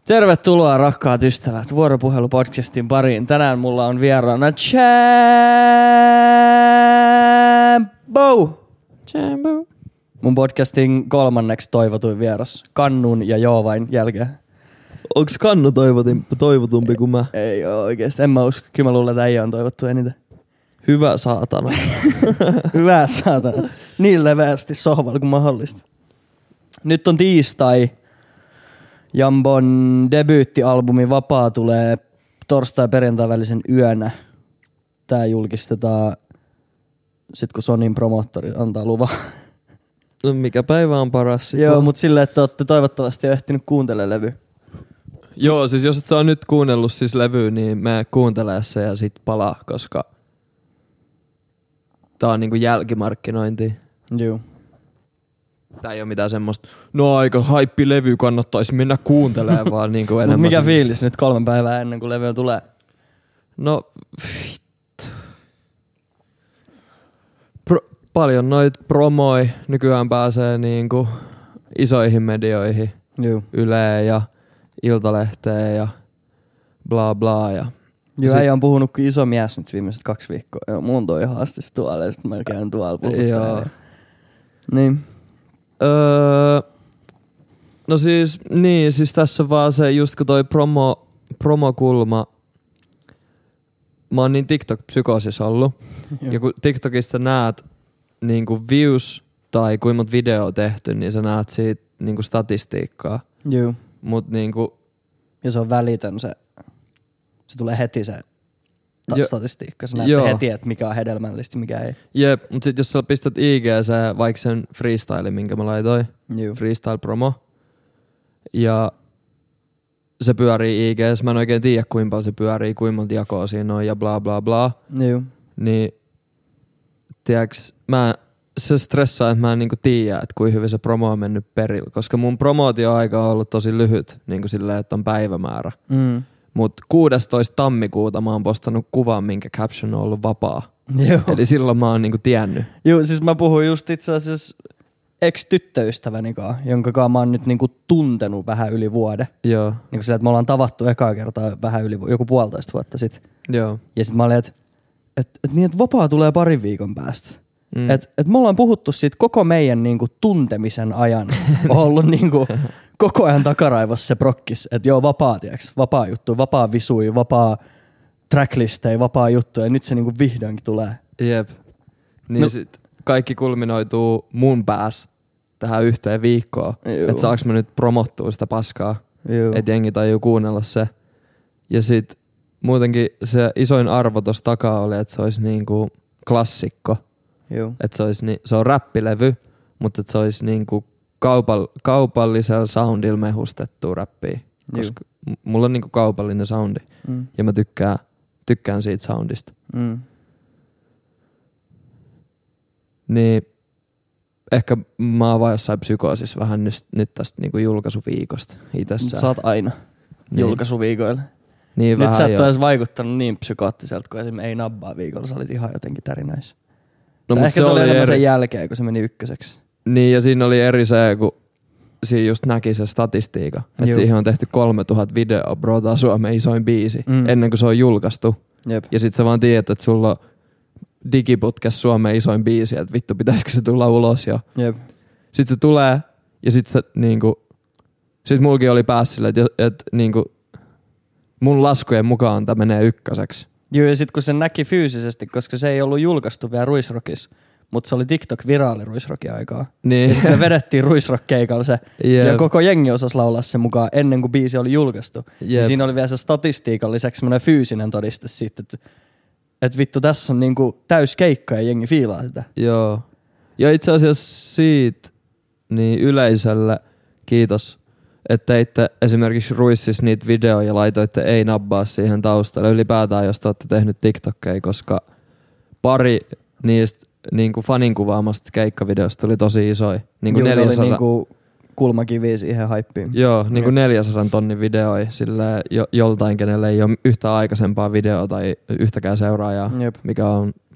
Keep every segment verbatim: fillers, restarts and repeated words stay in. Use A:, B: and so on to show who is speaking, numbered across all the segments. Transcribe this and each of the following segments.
A: Tervetuloa rakkaat ystävät Vuoropuhelu-podcastin pariin. Tänään mulla on vieraana Jambo. Jambo. Mun podcastin kolmanneksi toivotuin vieras Kannun ja Joovain jälkeen.
B: Onks Kannu toivotumpi kuin mä?
A: Ei oo oikeesti, en mä usko. Kyllä mä luulen, että äijä on toivottu eniten.
B: Hyvä saatana.
A: Hyvä saatana. Niin leveästi sohvalla kuin mahdollista. Nyt on tiistai. Jambon debyyttialbumi Vapaa tulee torstai- ja perjantai välisen yönä. Tää julkistetaan sit kun Sonyn promottori antaa luvan.
B: No mikä päivä on paras sit?
A: Joo, mut silleen, että ootte toivottavasti jo ehtinyt kuuntelemaan levy.
B: Joo, siis jos et sä oot nyt kuunnellut siis levyä, niin mä kuuntele se ja sit palaa, koska tää on niinku jälkimarkkinointi.
A: Joo.
B: Tää ei oo mitään semmoista, no aika haippi-levy, kannattais mennä kuuntelemaan, vaan niinku enemmän.
A: Mut mikä
B: sen...
A: fiilis nyt kolme päivää ennen kuin levy tulee?
B: No, vittu. Pro- paljon noit promoi nykyään pääsee niinku isoihin medioihin.
A: Joo.
B: Yleen ja Iltalehteen ja bla bla. Ja
A: Joo, äijä on puhunut kuin iso mies nyt viimeiset kaksi viikkoa. Joo, mulla on toi haastis tuolla ja sit mä käyn tuolla puhuttaa.
B: Joo.
A: Niin.
B: Öö, no siis, niin, siis tässä vaan se just kun toi promo, promokulma. Mä oon niin TikTok-psykoosissa ollut. Ja kun TikTokista näet niinku views tai kuinka monta videoa tehty, niin sä näet siitä niinku statistiikkaa.
A: Joo.
B: Mut niinku...
A: Ja se on välitön se, se tulee heti se ta-
B: Jo,
A: statistiikka. Sä näet
B: joo.
A: se heti, että mikä on hedelmällistä, mikä ei.
B: Jep, mut sit jos sä pistät I G:seen vaikka sen freestyle, minkä mä laitoin,
A: Joo.
B: freestyle promo, ja se pyörii I G:ssä, mä en oikein tiedä kuinka paljon se pyörii, kuinka monta jakoa siinä on ja bla bla bla,
A: Joo.
B: niin tiiäks, mä se stressaa, että mä en niinku tiedä, että kuinka hyvin se promo on mennyt perille, koska mun promootioaika on ollut tosi lyhyt, niinku silleen, että on päivämäärä.
A: Mm.
B: Mut kuudestoista tammikuuta mä oon postannut kuvan, minkä caption on ollut vapaa.
A: Joo.
B: Eli silloin mä oon niinku tiennyt.
A: Joo, siis mä puhuin just itse asiassa ex-tyttöystäväni kanssa, jonka kanssa mä oon nyt niinku tuntenut vähän yli vuoden.
B: Joo.
A: Niinku sillä, että me ollaan tavattu ekaa kertaa vähän yli, joku puolitoista vuotta sit.
B: Joo.
A: Ja sit mä olin, että et, et niin, että Vapaa tulee parin viikon päästä.
B: Mm.
A: Et, et me ollaan puhuttu siitä koko meidän niinku tuntemisen ajan. On ollut niinku koko ajan takaraivossa se prokkis, että joo, vapaa, tiiäks, vapaa juttu, vapaa visui, vapaa tracklistei, vapaa juttu, ja nyt se niinku vihdoinkin tulee.
B: Jep. Niin
A: No.
B: sit kaikki kulminoituu mun päässä tähän yhteen viikkoon.
A: Juu.
B: Että saaks mä nyt promottua sitä paskaa.
A: Joo.
B: Että jengi tajuu kuunnella se. Ja sit muutenkin se isoin arvo tossa takaa oli, että se olisi niinku klassikko.
A: Joo.
B: Että se olisi ni- se on räppilevy, mutta että se olisi niinku kaupall- kaupallisella soundilla mehustettua räppiä. Koska m- mulla on niinku kaupallinen soundi.
A: Mm.
B: Ja mä tykkään, tykkään siitä soundista.
A: Mm.
B: Niin ehkä mä oon vaan jossain psykoosissa vähän nyt, nyt tästä niinku julkaisuviikosta itsessään.
A: Sä oot aina
B: Niin.
A: julkaisuviikoilla.
B: Niin
A: Nyt
B: vähän
A: sä et
B: jo.
A: ole edes vaikuttanut niin psykoottiselta kuin esimerkiksi Ei nabbaa viikolla. Sä olit ihan jotenkin tärinäis.
B: No,
A: Tai
B: mut
A: ehkä se,
B: se
A: oli
B: oli
A: enemmän
B: eri...
A: sen jälkeen, kun se meni ykköseksi.
B: Niin ja siinä oli eri se, kun siinä just näki se statistiikka. Että
A: Juu.
B: siihen on tehty kolmetuhatta videoa, bro, tää on Suomen isoin biisi,
A: Mm.
B: ennen kuin se on julkaistu.
A: Jep.
B: Ja sit sä vaan tiedät, että sulla on digiputkessa Suomen isoin biisi, että vittu pitäisikö se tulla ulos jo.
A: Jep.
B: Sit se tulee ja sit se niinku... Sit mulki oli päässä sille, että et, niinku... Mun laskujen mukaan tää menee ykköseksi.
A: Joo, ja sit kun se näki fyysisesti, koska se ei ollut julkaistu vielä Ruisrockissa, mutta se oli TikTok-viraali Ruisrockin aikaa.
B: Niin.
A: Ja sitten me vedettiin Ruisrock-keikalla se,
B: Jep.
A: ja koko jengi osasi laulaa sen mukaan ennen kuin biisi oli julkaistu. Ja
B: Jep.
A: siinä oli vielä se statistiikan lisäksi semmoinen fyysinen todiste siitä, että, että vittu tässä on niinku täys keikka ja jengi fiilaa sitä.
B: Joo. Ja itse asiassa siitä niin yleisölle kiitos, että teitte esimerkiksi Ruississa niitä videoja ja laitoitte Ei nabbaa siihen taustalle. Ylipäätään, jos te olette tehnyt TikTokkeja, koska pari niistä niin kuin fanin kuvaamasta keikkavideosta tuli tosi isoja. Niin kuin
A: Joo, ne oli
B: neljäsataa,
A: niinku kulmakivi siihen haippiin.
B: joo, niin kuin neljäsataa tonnin videoja sille jo, joltain, kenelle ei ole yhtä aikaisempaa videoa tai yhtäkään seuraajaa,
A: Jep.
B: mikä on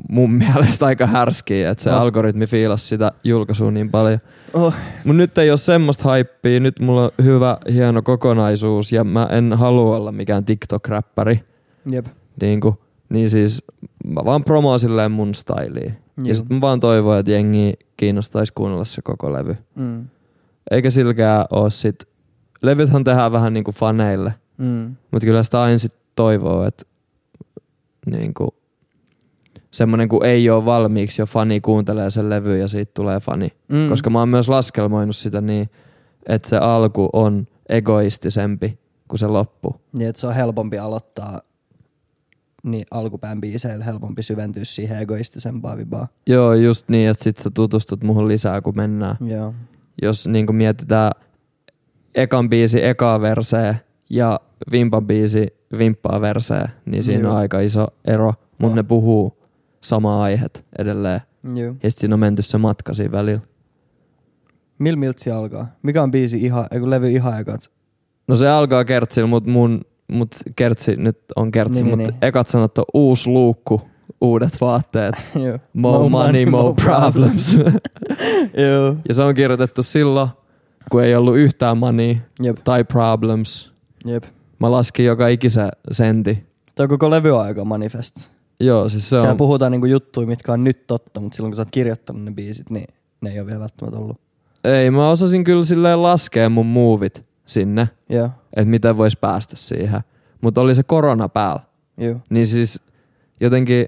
B: mun mielestä aika härskiä, että se
A: Oh.
B: algoritmi fiilasi sitä julkaisua niin paljon.
A: Oh.
B: Mut nyt ei ole semmoista hypeä, nyt mulla on hyvä, hieno kokonaisuus ja mä en halua olla mikään TikTok-räppäri.
A: Jep.
B: Niinku, niin siis mä vaan promoon silleen mun styliin.
A: Juu.
B: Ja sit mä vaan toivon, että jengi kiinnostaisi kuunnella se koko levy.
A: Mm.
B: Eikä silkään oo sit, levythän tehdään vähän niinku faneille,
A: Mm.
B: mut kyllä sitä aina sit toivoo, että niinku semmonen kun ei oo valmiiksi jo fani kuuntelee sen levy ja siitä tulee fani.
A: Mm.
B: Koska mä oon myös laskelmoinut sitä niin, että se alku on egoistisempi kuin se loppu.
A: Niin, että se on helpompi aloittaa niin alkupään biiseillä, helpompi syventyä siihen egoistisempaan vibaan.
B: Joo, just niin, että sit sä tutustut muhun lisää kun mennään.
A: Joo.
B: Jos niinku mietitään ekan biisi ekaa versee ja vimpan biisi vimppaa versee, niin siinä
A: Joo.
B: on aika iso ero. Mutta
A: Oh.
B: ne puhuu samaa aihet edelleen.
A: Joo.
B: Ja sit siinä on menty se matka siinä välillä.
A: Mil miltä se alkaa? Mikä on biisi ihan, eiku levy ihan ekat?
B: No se alkaa kertsillä, mut mun mut kertsi nyt on kertsi,
A: Niin,
B: mut
A: niin.
B: ekat sanot on uusi luukku, uudet vaatteet.
A: Joo.
B: More money, more problems.
A: Joo.
B: Ja se on kirjoitettu silloin, kun ei ollut yhtään money
A: Jep.
B: tai problems.
A: Jep.
B: Mä laskin joka ikisen sentti.
A: Toi koko levy on aika manifest.
B: Joo, siis se
A: Siellä
B: on...
A: puhutaan niinku juttuja, mitkä on nyt totta, mutta silloin kun sä oot kirjoittanut ne biisit, niin ne ei ole vielä välttämättä ollut.
B: Ei, mä osasin kyllä silleen laskea mun muuvit sinne,
A: Joo.
B: että miten vois päästä siihen. Mutta oli se korona päällä.
A: Joo.
B: Niin siis jotenkin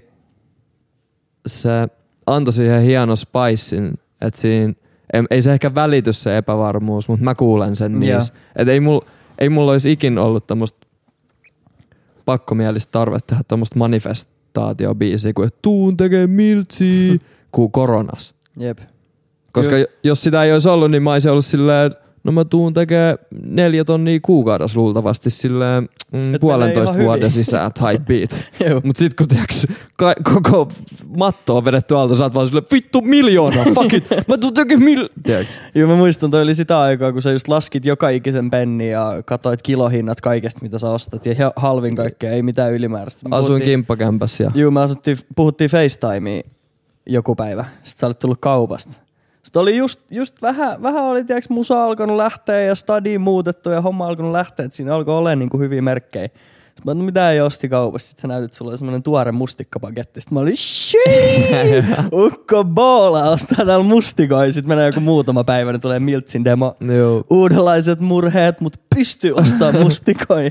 B: se antoi siihen hieno spicein, että siinä ei, ei se ehkä välity se epävarmuus, mutta mä kuulen sen niissä. Että ei mulla ei mul olisi ikin ollut tämmöistä pakkomielistä tarvetta tehdä tämmöistä manifestaatiobiisiä, kuin että tuun tekee miltsiä, kuin koronas.
A: Jep.
B: Koska
A: Kyllä.
B: jos sitä ei olisi ollut, niin mä olisin ollut silleen, no mä tuun tekee neljä tonnia kuukaudessa luultavasti silleen mm, puolentoista
A: ihan
B: vuoden
A: hyvin.
B: sisään type beat.
A: Joo.
B: Mut sit kun tiiäks, ka- koko matto on vedetty alta, sä oot vaan silleen, vittu miljoona, fuck it, mä tuun tekee mil... Tiiäks?
A: Joo, mä muistan, toi oli sitä aikaa, kun sä just laskit joka ikisen penni ja katsoit kilohinnat kaikesta, mitä sä ostat. Ja ha- halvin kaikkea, ei mitään ylimääräistä. Me
B: Asuin
A: puhuttiin-
B: kimppakämpässä ja...
A: Joo, me asuttiin, puhuttiin FaceTimea joku päivä. Sitten sä olit tullut kaupasta. Sitten oli just, just vähän, vähän oli tiiäks, musa alkanut lähteä ja stadiin muutettu ja homma alkanut lähteä. Et siinä alkoi olemaan niinku hyviä merkkejä. Sitten mä no mitä ei osti kaupassa. Sitten sä näytit, että sulla oli semmonen tuore mustikkapaketti. Sitten mä olin shii! Ukko boola ostaa täällä mustikoja. Sitten menee joku muutama päivä, niin tulee Miltsin demo.
B: Joo.
A: Uudenlaiset murheet, mut pystyy ostaa mustikoja.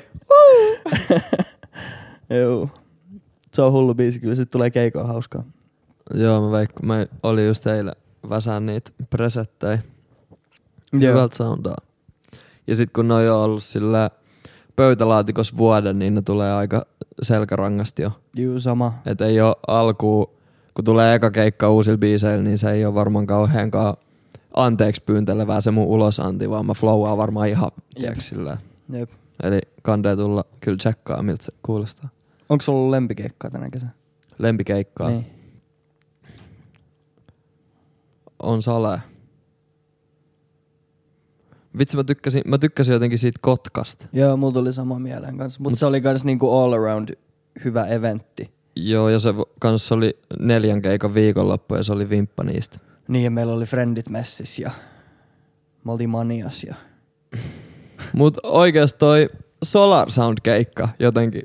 A: Joo. Se on hullu biisi, kyllä sit tulee keikoilla hauskaa.
B: Joo, mä veikkaan, mä olin just eilen väsään niitä presettejä.
A: Joo.
B: Hyvältä soundaa. Ja sit kun ne on jo ollut sillä pöytälaatikossa vuoden, niin ne tulee aika selkärangasti jo.
A: Juu, sama.
B: Et ei oo alkuun, kun tulee eka keikka uusilla biiseillä, niin se ei oo varmaan kauheankaan anteeksi pyyntelevää se mun ulosanti, vaan mä flowaan varmaan ihan tiiäks silleen.
A: Jep.
B: Eli kandee tulla kyllä tsekkaa, miltä se kuulostaa.
A: Onko sulla ollut lempikeikkaa tänä kesänä?
B: Lempikeikkaa
A: Niin.
B: on Sale. Vitsi, mä tykkäsin, mä tykkäsin jotenkin siitä Kotkasta.
A: Joo, mulla tuli sama mieleen kanssa. Mutta se oli kans niinku all around hyvä eventti.
B: Joo, ja se kanssa oli neljän keikan viikonloppu ja se oli vimppa niistä.
A: Niin, ja meillä oli Friendit messissä ja me oltiin Manias ja...
B: Mut oikeesti toi Solar Sound-keikka jotenkin.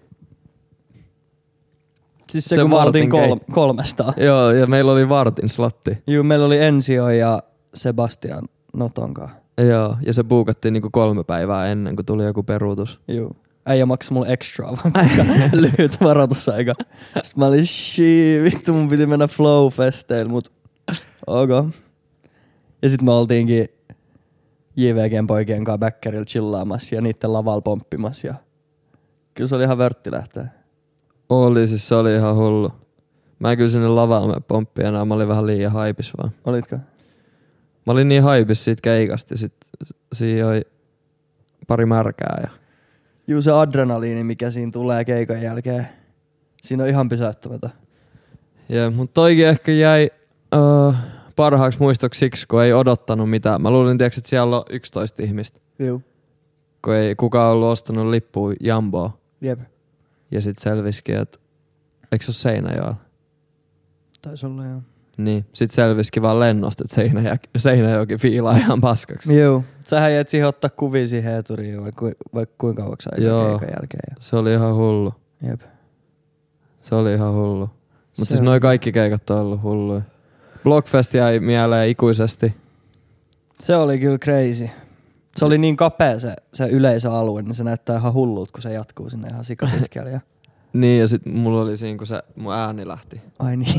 A: Siis se,
B: Se
A: kun me oltiin
B: vartin
A: kol- kolmestaan.
B: Joo, ja meillä oli vartin slotti.
A: Joo, meillä oli Ensio ja Sebastian Notonkaan.
B: Joo, ja se buukattiin niinku kolme päivää ennen kuin tuli joku peruutus.
A: Joo. Äijä maksoi mulle extra vaan, koska lyhyt varoitusaika. Sitten mä olin, shii, vittu mun piti mennä Flow-festeille, mut ok. Ja sit me oltiinkin J V G:n poikien kanssa bäkkärillä chillaamassa ja niitten lavalla pomppimassa. Ja kyllä se oli ihan vörtti lähteä.
B: Oli, siis se oli ihan hullu. Mä en kyllä sinne lavalle mene pomppi enää, mä olin vähän liian haipis vaan.
A: Olitko?
B: Mä olin niin haipis siitä keikasta ja sit siinä oli pari märkää ja...
A: Juu, se adrenaliini, mikä siinä tulee keikan jälkeen. Siinä on ihan pysäyttävätä.
B: Jee, mut toikin ehkä jäi uh, parhaaksi muistoksi siksi, kun ei odottanut mitään. Mä luulin, tiiäks, että siellä on yksitoista ihmistä,
A: Juu.
B: kun ei kukaan ollut ostanut lippua Jamboa.
A: Jep.
B: Ja sit selvisikin, että eikö se ole Seinäjoella?
A: Taisi olla joo.
B: Niin, sit selvisikin vaan lennosta, että Seinäjä, Seinäjoki fiilaa ihan paskaksi.
A: Joo, sähän jäät siihen ottaa kuvia siihen eturiin vai, ku, vai kuinka kauaksi aikaa keikan jälkeen. Ja.
B: Se oli ihan hullu.
A: Jep.
B: Se oli ihan hullu. Mutta siis noi kaikki keikat on ollut hulluja. Blockfest jäi mieleen ikuisesti.
A: Se oli kyllä crazy. Se oli niin kapea se, se yleisöalue, niin se näyttää ihan hullut, kun se jatkuu sinne ihan sikapitkälle. Ja...
B: niin, ja sit mulla oli siinä, kun se mun ääni lähti.
A: Ai niin.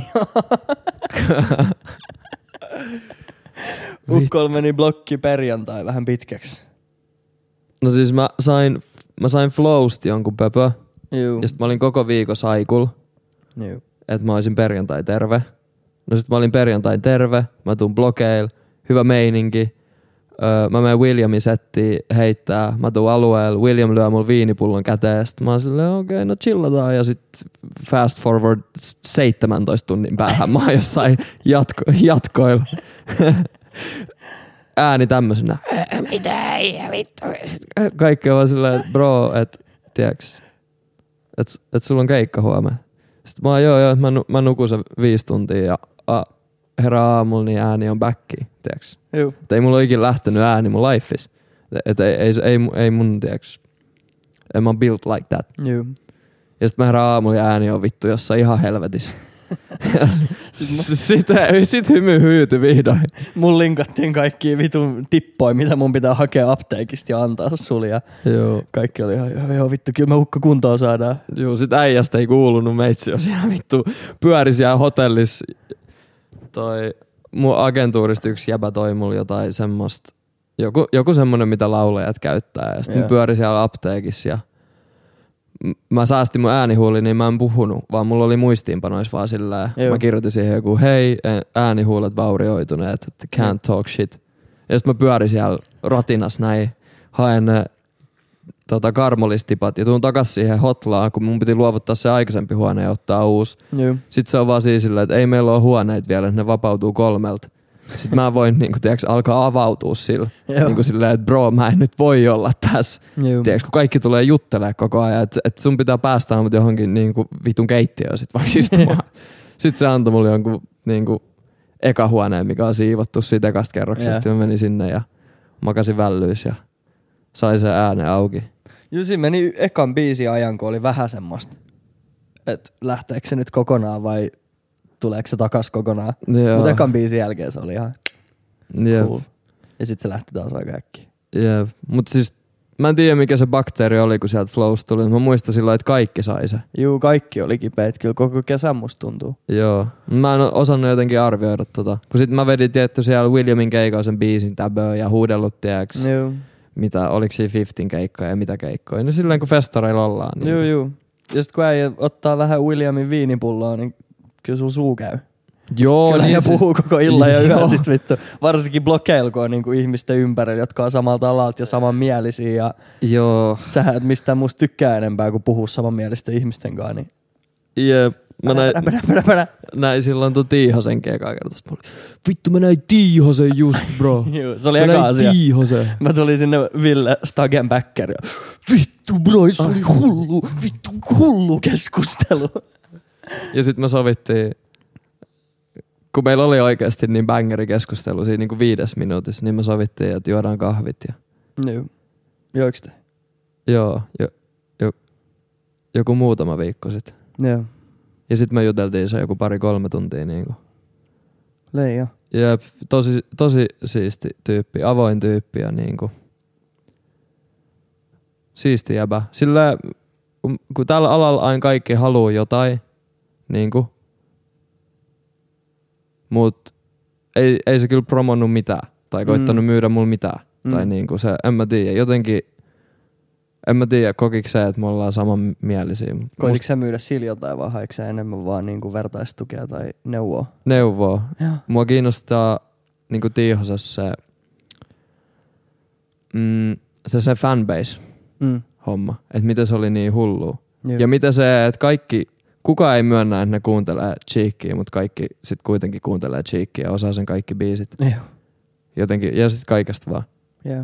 A: Ukkolla meni blokki perjantai vähän pitkäksi.
B: No siis mä sain, mä sain Flowsta jonkun pöpö.
A: Juu.
B: Ja sit mä olin koko viikon saikul.
A: Juu.
B: Että mä olisin perjantai terve. No sit mä olin perjantai terve. Mä tuun blokeil. Hyvä meininki. Öö, mä menen Williamin settiin heittää. Mä tuun alueelle. William lyö mulle viinipullon käteen. Sit mä oon silleen, okei, okay, no chillataan. Ja sit fast forward seitsemäntoista tunnin päähän. Mä oon jossain jatko, jatkoilla. Ääni tämmösenä. Mitä ei vittu. Kaikki on vaan silleen, että bro, et tiiäks, et, et sulla on keikka huomenna. Sitten mä oon joo joo, mä, mä nukun sen viisi tuntia ja a, herää aamulla, niin ääni on backi, tiiäks.
A: Joo.
B: Et ei mulla ole ikinä lähtenyt ääni mun lifeis. Et ei, ei, ei, ei mun, tiiäks, en mä built like that.
A: Joo.
B: Ja sit mä herään aamulla ja ääni on vittu jossain ihan helvetissä. Sitten sit hymy hyytyi vihdoin.
A: Mun linkattiin kaikki vitun tippoja, mitä mun pitää hakea apteekista ja antaa sulle. Ja
B: joo.
A: Kaikki oli ihan, joo, joo vittu, kyllä me hukka kuntoon saadaan.
B: Joo, sit äijästä ei kuulunut meitsi, jos ihan vittu pyöri siellä hotellissa. Toi mun agentuurista yksi jäbä toi mulle jotain semmoista, joku, joku semmonen mitä laulajat käyttää. Ja sit yeah. pyöri siellä apteekissa ja mä säästin mun äänihuuli, niin mä en puhunut, vaan mulla oli muistiinpanoissa vaan silleen. Joo. Mä kirjoitin siihen joku, hei, äänihuulet vaurioituneet, että can't talk shit. Ja sit mä pyörin siellä ratinas näin, haen ne tota, karmolistipat ja tuun takas siihen hotlaan, kun mun piti luovuttaa se aikaisempi huone ja ottaa uusi. Joo. Sitten se on vaan siis silleen, että ei meillä ole huoneita vielä, ne vapautuu kolmelta. Sitten mä voin niinku, tiiäks, alkaa avautua sillä. Niinku silleen, että bro, mä en nyt voi olla tässä. Tiiäks, kun kaikki tulee juttelemaan koko ajan, että et sun pitää päästä mut johonkin niinku vitun keittiöön sit vaikka istumaan. Sitten se antoi mulle jonkun niinku eka huoneen, mikä on siivottu siitä ekasta kerroksesta. Yeah. Mä menin sinne ja makasin vällyys ja sai sen äänen auki.
A: Jusi meni ekan biisin ajan, kun oli vähän semmoista, että lähteekö se nyt kokonaan vai tuleeko se takas kokonaan. Mutta ekan biisin jälkeen se oli ihan
B: Jep.
A: cool. Ja sit se lähti taas aika äkkiä.
B: Jep. Mut siis mä en tiedä mikä se bakteeri oli, kun sieltä Flowsta tuli. Mä muistan silloin, että kaikki sai se.
A: Juu, kaikki oli kipeät. Kyllä koko kesän musta tuntuu.
B: Joo. Mä en osannut jotenkin arvioida tota. Kun sit mä vedin tietty siellä Williamin keikalla sen biisin täböö ja huudellut tiiäks. Juu. Mitä, oliko siinä Fiftin keikkoja ja mitä keikkoja. No silleen kun festareilla ollaan. Niin...
A: Juu, juu. Ja sit kun äijä ottaa vähän Williamin viinipulloa, niin kyllä sun suu käy.
B: Joo,
A: kyllä
B: niin
A: ja
B: se...
A: puhuu koko illan ja yön sit vittu. Varsinkin blokeilla, kun on niinku ihmisten ympärillä, jotka on samalta alalta ja samanmielisiä. Ja
B: joo.
A: Tähän, että mistään musta tykkää enempää kuin puhua samanmielisten ihmisten kanssa. Niin...
B: Jep. Mä näin,
A: pärä, pärä, pärä.
B: näin silloin tuon Tiihosenkin ekaa kertaa. Vittu mä näin Tiihosen just bro.
A: Joo, se oli eka asia.
B: Tiihosen.
A: Mä tulin sinne Ville Stagenbacker ja vittu bro, se oli hullu, vittu hullu keskustelu.
B: Ja sit me sovittiin, kun meillä oli oikeasti niin bangeri keskustelu siinä niin kuin viides minuutissa, niin me sovittiin, että juodaan kahvit. Ja...
A: Joo. Joiks te?
B: Joo, jo, jo, joku muutama viikko sitten.
A: Joo.
B: Ja sit me juteltiin se joku pari-kolme tuntia niinku.
A: Leija.
B: Jep, tosi, tosi siisti tyyppi, avoin tyyppi ja niinku siisti jäbä. Sillä kun, kun tällä alalla aina kaikki haluu jotain, niinku, mut ei, ei se kyllä promonnut mitään. Tai koittanut mm. myydä mulle mitään. Mm. Tai niinku se, en mä tiedä, jotenkin, en mä tiedä, kokiko se, että me ollaan samanmielisiä.
A: Koitiko Must... sä myydä sillä jotain vai haiko sä enemmän vaan niinku vertaistukea tai neuvoa?
B: Neuvoa. Joo. Mua kiinnostaa niinku Tiihosessa se, mm, se, se fanbase mm. homma. Että miten se oli niin hullua. Joo. Ja miten se, että kaikki, kukaan ei myönnä, että ne kuuntelee Cheekkiä, mutta kaikki sit kuitenkin kuuntelee Cheekkiä ja osaa sen kaikki biisit. Joo. Jotenkin, ja sit kaikesta vaan.
A: Joo.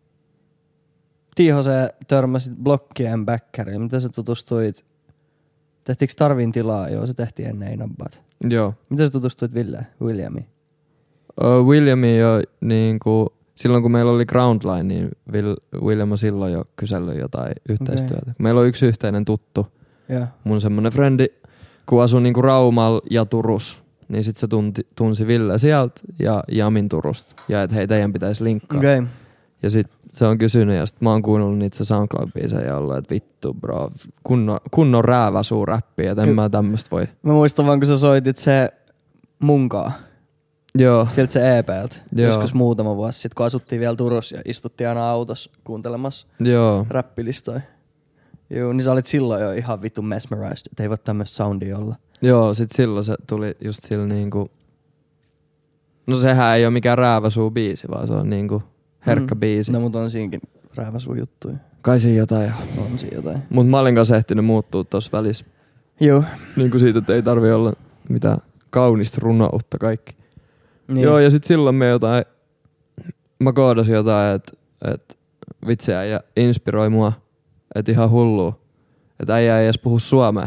A: Tiihoseen törmäsit blokkien bäkkäriin. Miten sä tutustuit Tehtiinkö Tarvin tilaa? Joo, se tehtiin ennen Ei Nabbaat.
B: Joo.
A: Miten sä tutustuit Ville, Williamiin?
B: Uh, Williami jo niinku, silloin kun meillä oli Groundline, niin Will, William on silloin jo kysellyt jotain yhteistyötä. Okay. Meillä on yksi yhteinen tuttu.
A: Yeah.
B: Mun semmonen frendi, kun asui niinku Raumalla ja Turus, niin sit se tunti, tunsi Ville sieltä ja Jamin Turusta. Ja et hei, teidän pitäisi linkkaa.
A: Okay.
B: Ja sit se on kysynyt ja sit mä oon kuunnellut niitä se SoundCloud-biisejä ja ollut, että vittu bro, kunnon, kunnon rääväsuu räppiä, että en mä tämmöstä voi.
A: Mä muistan vaan, kun sä soitit se munkaa.
B: Joo.
A: Sieltä se E P:ltä.
B: Joo.
A: Joskus muutama vuosi sitten, kun asuttiin vielä Turussa ja istuttiin aina autossa kuuntelemassa
B: Joo.
A: räppilistoja. Joo, niin sä olit silloin jo ihan vittu mesmerized, että ei voi tämmöistä soundia olla.
B: Joo, sit silloin se tuli just sillä niinku... No sehän ei oo mikään rääväsuu biisi, vaan se on niinku herkkä
A: mm.
B: biisi.
A: No mut on siinkin rääväsuu juttuja.
B: Kai siinä jotain jo.
A: On siinä jotain.
B: Mut mä olin kanssa ehtinyt muuttua tossa välissä.
A: Joo.
B: Niinku siitä, että ei tarvi olla mitään kaunista runoutta kaikki.
A: Niin.
B: Joo, ja sit silloin me jotain... Mä koodasin jotain, että et vitsi äijä inspiroi mua. Että ihan hullua. Että äijä ei edes puhu suomea.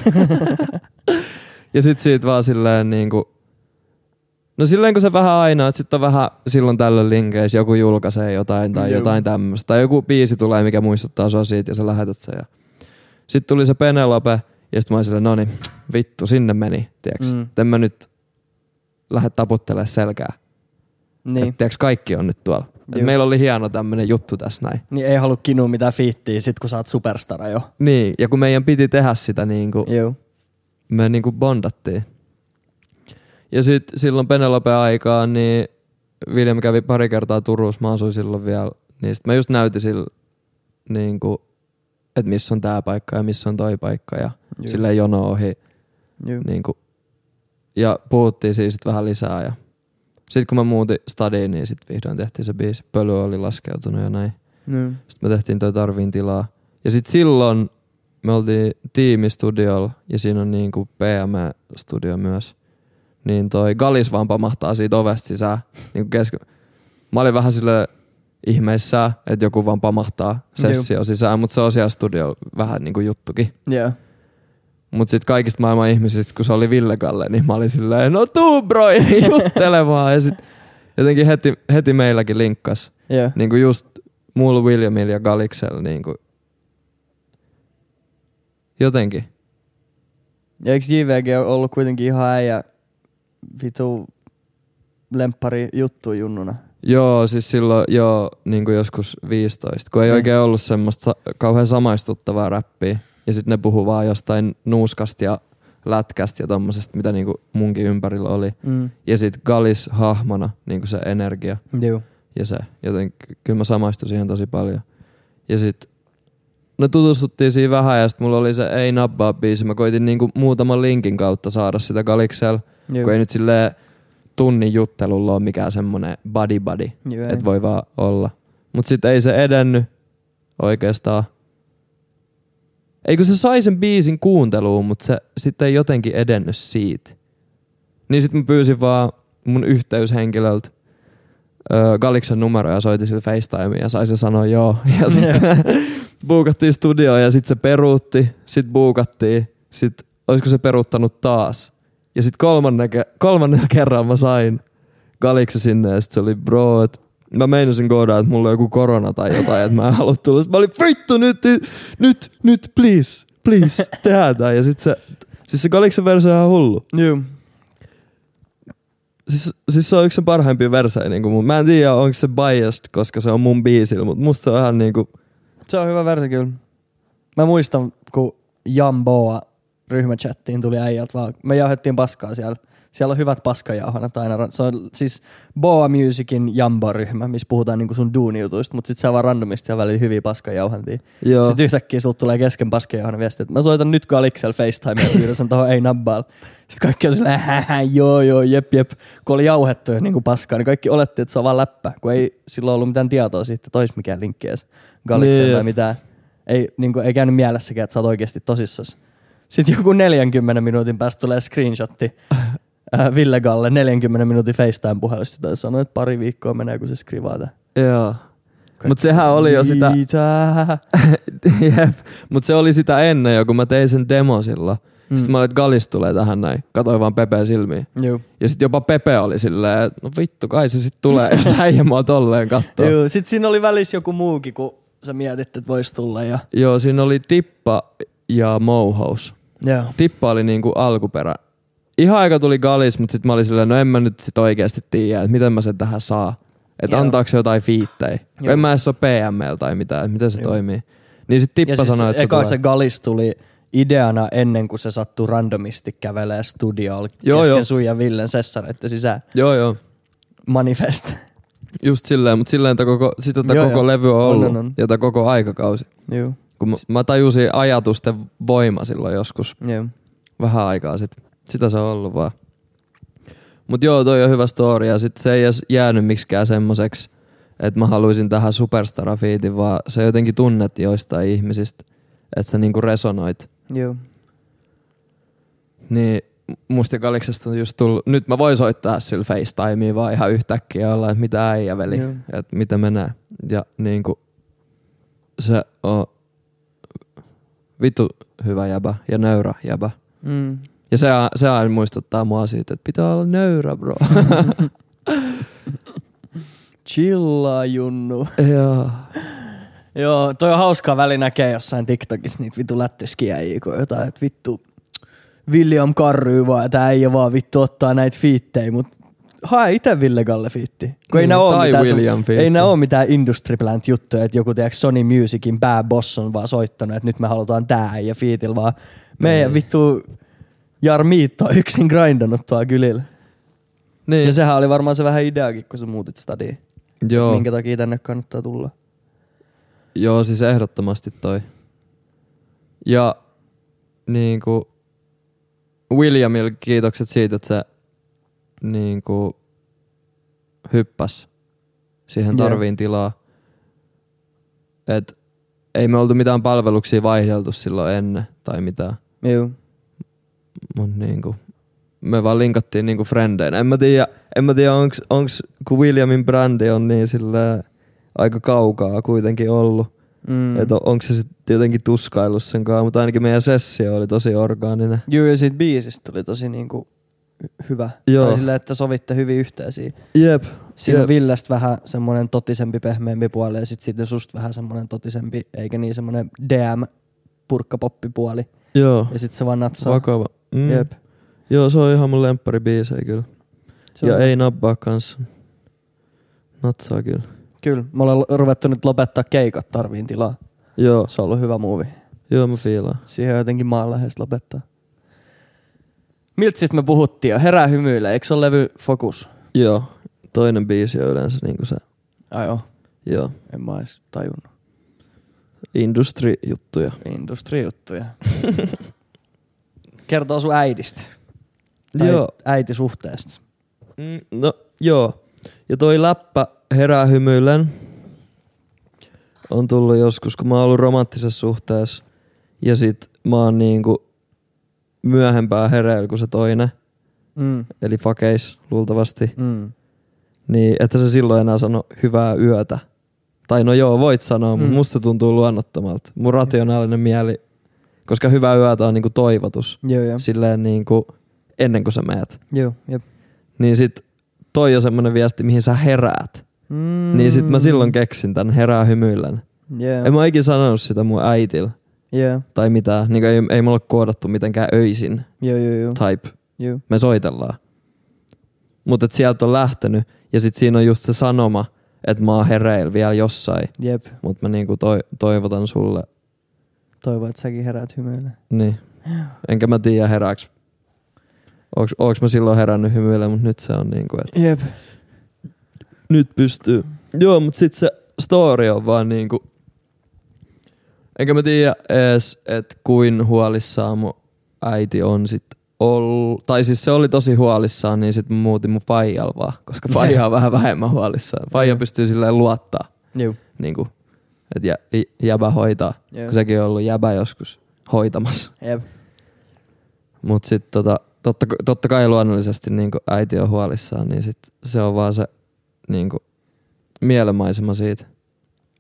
B: Ja sit siitä vaan silleen niinku... No silleen kun se vähän aina, että sit on vähän silloin tällöin linkeissä joku julkaisee jotain tai
A: Juu.
B: jotain tämmöstä. Tai joku biisi tulee, mikä muistuttaa sua siitä ja sä lähetät sen. Ja... Sit tuli se Penelope ja sit mä olin silleen, no niin, vittu, sinne meni, tiiäks. Mm. En mä nyt lähde taputtelemaan selkää.
A: Niin.
B: Et tiiäks, kaikki on nyt tuolla. Et meillä oli hieno tämmönen juttu tässä näin.
A: Niin ei halua kinua mitään fiittiä sit kun sä oot superstara jo.
B: Niin, ja kun meidän piti tehdä sitä niinku,
A: Joo.
B: me niinku bondattiin. Ja sit silloin Penelope-aikaan, niin William kävi pari kertaa Turussa, mä asuin silloin vielä. Niin sit mä just näytin sille, niinku, että missä on tää paikka ja missä on toi paikka. Ja
A: Joo.
B: silleen jono ohi. Niinku, ja puhuttiin siitä sit vähän lisää. Ja sit kun mä muutin stadiin, niin sit vihdoin tehtiin se biisi. Pöly oli laskeutunut ja näin.
A: Mm.
B: Sitten me tehtiin toi Tarviin tilaa. Ja sit silloin me oltiin tiimistudiolla ja siinä on niinku P M E-studio myös. Niin toi Galis vaan pamahtaa siitä ovesta sisään. Niinku keske... Mä olin vähän silleen ihmeissään, että joku vaan pamahtaa sessio sisään, mutta se on siellä studiolla vähän niinku juttukin.
A: Yeah.
B: Mut sit kaikista maailman ihmisistä, kun se oli Ville Galle, niin mä olin silleen, no tuu bro, juttelemaan. Ja sit jotenkin heti, heti meilläkin linkkas.
A: Yeah.
B: Niinku just mulla Williamilla ja Galiksella niinku jotenkin.
A: Ja eikö J V G ollut kuitenkin ihan äijä vitu lemppari juttu junnuna?
B: Joo, siis silloin joo, niinku joskus viisitoista, kun ei mm. oikein ollut semmoista kauhean samaistuttavaa räppiä. Ja sit ne puhuu vaan jostain nuuskasta ja lätkästä ja tommosesta, mitä niinku munkin ympärillä oli. Mm. Ja sit Galis hahmona, niinku se energia.
A: Joo.
B: Ja se, joten kyllä mä samaistuin siihen tosi paljon. Ja sit no tutustuttiin siinä vähän ja sit mulla oli se Ei Nabbaa biisi. Mä koitin niinku muutaman linkin kautta saada sitä Galiksella, kun ei nyt silleen tunnin juttelulla ole mikään semmonen buddy buddy, että voi vaan olla. Mut sit ei se edennyt oikeastaan. Eikö se sai sen biisin kuunteluun, mut se sitten ei jotenkin edennyt siitä. Niin sit mä pyysin vaan mun yhteyshenkilöltä öö, Galiksen numeroa ja soitin sille FaceTimeen ja sai se sanoa joo. Ja sitten yeah. buukattiin studioon ja sit se peruutti, sit buukattiin, sit olisiko se peruuttanut taas. Ja sit kolmannella kerran mä sain Galiksen sinne ja sit se oli bro, että mä meinasin koodaa, että mulla on joku korona tai jotain, että mä en halua tulla. Mä olin vittu nyt, nyt, nyt, please, please, tehdään tää. Ja sit se, siis se Galiksen versio on ihan hullu.
A: Joo.
B: Siis, siis se on yksi sen parhaimpia versejä niinku mun. Mä en tiedä, onko se biased, koska se on mun biisillä, mutta musta se on ihan niinku...
A: Se on hyvä versi kyllä. Mä muistan, kun Jamboa ryhmächattiin tuli äijältä vaan. Me jauhettiin paskaa siellä. Siellä on hyvät paskajauhanat aina. Se on siis Boa Musicin Jambo-ryhmä, missä puhutaan niinku sun duunijutuista, mutta sit se on vaan randomisti ja välillä hyviä paskajauhantia. Joo. Sitten yhtäkkiä sulta tulee kesken paskajauhanan viesti, että mä soitan nyt Galiksella FaceTime ja pyydän sen tohon Ei Nabbaal. Sitten kaikki on silleen, hähä, joo joo, jep jep. Kun oli jauhettu niinku paskaa, niin kaikki oletti, että se on vaan läppä, kun ei silloin ollut mitään tietoa siitä, että ois mikään linkki edes Galiksella tai mitään. Ei, niinku, ei käynyt mielessäkään, että sä oot oikeesti tosissas. Sitten joku neljänkymmenen minuutin päästä tulee screenshotti. Äh, Ville Galle neljänkymmenen minuutin FaceTime-puhelusta tai sanoi, että pari viikkoa menee, kun se skrivaa tämän.
B: Joo. Mut sehän oli jo sitä...
A: Mitä?
B: Jep. Mut se oli sitä ennen jo, kun mä tein sen demo silloin. Mm. Sitten mä olin, että Galis tulee tähän näin. Katoin vaan Pepeä silmiin.
A: Joo.
B: Ja sit jopa Pepe oli silleen, että no vittu, kai se sit tulee, jos äijä mua tolleen kattoo.
A: Joo, sit siinä oli välissä joku muukin, kun sä mietit, että vois tulla. Ja...
B: Joo, siinä oli Tippa ja Mohous.
A: Joo.
B: Tippa oli niinku alkuperä. Ihan aika tuli Galis, mut sit mä olin silleen, no en mä nyt sit oikeesti tiedä, että miten mä sen tähän saa. Että
A: Joo.
B: antaako se jotain fiittejä. En mä edes oo P M:llä tai mitään, että miten se Joo. toimii. Niin sit Tippa
A: ja siis
B: sanoi, että se
A: eka
B: tulee.
A: se Galis tuli ideana ennen kuin se sattui randomisti kävelee studiolla
B: Joo,
A: kesken
B: joo.
A: sun ja Villen sessareitten sisään.
B: Joo, joo.
A: Manifest.
B: Just silleen, mut silleen, että koko, sit tätä
A: Joo,
B: koko
A: joo.
B: levy on ollut.
A: On, on, on.
B: Ja tää koko aikakausi.
A: Joo.
B: Kun mä, mä tajusin ajatusten voima silloin joskus.
A: Joo.
B: Vähän aikaa sit. Sitä se on ollut vaan. Mut joo, toi on hyvä story ja sit se ei edes jäänyt miksikään semmoseksi, että mä haluaisin tähän Superstar-fiitin, vaan se jotenkin tunnet joistain ihmisistä, että sä niinku resonoit.
A: Joo.
B: Niin musta ja Galiksesta on just tullut, nyt mä voin soittaa sillä FaceTimea vaan ihan yhtäkkiä olla, että mitä äijä veli,
A: Joo.
B: että mitä menee. Ja niinku se on vittu hyvä jäbä ja nöyrä jäbä.
A: Mm.
B: Ja se, se aina muistuttaa mua siitä, että pitää olla nöyrä, bro.
A: Chillaa, Junnu.
B: Joo.
A: Joo, toi on hauskaa väli näkee jossain TikTokissa niitä vittu lättyskiäjiä, kun jotain, että vittu William Karryy vaan, että äijä vaan vittu ottaa näitä fiittejä, mut hae ite Ville Galle fiitti. Kun ei
B: Mm,
A: nää oo
B: tai
A: mitään,
B: William
A: sun, ei nää oo mitään Industry Plant juttuja, että joku tiiäks Sony Musicin pääboss on vaan soittanut, että nyt me halutaan tää äijä fiitil, vaan meidän vittu Jarmiitto on yksin grindannut tuolla kylillä.
B: Niin.
A: Ja sehän oli varmaan se vähän ideakin, kun sä muutit stadiin.
B: Joo.
A: Minkä takia tänne kannattaa tulla.
B: Joo, siis ehdottomasti toi. Ja niinku Williamille kiitokset siitä, että se niinku hyppäs siihen tarviin tilaa. Et ei me oltu mitään palveluksia vaihdeltu silloin ennen tai mitään.
A: Joo.
B: Mut niinku me vaan linkattiin niinku frendeinä. En mä tiedä, en mä tiedä onks, onks kun Williamin brändi on niin sillä aika kaukaa kuitenkin ollut.
A: Mm.
B: Että onko se sitten jotenkin tuskaillut sen kanssa, mutta ainakin meidän sessio oli tosi orgaaninen.
A: Joo, ja siitä biisistä tuli tosi niinku hyvä.
B: Joo.
A: Tai silleen, että sovitte hyvin yhteen siinä.
B: Jep.
A: Siinä on
B: Jep.
A: Villestä vähän semmonen totisempi, pehmeämpi puoli ja sit siitä susta vähän semmonen totisempi, eikä niin semmonen D M-purkkapoppipuoli.
B: Joo.
A: Ja sit se vaan natsaa.
B: Vakava. Mm.
A: Jep.
B: Joo, se on ihan mun lempparibiisejä kyllä.
A: Se
B: ja
A: on-
B: ei nabbaa kanssa. Natsaa kyllä.
A: Kyllä. Me ollaan ruvettu nyt lopettaa keikat tarviin tilaa.
B: Joo.
A: Se on ollut hyvä muuvi.
B: Joo, mä fiilaan.
A: Siihen on jotenkin maanläheistä lopettaa. Miltä siis me puhuttiin jo? Herää hymyille. Eikö se ole levy Focus?
B: Joo. Toinen biisi on yleensä niinku se.
A: Ai joo.
B: Joo.
A: En mä edes tajunnut.
B: Industry-juttuja.
A: Industri-juttuja. Kertoo sun äidistä. Tai
B: Joo.
A: äitisuhteesta.
B: Mm, no joo. Ja toi läppä herää hymyillen on tullut joskus, kun mä oon ollut romanttisessa suhteessa. Ja sit mä oon niinku myöhempää hereillä kuin se toinen.
A: Mm.
B: Eli fakeis luultavasti.
A: Mm.
B: Niin että se silloin enää sano hyvää yötä. Tai no joo, voit sanoa, mutta
A: Mm.
B: musta tuntuu luonnottomalta. Mun rationaalinen mieli, koska hyvää yötä on niinku toivotus.
A: Joo, joo.
B: Silleen niinku ennen kuin sä meet.
A: Joo, jep.
B: Niin sit toi on semmonen viesti, mihin sä heräät.
A: Mm.
B: Niin sit mä silloin keksin tän herää hymyillen.
A: Yeah.
B: En mä ikinä sanonut sitä mun äitillä.
A: Yeah.
B: Tai mitään. Niin ei, ei mulla ole koodattu mitenkään öisin
A: Joo, joo, joo.
B: type.
A: Joo.
B: Me soitellaan. Mutta sieltä on lähtenyt. Ja sit siinä on just se sanoma, että mä oon hereillä vielä jossain.
A: Jep.
B: Mutta mä niinku toi, toivotan sulle.
A: Toivon, että säkin heräät hymyille.
B: Niin. Enkä mä tiedä herääks. Onks, onks mä silloin herännyt hymyille, mutta nyt se on niinku, että
A: Jep.
B: nyt pystyy. Joo, mut sit se story on vaan niinku. Enkä mä tiedä ees, että kuin huolissaan mun äiti on sit ollut. Tai siis se oli tosi huolissaan, niin sit mä muutin mun faijal vaan. Koska faija on vähän vähemmän huolissaan. Faija pystyy silleen luottaa.
A: Joo.
B: Niinku, että jä, jäbä hoitaa.
A: Joo.
B: Kun sekin on ollut jäbä joskus hoitamassa.
A: Jep.
B: Mut sit tota, totta, totta kai luonnollisesti niinku äiti on huolissaan, niin sit se on vaan se niinku mielenmaisema siitä.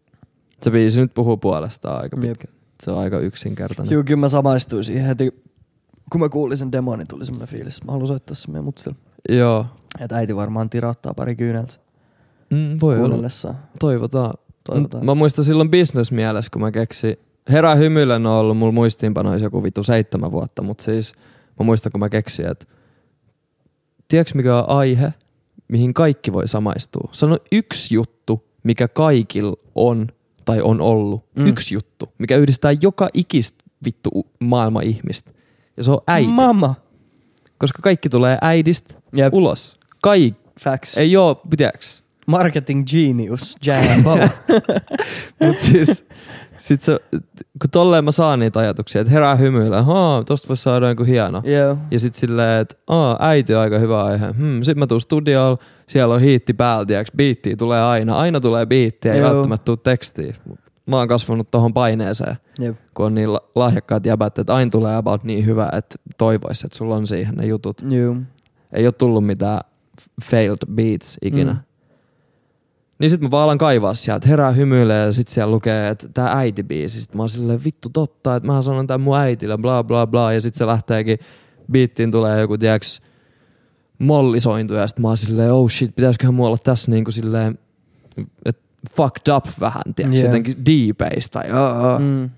B: Se biisi nyt puhuu puolestaan aika
A: Jep.
B: pitkä. Se on aika yksinkertainen.
A: Joo, kyllä mä samaistuin siihen heti. Kun mä kuulin sen demon, niin tuli semmoinen fiilis. Mä haluan soittaa sen meidän mutsille.
B: Joo.
A: Että äiti varmaan tirauttaa pari kyyneltä
B: Mm, voi olla.
A: kuunnellessaan.
B: Toivotaan.
A: Toivotaan.
B: Mä muistan silloin business-mielessä, kun mä keksin. Herää hymyilen on ollut mulla muistiinpanoissa joku vitu seitsemän vuotta, mutta siis mä muistan, kun mä keksin, että tiedätkö mikä on aihe, mihin kaikki voi samaistua? Sano yksi juttu, mikä kaikilla on tai on ollut.
A: Mm.
B: Yksi juttu, mikä yhdistää joka ikistä vittu maailman ihmistä. Ja se on äiti.
A: Mama.
B: Koska kaikki tulee äidistä
A: Jep.
B: ulos. Kaikki.
A: Facts.
B: Ei oo, pitääks?
A: Marketing genius. Jambo.
B: Mut siis, sit se, kun tolleen mä saan niitä ajatuksia, että herää hymyillä, haa, tosta vois saada joku hieno.
A: Joo.
B: Ja sit silleen, että aa, äiti on aika hyvä aihe. Hmm, sit mä tuun studioon, siellä on hiitti päällä, tiiäks, biittiä tulee aina. Aina tulee biittiä, ei
A: Joo.
B: välttämättä tuu tekstiä. Mä oon kasvanut tohon paineeseen,
A: Jep.
B: kun on niin la- lahjakkaat jäbät, että aina tulee about niin hyvä, että toivois, että sulla on siihen ne jutut.
A: Joo.
B: Ei oo tullut mitään failed beats ikinä.
A: Mm.
B: Niin sit mä vaan alan kaivaa sieltä, herää hymyilee ja sit siellä lukee, että tää äitibiisi. Sit mä oon silleen, vittu totta, että mä sanon tän mun äitille, bla bla bla. Ja sit se lähteekin, biittiin tulee joku, tiiäks, mollisointu. Ja sit mä oon silleen, oh shit, pitäisiköhän mua olla tässä niinku silleen, että fucked up vähän, tiiäks,
A: Yeah.
B: jotenkin deepeistä. Tai,
A: Mm.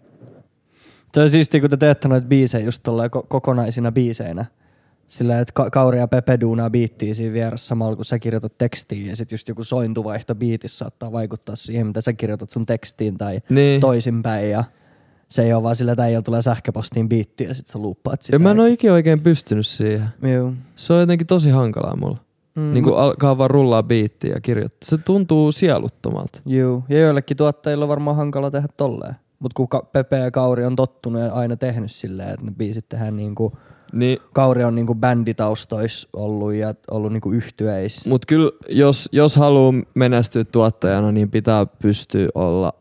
A: Se on siistiä, kun te teette noita biisejä just tolleen ko- kokonaisina biiseinä. Sillä, että Ka- Kauri ja Pepe duunaa biittiä siinä vieressä samalla, kun sä kirjoitat tekstiin. Ja sit just joku sointuvaihto biitissä saattaa vaikuttaa siihen, mitä sä kirjoitat sun tekstiin tai
B: niin.
A: toisinpäin. Ja se ei ole vaan sillä, että äijällä tulee sähköpostiin biittiä ja sit sä luuppaat sitä.
B: Ja mä en oo ikinä oikein pystynyt siihen.
A: Joo.
B: Se on jotenkin tosi hankalaa mulla.
A: Mm.
B: Niin kuin alkaa vaan rullaa biittiä ja kirjoittaa. Se tuntuu sieluttomalta.
A: Joo. Ja joillekin tuottajilla on varmaan hankala tehdä tolleen. Mut kun Ka- Pepe ja Kauri on tottunut ja aina tehnyt silleen, että ne biisit tehdään niinku...
B: Niin.
A: Kauri on niinku bänditaustois ollut ja ollut niinku yhtyeis.
B: Mut kyllä, jos, jos haluaa menestyä tuottajana, niin pitää pystyä olla...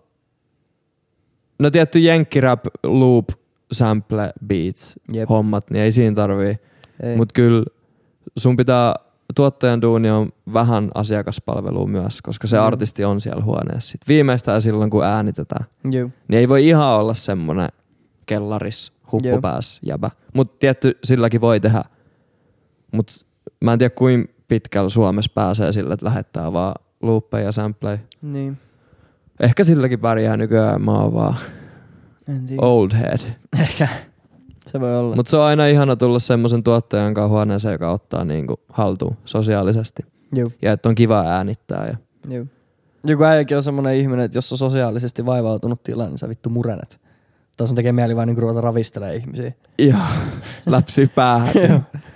B: No tietty jenkkirap, loop, sample, beats,
A: Jep.
B: hommat, niin ei siinä tarvii.
A: Ei.
B: Mut kyllä sun pitää, tuottajan duuni on vähän asiakaspalvelua myös, koska se
A: Mm.
B: artisti on siellä huoneessa. Sit viimeistään silloin, kun äänitetään.
A: Joo.
B: Niin ei voi ihan olla semmonen kellaris huppupääs jäbä. Mut tietty silläkin voi tehdä. Mut mä en tiedä kuinka pitkällä Suomessa pääsee sillä, että lähettää vaan looppeja ja sampleja.
A: Niin.
B: Ehkä silläkin pärjää nykyään, mä oon vaan
A: En tiedä.
B: old head.
A: Ehkä. Se voi olla.
B: Mut se on aina ihana tulla semmosen tuottajan kanssa huoneeseen, joka ottaa niinku haltuun sosiaalisesti.
A: Joo.
B: Ja että on kiva äänittää. Ja...
A: Joo. Joku äijäkin on semmonen ihminen, että jos on sosiaalisesti vaivautunut tilanne, niin sä vittu murenet. Tai sun tekee mieli vaan niinku ruveta ravistelemaan ihmisiä.
B: Joo, läpsii päähän.
A: Joo.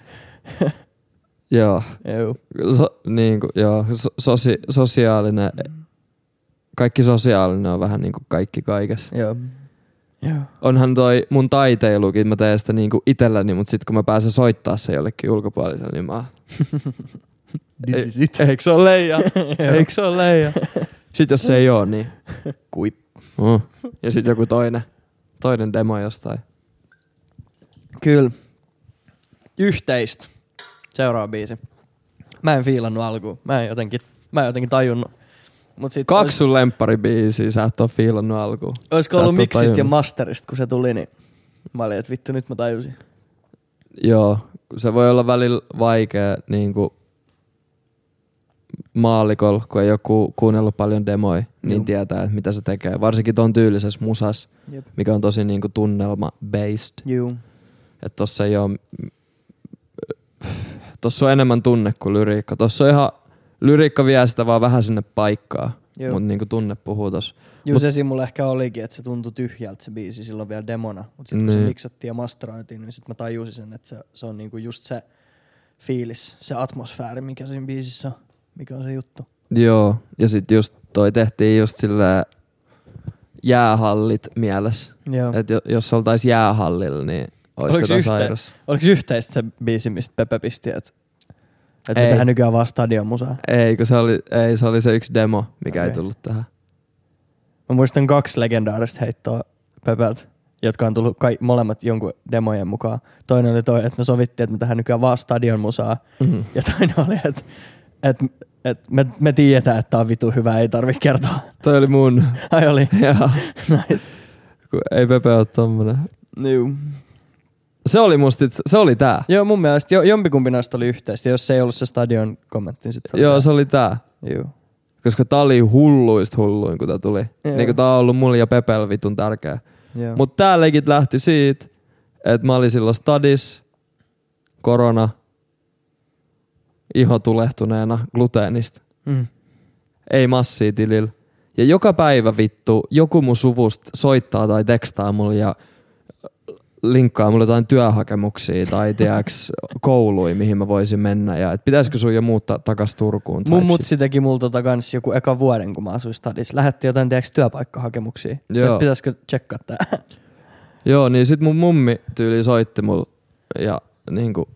B: Joo.
A: Joo.
B: So, niinku, joo. So, sosi, sosiaalinen, kaikki sosiaalinen on vähän niinku kaikki kaikessa.
A: Joo. Joo.
B: Onhan toi mun taiteilukin, mä teen sitä niinku itselläni, mut sit kun mä pääsen soittaa se jollekin ulkopuoliselle, niin mä...
A: This is it.
B: Eikö se ole leija? Eikö se ole leija? Sit jos se ei oo, niin...
A: Kui.
B: Uh. Ja sit joku toinen, toinen demo jostain.
A: Kyllä. Yhteistä. Seuraava biisi. Mä en fiilannut alkuun. Mä en jotenkin, mä en jotenkin tajunnut. Mut sit
B: Kaksi
A: olis,
B: sun lempparibiisiä, sä et oo fiilannut alkuun.
A: olisiko
B: Sä
A: ollut
B: et oo
A: miksistä ja
B: tajunnut.
A: masterista, kun se tuli, niin mä olin, että vittu nyt mä tajusin.
B: Joo, se voi olla välillä vaikea niinku maalikolla, kun ei joku kuunnellut paljon demoja, niin
A: Joo.
B: tietää, että mitä se tekee. Varsinkin ton tyylisessä musas,
A: Jep.
B: mikä on tosi niinku tunnelma-based.
A: Juu.
B: Että tossa ei oo... Tossa on enemmän tunne kuin lyriikka. Tossa on ihan... Lyriikka vie sitä vaan vähän sinne paikkaa,
A: Joo.
B: mutta niinku tunne puhuu tossa.
A: Juu,
B: Mut-
A: se siinä mulla ehkä olikin, että se tuntui tyhjältä se biisi silloin vielä demona. Mutta sitten kun se
B: Niin.
A: miksattiin ja masteroitiin, niin sitten mä tajusin sen, että se, se on niinku just se fiilis, se atmosfääri, mikä siinä biisissä on, mikä on se juttu.
B: Joo, ja sit just toi tehtiin just sillä jäähallit mielessä.
A: Joo.
B: Et jo- jos oltais jäähallilla, niin olisiko
A: Oliks
B: tää
A: yhteen-
B: sairas?
A: Oliko yhteistä se biisi, mistä Pepe pisti, että et me
B: Ei.
A: tehdään nykyään vaan stadion musaa?
B: Ei, kun se oli, ei, se oli se yksi demo, mikä
A: Okei.
B: ei tullut tähän.
A: Mä muistan kaksi legendaarista heittoa Pepeltä, jotka on tullut kai, molemmat jonkun demojen mukaan. Toinen oli toi, että me sovittiin, että me tehdään nykyään vaan stadion musaa.
B: Mm-hmm.
A: Ja toinen oli, että et, et me, me tiedetään, että tää on vitu hyvä, ei tarvi kertoa.
B: Toi oli mun.
A: Ai oli?
B: Joo.
A: Nice.
B: Kun ei Pepe ole tommonen.
A: Juu.
B: Se oli musta, se oli tää.
A: Joo, mun mielestä jo, jompikumpi näistä oli yhteistä. Jos se ei ollut se stadion kommentti, niin sit se oli
B: Joo,
A: tää.
B: se oli tää.
A: Juu.
B: Koska tää oli hulluist hulluin, kun tää tuli.
A: Joo.
B: Niinku tää on ollut mulle ja Pepelle vitun tärkeä.
A: Joo.
B: Mut tää legit lähti siitä, että mä olin silloin stadis, korona, iho tulehtuneena gluteenista.
A: Mm.
B: Ei massia tilillä. Ja joka päivä vittu joku mun suvusta soittaa tai tekstaa mulle ja linkkaa mulle jotain työhakemuksia tai tiiäks kouluja, mihin mä voisin mennä. Ja et pitäisikö sun jo muuttaa takas Turkuun?
A: Mun mutsi teki mulla tota kans joku eka vuoden, kun mä asuin stadissa. Lähetti jotain tiiäks työpaikkahakemuksia.
B: Joo.
A: Se, pitäisikö tsekkaa tää?
B: Joo, niin sit mun mummi tyyli soitti mulle ja niinku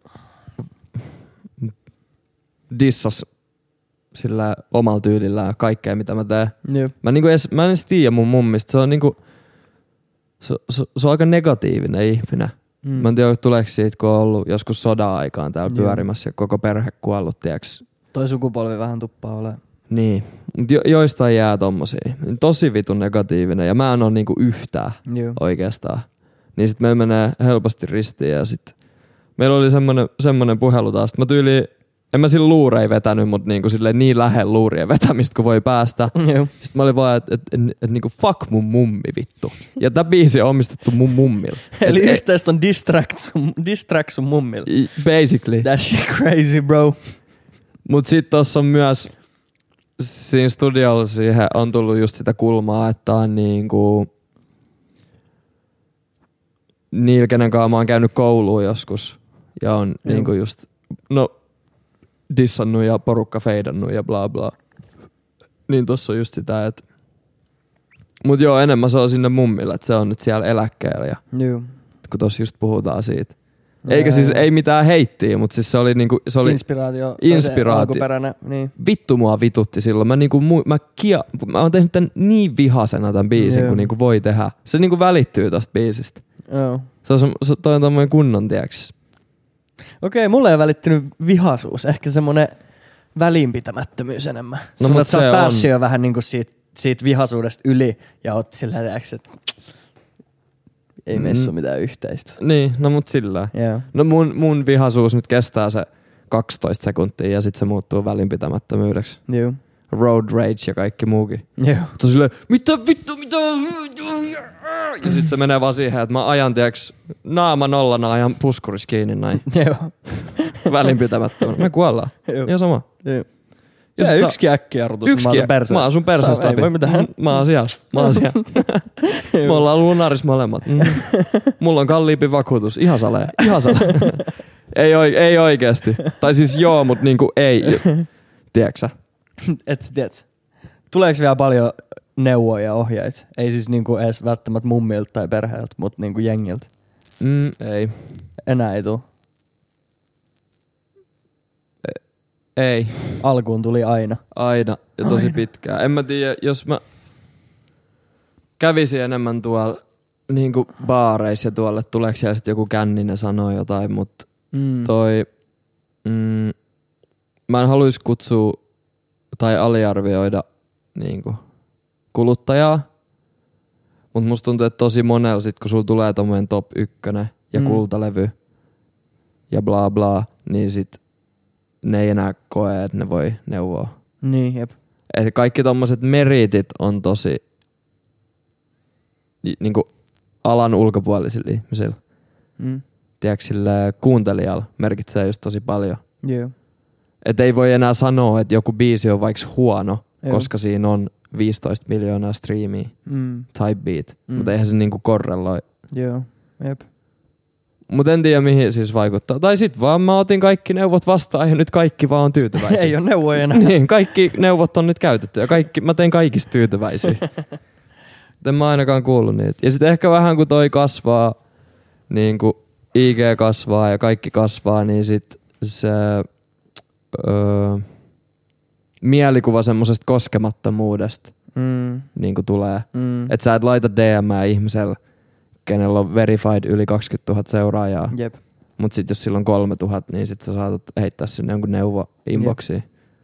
B: dissas sillä omalla tyylillään kaikkea, mitä mä teen.
A: Joo.
B: Mä, niinku edes, mä en edes tiedä mun mummista. Se on niinku, se, se, se on aika negatiivinen ihminen.
A: Mm.
B: Mä en tiedä, tuleeko siitä, kun on ollut joskus sodan aikaan täällä
A: Joo.
B: pyörimässä ja koko perhe kuollut, tiiäks.
A: Toi sukupolvi vähän tuppaa ole.
B: Niin, mut jo, joistain jää tommosia. Tosi vitun negatiivinen ja mä en oo niinku yhtään
A: Joo.
B: oikeastaan. Niin sit meillä menee helposti ristiin ja sit meillä oli semmonen, semmonen puhelu taas. Mä tyyliin, en mä sillä luurei vetänyt, mut niinku silleen niin lähellä luurien vetämistä kuin voi päästä.
A: Joo.
B: Sitten mä olin vaan, että et, et, et, niinku fuck mun mummi vittu. Ja tää biisi on omistettu mun mummilla.
A: Eli
B: Et-
A: yhteistä on distract sun, distract sun mummilla.
B: i- Basically.
A: That shit crazy, bro.
B: Mut sit tossa on myös, siinä studiolla siihen on tullut just sitä kulmaa, että on niinku niillä, kenen kanssa mä oon käynyt kouluun joskus. Ja on
A: Joo.
B: niinku just, no dissannut ja porukka feidannut ja bla bla. Niin tossa on just sitä, että mut joo, enemmän se on sinne mummille, että se on nyt siellä eläkkeellä ja
A: Joo.
B: kun tossa just puhutaan siitä. Eikä siis, ei mitään heittiä, mutta siis se oli niinku, se oli
A: Inspiraatio.
B: Inspiraatio.
A: Alkuperäinen, niin.
B: vittu mua vitutti silloin. Mä niinku, mu- mä, kia, mä oon tehnyt tän niin vihasena tän biisin,
A: Joo.
B: kun niinku voi tehdä. Se niinku välittyy tosta biisistä.
A: Joo.
B: Se on, se, se toi on tommoinen kunnon, tiiäks.
A: Okei, mulle ei välittynyt vihasuus. Ehkä semmonen välinpitämättömyys enemmän.
B: No,
A: Sulla,
B: mut
A: että sä
B: se
A: oot
B: on.
A: päässyt jo vähän niinku siitä, siitä vihasuudesta yli ja oot silleen, tiiäks, että ei
B: Mm.
A: meissä ole mitään yhteistä.
B: Niin, no mut sillä.
A: Joo.
B: No mun, mun vihasuus nyt kestää se kaksitoista sekuntia ja sit se muuttuu välinpitämättömyydeksi.
A: Joo.
B: Road rage ja kaikki muukin.
A: Joo.
B: Se on silleen, mitä vittu, mitä? Ja sit se menee vaan siihen, että mä ajan, tiiäks, naama nollana ajan puskuris kiinni näin.
A: Joo.
B: Välinpitämättömän. Me kuollaan.
A: Joo.
B: Ihan sama.
A: Joo.
B: Ja
A: Ja
B: sit
A: yksikin äkkijarrutus.
B: Yksi
A: Mä oon sun perseessä.
B: Mä oon sun perseessä
A: Saa-
B: läpi.
A: Ei voi mitään.
B: Mä oon siellä. Mä oon siellä. Me ollaan lunaris molemmat. Mm. Mulla on kalliimpi vakuutus. Ihan salee. Ihan salee. ei, oi, ei oikeesti. Tai siis joo, mut niinku ei. Tiedätkö sä?
A: Et sä tiedät. Tuleeko vielä paljon neuvoja ja ohjeita? Ei siis niinku edes välttämättä mummilta tai perheeltä, mutta niinku jengiltä.
B: Mm, ei.
A: Enää ei tuu.
B: Ei.
A: Alkuun tuli aina.
B: Aina. Ja tosi
A: Aina.
B: pitkään. En mä tiedä, jos mä kävisin enemmän tuolla niinku baareissa ja tuolle, tuleeko siellä sit joku känninen sanoo jotain, mut
A: Mm.
B: toi, mm, mä en haluais kutsua tai aliarvioida niinku kuluttajaa, mut musta tuntuu, että tosi monella sit kun sulla tulee tommonen top ykkönen ja
A: Mm.
B: kultalevy ja bla bla, niin sit ne ei enää koe, että ne voi neuvoa.
A: Niin, jep.
B: Et kaikki tommoset meritit on tosi ni- niinku alan ulkopuolisilla ihmisillä.
A: Mm.
B: Tiedätkö, sille kuuntelijalla merkitsee just tosi paljon.
A: Joo.
B: Et ei voi enää sanoa, että joku biisi on vaikka huono,
A: Joo.
B: koska siinä on viisitoista miljoonaa striimiä,
A: Mm.
B: type beat.
A: Mm.
B: Mutta eihän se niinku korreloi.
A: Joo. Jep.
B: Mut en tiedä mihin siis vaikuttaa. Tai sit vaan mä otin kaikki neuvot vastaan ja nyt kaikki vaan on tyytyväisiä.
A: Ei ole neuvoja enää.
B: Niin, kaikki neuvot on nyt käytetty ja kaikki, mä tein kaikista tyytyväisiä. En mä ainakaan kuullut niitä. Ja sit ehkä vähän kun toi kasvaa, niin kun I G kasvaa ja kaikki kasvaa, niin sit se öö, mielikuva semmosesta koskemattomuudesta
A: Mm.
B: niin kun tulee.
A: Mm.
B: Et sä et laita D M:ää ihmiselle, kenellä on verified yli kaksikymmentätuhatta seuraajaa.
A: Jep.
B: Mut sit jos sillä on kolmetuhatta, niin sit sä saatat heittää sinne jonkun neuvo inboxiin.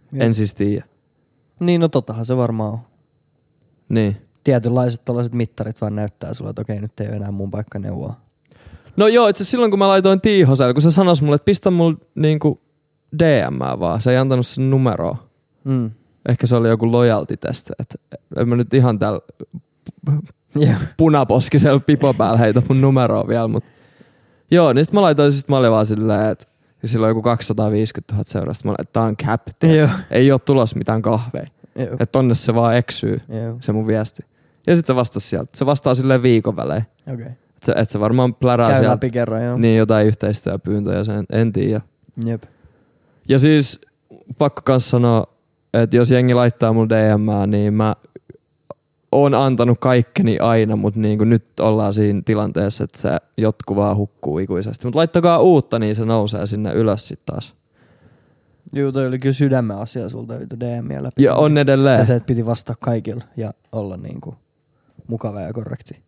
A: Jep.
B: En siis tiedä.
A: Niin, no tottahan se varmaan on.
B: Niin.
A: Tietynlaiset tollaiset mittarit vaan näyttää sulle, että okei, nyt ei ole enää mun paikka neuvoa.
B: No joo, itse silloin kun mä laitoin Tiihoselle, kun se sanoisi mulle, että pistä mulle niinku D M vaan, se ei antanut sen numeroa.
A: Mm.
B: Ehkä se oli joku loyalty test, että en mä nyt ihan täällä
A: Yeah.
B: punaposkisella pipo päällä heitä mun numeroa vielä, mutta joo, niin sit mä laitoin, sit mä olin vaan silleen, että silloin joku kaksisataaviisikymmentätuhatta seurasta, mä olin, että tää on cap, ei oo tulos mitään kahveja, että tonne se vaan eksyy,
A: Joo.
B: se mun viesti. Ja sit se vastasi sieltä, se vastaa silleen viikon välein,
A: Okei. Okay.
B: että se, et se varmaan plärää
A: Käy
B: sieltä
A: läpi kerran, joo.
B: niin jotain yhteistyöpyyntöjä, sen en tiedä.
A: Jep.
B: Ja siis pakko kans sanoa, että jos jengi laittaa mulle D M:ää, niin mä oon antanut kaikkeni aina, mutta niinku nyt ollaan siinä tilanteessa, että se jotkut vaan hukkuu ikuisesti. Mutta laittakaa uutta, niin se nousee sinne ylös sit taas.
A: Juu, toi oli kyllä sydämen asia sulta vitu D M:iä läpi.
B: Ja on edelleen.
A: Ja se, että piti vastata kaikilla ja olla niinku mukava ja korrekti.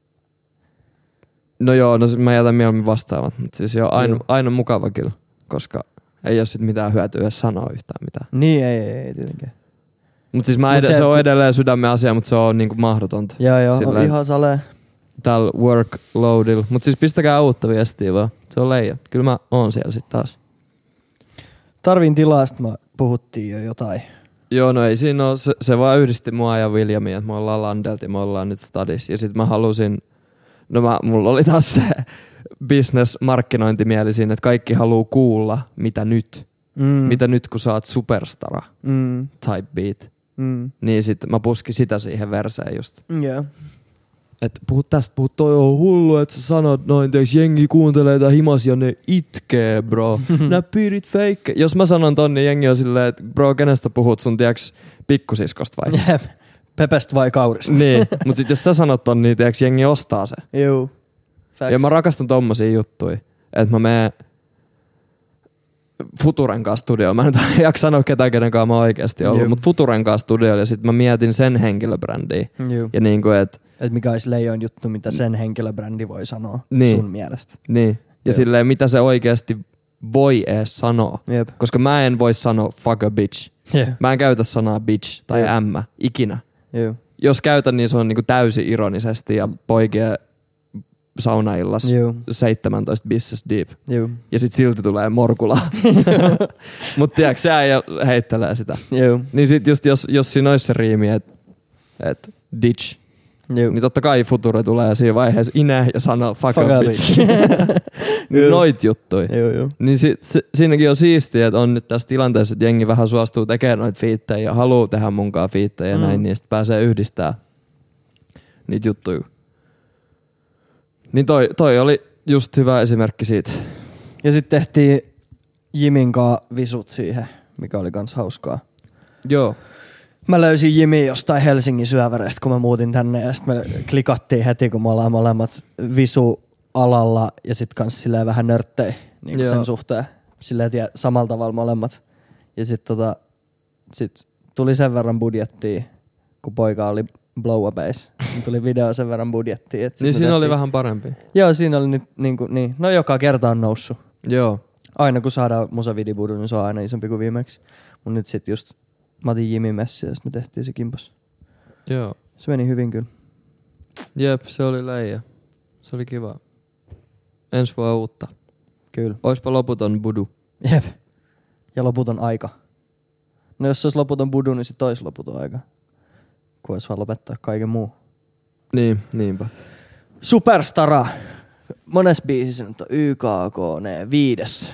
B: No joo, no mä jätän mieluummin vastaavat, mutta siis joo, aina,
A: Joo.
B: aina mukava kyllä, koska ei ole sit mitään hyötyä edes sanoa yhtään mitään.
A: Niin, ei, ei, ei tietenkään.
B: Mutta siis mä
A: Mut
B: ed-
A: se,
B: se, on
A: kun-
B: edelleen sydämen asia, mutta se on niinku mahdotonta.
A: Joo, joo, on
B: Silleen-
A: ihan salee.
B: Tällä workloadilla. Mutta siis pistäkää uutta viestiä vaan. Se on leija. Kyllä mä oon siellä sit taas.
A: Tarvin tilaa, sit mä puhuttiin jo jotain.
B: Joo, no ei siinä ole. Se, se vaan yhdisti mua ja Williamia, että me ollaan Landelti, me ollaan nyt stadis. Ja sit mä halusin, no mä, mulla oli taas se business-markkinointimieli siinä, että kaikki haluu kuulla, mitä nyt.
A: Mm.
B: Mitä nyt, kun sä oot superstara
A: Mm.
B: type beat.
A: Mm.
B: Niin sit mä puskin sitä siihen verseen just.
A: Joo. Yeah.
B: Että puhut tästä, puhut toi on hullu, että sä sanot noin, teeks jengi kuuntelee tää himas ja ne itkee, bro. Nää piirit feikke. Jos mä sanon ton, niin jengi on silleen, että bro, kenestä puhut sun, tiiäks, pikkusiskosta vai?
A: Jep. Pepestä vai kaurista?
B: Niin, mut sit jos sä sanot ton, niin tiiäks, jengi ostaa se.
A: Juu. Facts.
B: Ja mä rakastan tommosia juttuja, että mä menen Futuren kanssa studioon. Mä en nyt jaksa sanoa ketään, kenen kanssa mä oon oikeesti ollut,
A: Juu.
B: mut Futuren kanssa studioon ja sit mä mietin sen henkilöbrändiä.
A: Juu.
B: Ja niinku, että
A: Et mikä olisi leijon juttu, mitä sen henkilöbrändi voi sanoa
B: Niin.
A: sun mielestä.
B: niin. Ja
A: Joo.
B: silleen, mitä se oikeesti voi ees sanoa.
A: Jep.
B: Koska mä en voi sanoa fuck a bitch.
A: Jep.
B: Mä en käytä sanaa bitch tai
A: Jep.
B: ämmä ikinä.
A: Juu.
B: Jos käytän, niin se on niinku täysin ironisesti ja poikien saunaillas
A: Juu.
B: seitsemäntoista business deep.
A: Juu.
B: Ja sit silti tulee morkula. Mut tiiäks, se äijä heittelee sitä.
A: Juu.
B: Niin sit just jos, jos siinä olisi se riimi, että et ditch,
A: Juu.
B: niin totta kai Future tulee siinä vaiheessa ine ja sanoo fuck,
A: Fuck
B: a
A: a
B: bitch.
A: bitch. Juu.
B: Noit juttuja.
A: Juu, juu.
B: Niin si, si, siinäkin on siistiä, että on nyt tässä tilanteessa, että jengi vähän suostuu tekemään noita fiittejä ja haluu tehdä munkaan fiittejä
A: Mm.
B: ja näin, niin sit pääsee yhdistää niitä juttuja. Niin toi, toi oli just hyvä esimerkki siitä.
A: Ja sitten tehtiin Jimin kaa visut siihen, mikä oli kans hauskaa.
B: Joo.
A: Mä löysin Jimi jostain Helsingin syöväreistä, kun mä muutin tänne ja sitten me klikattiin heti, kun me ollaan molemmat visu-alalla ja sit kans silleen vähän nörttejä niin
B: Joo.
A: sen suhteen. Silleen tie, samalla tavalla molemmat. Ja sit tota, sit tuli sen verran budjettia, kun poika oli blow a bass. Niin tuli video sen verran budjettia. et sit
B: Niin
A: me
B: siinä oli
A: tehtiin-
B: vähän parempi.
A: Joo, siinä oli nyt niinku, niin. No joka kerta on noussut.
B: Joo.
A: Aina kun saadaan musavidibudu, niin se on aina isompi kuin viimeksi. Mut nyt sit just mä otin Jimin messi ja sit me tehtiin se kimpas.
B: Joo.
A: Se meni hyvin kyllä.
B: Jep, se oli leija. Se oli kiva. Ensi vuonna uutta.
A: Kyllä.
B: Oispa loputon budu.
A: Jep. Ja loputon aika. No jos se olisi loputon budu, niin sit olisi loputon aika. Kun olisi vaan lopettaa kaiken muu.
B: Niin, niinpä.
A: Superstara. Mones biisissä nyt on Y K K N viides.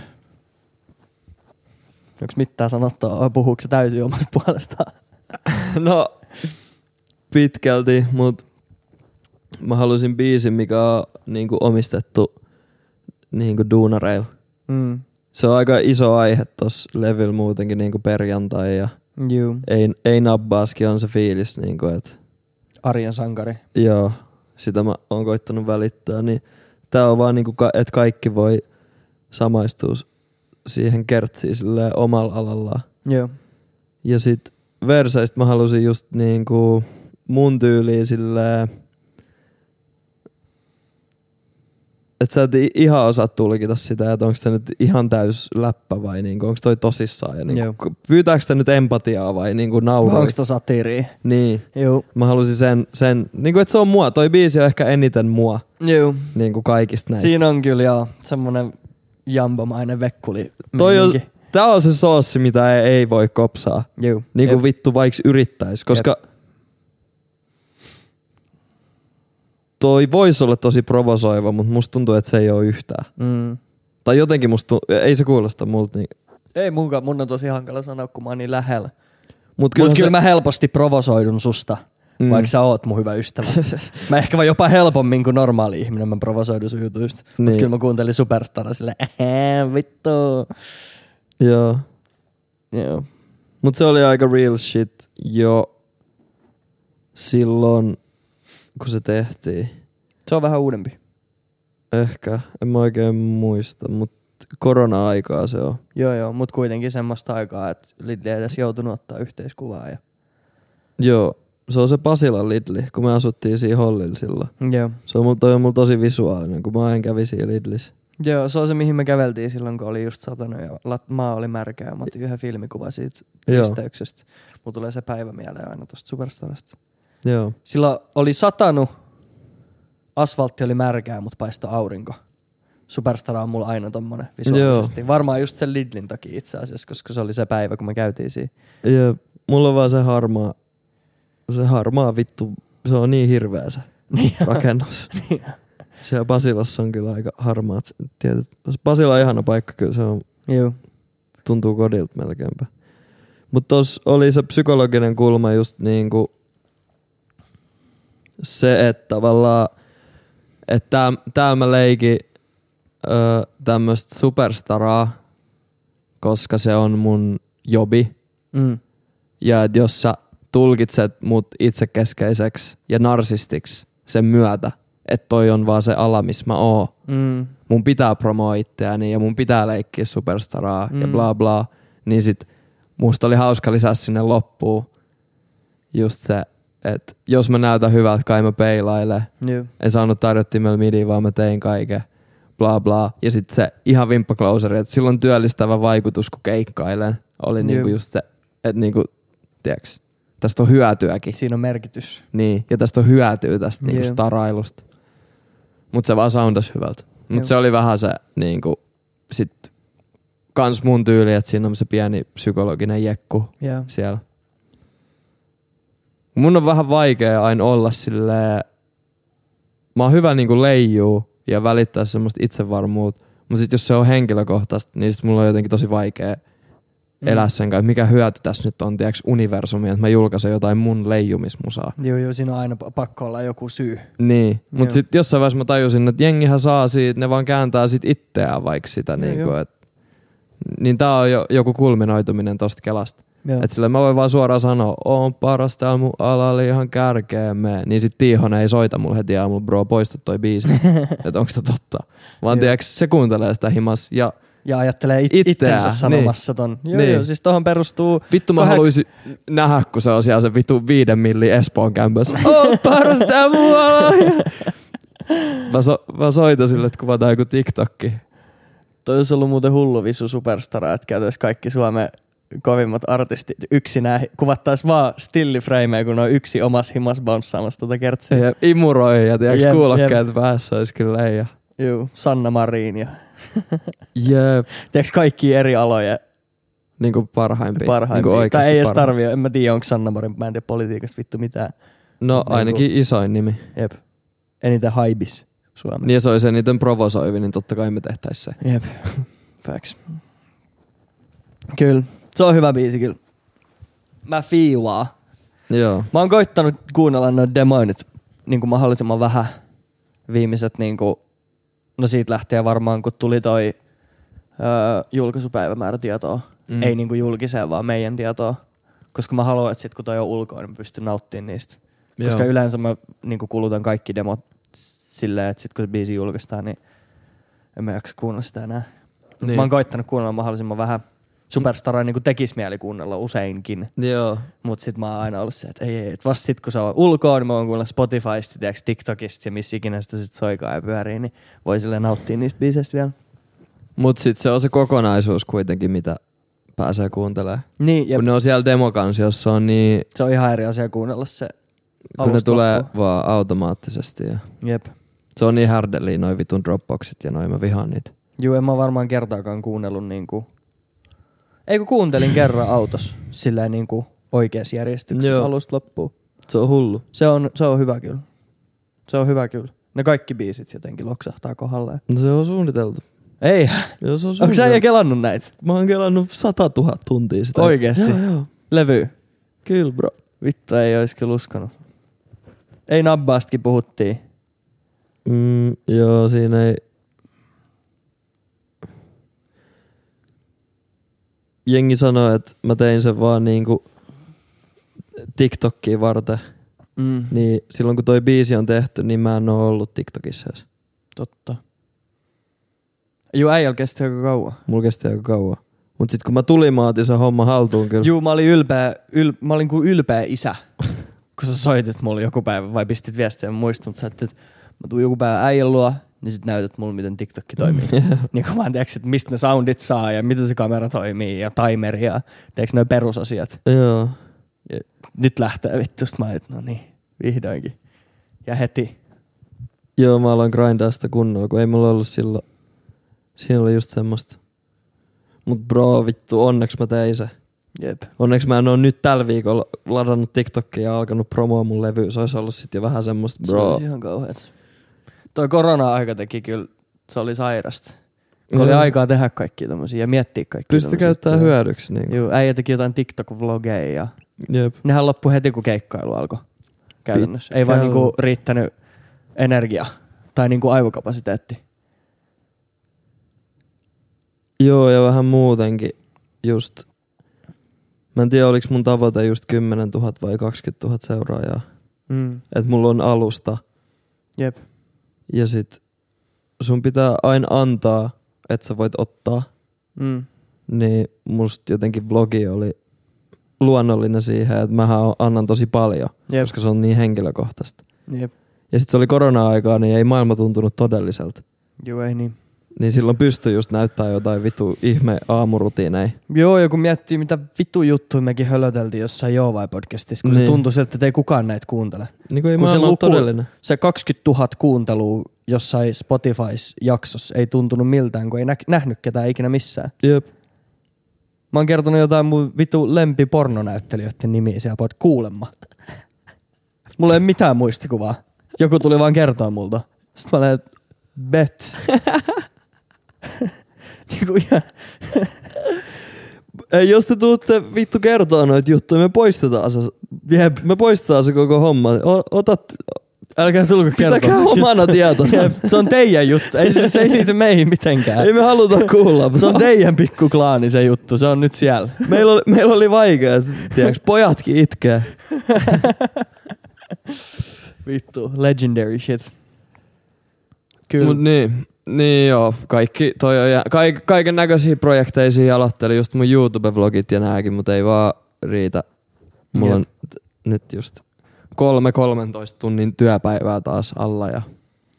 A: Onks mitään sanottua vai puhuuko se täysin omasta puolestaan?
B: No, pitkälti, mut mä halusin biisin, mikä on niinku omistettu niinku duunareilla.
A: Mm.
B: Se on aika iso aihe tossa levyllä muutenkin niinku perjantai ja
A: Juu.
B: ei, ei nabbaaskin on se fiilis niinku, et
A: Arjen sankari.
B: joo, sitä mä oon koittanut välittää, niin tää on vaan niinku, ka- että kaikki voi samaistua s- siihen kertsiin silleen omalla alallaan.
A: Joo.
B: Ja sit verseistä mä halusin just niinku mun tyyliin silleen et sä et ihan osaa tulkita sitä, että onko se nyt ihan täys läppä vai niinku, onko toi tosissaan. Ja niinku, pyytääkö sitä nyt empatiaa vai niinku naurua?
A: Onko sitä satiiria?
B: Niin.
A: Joo.
B: Mä halusin sen, sen niinku, että se on mua. Toi biisi on ehkä eniten mua.
A: Joo.
B: Niinku kaikista näistä.
A: Siinä on kyllä joo, semmonen jambomainen vekkuli.
B: Toi on, tää on se soossi, mitä ei, ei voi kopsaa.
A: Joo.
B: Niinku
A: Jep.
B: vittu vaikka yrittäis, koska Jep. toi voisi olla tosi provosoiva, mutta musta tuntuu, että se ei ole yhtään.
A: Mm.
B: Tai jotenkin musta tuntuu, ei se kuulosta multa niin.
A: Ei munkaan, mun on tosi hankala sanoa, kun mä oon niin lähellä.
B: Mut kyllä,
A: Mut kyllä
B: se...
A: mä helposti provosoidun susta, mm. vaikka sä oot mun hyvä ystävä. Mä ehkä vaan jopa helpommin kuin normaali ihminen mä provosoidun sun jutuista. Niin. Mut kyllä mä kuuntelin Superstara silleen, ähä, vittu.
B: Joo.
A: Joo.
B: Mut se oli aika real shit jo silloin, kun se tehtiin.
A: Se on vähän uudempi.
B: Ehkä, en mä oikein muista, mut korona-aikaa se on.
A: Joo joo, mut kuitenkin semmoista aikaa, että Lidli ei edes joutunut ottaa yhteiskuvaa. Ja...
B: Joo, se on se Pasilan Lidli, kun me asuttiin siinä Hollilla silloin.
A: Joo.
B: Se on mulla, toi on mulla tosi visuaalinen, kun mä en kävi siinä Lidlissä.
A: Joo, se on se mihin me käveltiin silloin, kun oli just satanut ja maa oli märkä ja mä otin yhden filmikuvan siitä risteyksestä. Mulla tulee se päivä mieleen aina tosta Superstarasta.
B: Joo.
A: Silloin oli satanut, asfaltti oli märkää, mutta paistoi aurinko. Superstar on mulla aina tommonen visuaalisesti. Joo. Varmaan just sen Lidlin takia itse asiassa, koska se oli se päivä, kun me käytiin siinä.
B: Ja mulla on vaan se harmaa, se harmaa vittu, se on niin hirveä se rakennus. Siellä Pasilassa on kyllä aika harmaat tietyt. Pasila on ihana paikka kyllä, se on,
A: Joo. tuntuu
B: kodilta melkeinpä. Mutta tossa oli se psykologinen kulma just niinku se, että tavallaan, että täällä mä leikin öö, tämmöstä superstaraa, koska se on mun jobi.
A: Mm.
B: Ja et jos sä tulkitset mut itsekeskeiseksi ja narsistiksi sen myötä, että toi on vaan se ala, missä mä oon.
A: Mm.
B: Mun pitää promoa itseäni ja mun pitää leikkiä superstaraa mm. ja bla bla. Niin sit musta oli hauska lisää sinne loppuun just se, että jos mä näytän hyvältä, kai mä peilailen.
A: Yeah.
B: En saanut tarjottimella midi, vaan mä tein kaiken. Bla bla. Ja sit se ihan vimppaklouseri, että sillä on työllistävä vaikutus, kun keikkailen. Oli yeah. niinku just se, että niinku, tiiäks, tästä on hyötyäkin.
A: Siinä on merkitys.
B: Niin, ja tästä on hyötyä tästä yeah. niinku starailusta. Mut se vaan soundas hyvältä. Mut yeah. se oli vähän se niinku, sit kans mun tyyli, että siinä on se pieni psykologinen jekku yeah. siellä. Mun on vähän vaikea aina olla silleen, mä oon hyvä niinku leijuu ja välittää semmoista itsevarmuutta, mutta sit jos se on henkilökohtaista, niin sit mulla on jotenkin tosi vaikea mm. elää sen kanssa, mikä hyöty tässä nyt on, tiiäks, universumia, että mä julkaisen jotain mun leijumismusaa.
A: Joo, joo, siinä on aina pakko olla joku syy.
B: Niin, mutta sit jossain vaiheessa mä tajusin, että jengihän saa siitä, ne vaan kääntää sit itseään vaikka sitä, joo, niinku, et, niin tää on jo, joku kulminoituminen tosta kelasta. Että sillä mä voin vaan suoraan sanoa, oon paras täällä mun alalla ihan kärkeemme. Niin sit Tiihonen ei soita mulle heti aamulla, bro, poista toi biisi. Että onks tää totta. Vaan tiiäks, se kuuntelee sitä himas ja
A: ja ajattelee it- itsensä sanomassa niin. ton. Joo, niin. joo, siis tohon perustuu...
B: Vittu mä kaheks... haluaisin nähdä, kun se on siellä se vittu viiden milli Espoon kämpössä. Oon paras täällä mun alalla. mä, so, mä soitan sille, että kuvataan joku TikTokki.
A: Toi olisi ollut muuten hullu visu Superstara, että käytäis kaikki Suomen kovimmat artistit yksinään. Kuvattaisi vaan stilliframeja, kun on yksi omassa himas bounceaamassa tota kertsiä.
B: Ja imuroi ja tiiäks kuulokkeet päässä olisi kyllä leija.
A: Juu, Sanna Marin ja
B: jep.
A: Tiiäks kaikki eri aloja.
B: Niinku parhaimpia.
A: Parhaimpia. Niinku tai ei edes tarvii, en mä tiedä onko Sanna Marin, mä en tiedä politiikasta vittu mitään.
B: No ainakin niinku isoin nimi.
A: Jep. Eniten haibis Suomessa.
B: Niin ja se olisi eniten provosoivi, niin totta kai me tehtäis se.
A: Jep. Facts. Kyllä. Se on hyvä biisi kyllä. Mä fiilaa.
B: Joo.
A: Mä oon koittanut kuunnella noita demoja nyt niin kuin mahdollisimman vähän viimeiset niin kuin, no siitä lähtien varmaan kun tuli toi öö, julkaisupäivämäärätietoa. Mm. Ei niin kuin julkiseen vaan meidän tietoa. Koska mä haluan, että sit kun toi on ulkoa, niin mä pystyn nauttimaan niistä. Joo. Koska yleensä mä niin kuin kulutan kaikki demot silleen, että sit kun se biisi julkaistaan, niin en mä jaksa kuunnella sitä enää. Niin. Mä oon koittanut kuunnella mahdollisimman vähän. Superstaraa niinku tekis mieli kuunnella useinkin.
B: Joo.
A: Mut sit mä oon aina ollut se, että ei, ei, et vasta sit kun se on ulkoa, niin mä oon kuunnella Spotifysta, tiiäks, TikTokista ja missä ikinä sitä sit soikaa ja pyörii, niin voi silleen nauttia niistä biiseistä vielä.
B: Mut sit se on se kokonaisuus kuitenkin, mitä pääsee kuuntelemaan.
A: Niin, ja
B: kun ne on siellä demokansiossa on niin...
A: se on ihan eri asia kuunnella se
B: kun ne tulee
A: loppuun.
B: vaan automaattisesti. Ja
A: Jep.
B: se on niin härdeliä noi vitun Dropboxit ja noi mä vihaan niitä.
A: Juu, en mä varmaan kertaakaan kuunnellut niinku... Ei kun kuuntelin kerran autossa silleen niinku oikeassa järjestyksessä
B: Joo.
A: alusta loppuun.
B: Se on hullu.
A: Se on, se on hyvä kyllä. Se on hyvä kyllä. Ne kaikki biisit jotenkin loksahtaa kohdalleen.
B: No se on suunniteltu.
A: Ei.
B: Joo, se on
A: Onko sä äijä kelannut näitä?
B: Mä oon kelannut sata tuhatta tuntia sitä.
A: Oikeesti?
B: Joo, joo.
A: Levy.
B: Kyllä, bro.
A: Vittu ei ois kyllä uskonut. Ei Nabbaastakin puhuttiin.
B: Mm, joo, siinä ei... Jengi sanoi, että mä tein sen vaan niinku TikTokia varten.
A: Mm.
B: Niin silloin kun toi biisi on tehty, niin mä en oo ollut TikTokissa edes.
A: Totta. Juu, äijällä kesti aika kauan.
B: Mulla kesti aika kauan. Mut sit kun mä tulin, mä otin sen homma haltuun kyllä.
A: Juu, mä olin ylpeä, yl, mä olin kuin ylpeä isä. Kun sä soitit mulle joku päivä vai pistit viestiä, en muista, mutta sä että mä tuun joku päivä äijän luo, niin sit näytät mulle, miten TikTokki toimii. Niin kun mä en tiedä, että mistä ne soundit saa ja miten se kamera toimii ja timeri ja teeks noi perusasiat.
B: Joo.
A: Ja nyt lähtee vittusta, mä että no niin, vihdoinkin. Ja heti.
B: Joo, mä aloin grindaa sitä kunnolla, kun ei mulla ollut silloin. Siinä oli just semmoista. Mut bro, vittu, onneksi mä tein se.
A: Jep.
B: Onneksi mä en oo nyt tällä viikolla ladannut TikTokia ja alkanut promoa mun levyä. Se olisi ollut sit jo vähän semmoista,
A: Se
B: bro.
A: olisi ihan kauheat. Toi korona-aika teki kyllä, se oli sairasta. Kun oli
B: Mm.
A: aikaa tehdä kaikkia tommosia ja miettiä kaikkia
B: Pystyi käyttämään hyödyksi. Niin.
A: Joo, äijä teki jotain TikTok-vlogeja ja
B: Jep.
A: nehän loppui heti kun keikkailu alkoi käytännössä. Ei vaan
B: Pitkällä.
A: niinku riittänyt energia tai niinku aivokapasiteetti.
B: Joo, ja vähän muutenkin just. Mä en tiedä, oliks mun tavoite just kymmenen tuhatta vai kaksikymmentätuhatta seuraajaa.
A: Mm.
B: Et mulla on alusta.
A: Jep.
B: Ja sit sun pitää aina antaa, että sä voit ottaa.
A: Mm.
B: Niin musta jotenkin vlogi oli luonnollinen siihen, että mähän annan tosi paljon,
A: Jep.
B: koska se on niin henkilökohtaista.
A: Jep.
B: Ja sit se oli korona-aikaa, niin ei maailma tuntunut todelliselta.
A: Joo, ei niin.
B: Niin silloin pystyi just näyttää jotain vitu ihme aamurutiineja.
A: Joo, ja kun miettii, mitä vittu juttuja mekin hölöteltiin jossain Joo vai podcastissa, kun
B: Niin.
A: se tuntui siltä, että ei kukaan näitä kuuntele.
B: Niin kuin ei
A: Kun se
B: maailma ole
A: luku-
B: todellinen.
A: Se kaksikymmentätuhatta kuuntelua jossain Spotify-jaksossa ei tuntunut miltään, kun ei nä- nähnyt ketään ikinä missään.
B: Jep.
A: Mä oon kertonut jotain mun vitu lempipornonäyttelijöiden nimiä siellä pod kuulemma. Mulla ei ole mitään muistikuvaa. Joku tuli vaan kertoa multa. Sitten mä olin, bet. Niinku ihan...
B: Ei, jos te tuutte vittu kertoa noita juttuja, me poistetaan se.
A: Jep.
B: Me poistetaan se koko homma. O- otat,
A: Älkää tulko kertoa.
B: pitäkää omana tietona.
A: Jep. Se on teidän juttu. Ei se, se ei liity meihin mitenkään.
B: Ei me haluta kuulla.
A: Se on teidän pikkuklaani se juttu. Se on nyt siellä.
B: Meillä oli, meillä oli vaikeet, tiedätkö, pojatkin itkee.
A: Vittu. Legendary shit. Kyllä.
B: Mut niin, niin joo, kaikki toi on, ja kaik, kaiken näköisiä projekteja siinä aloitteli, just mun YouTube-vlogit ja nääkin, mutta ei vaan riitä. Mulla
A: Jep.
B: on t- nyt just kolme kolmentoista tunnin työpäivää taas alla ja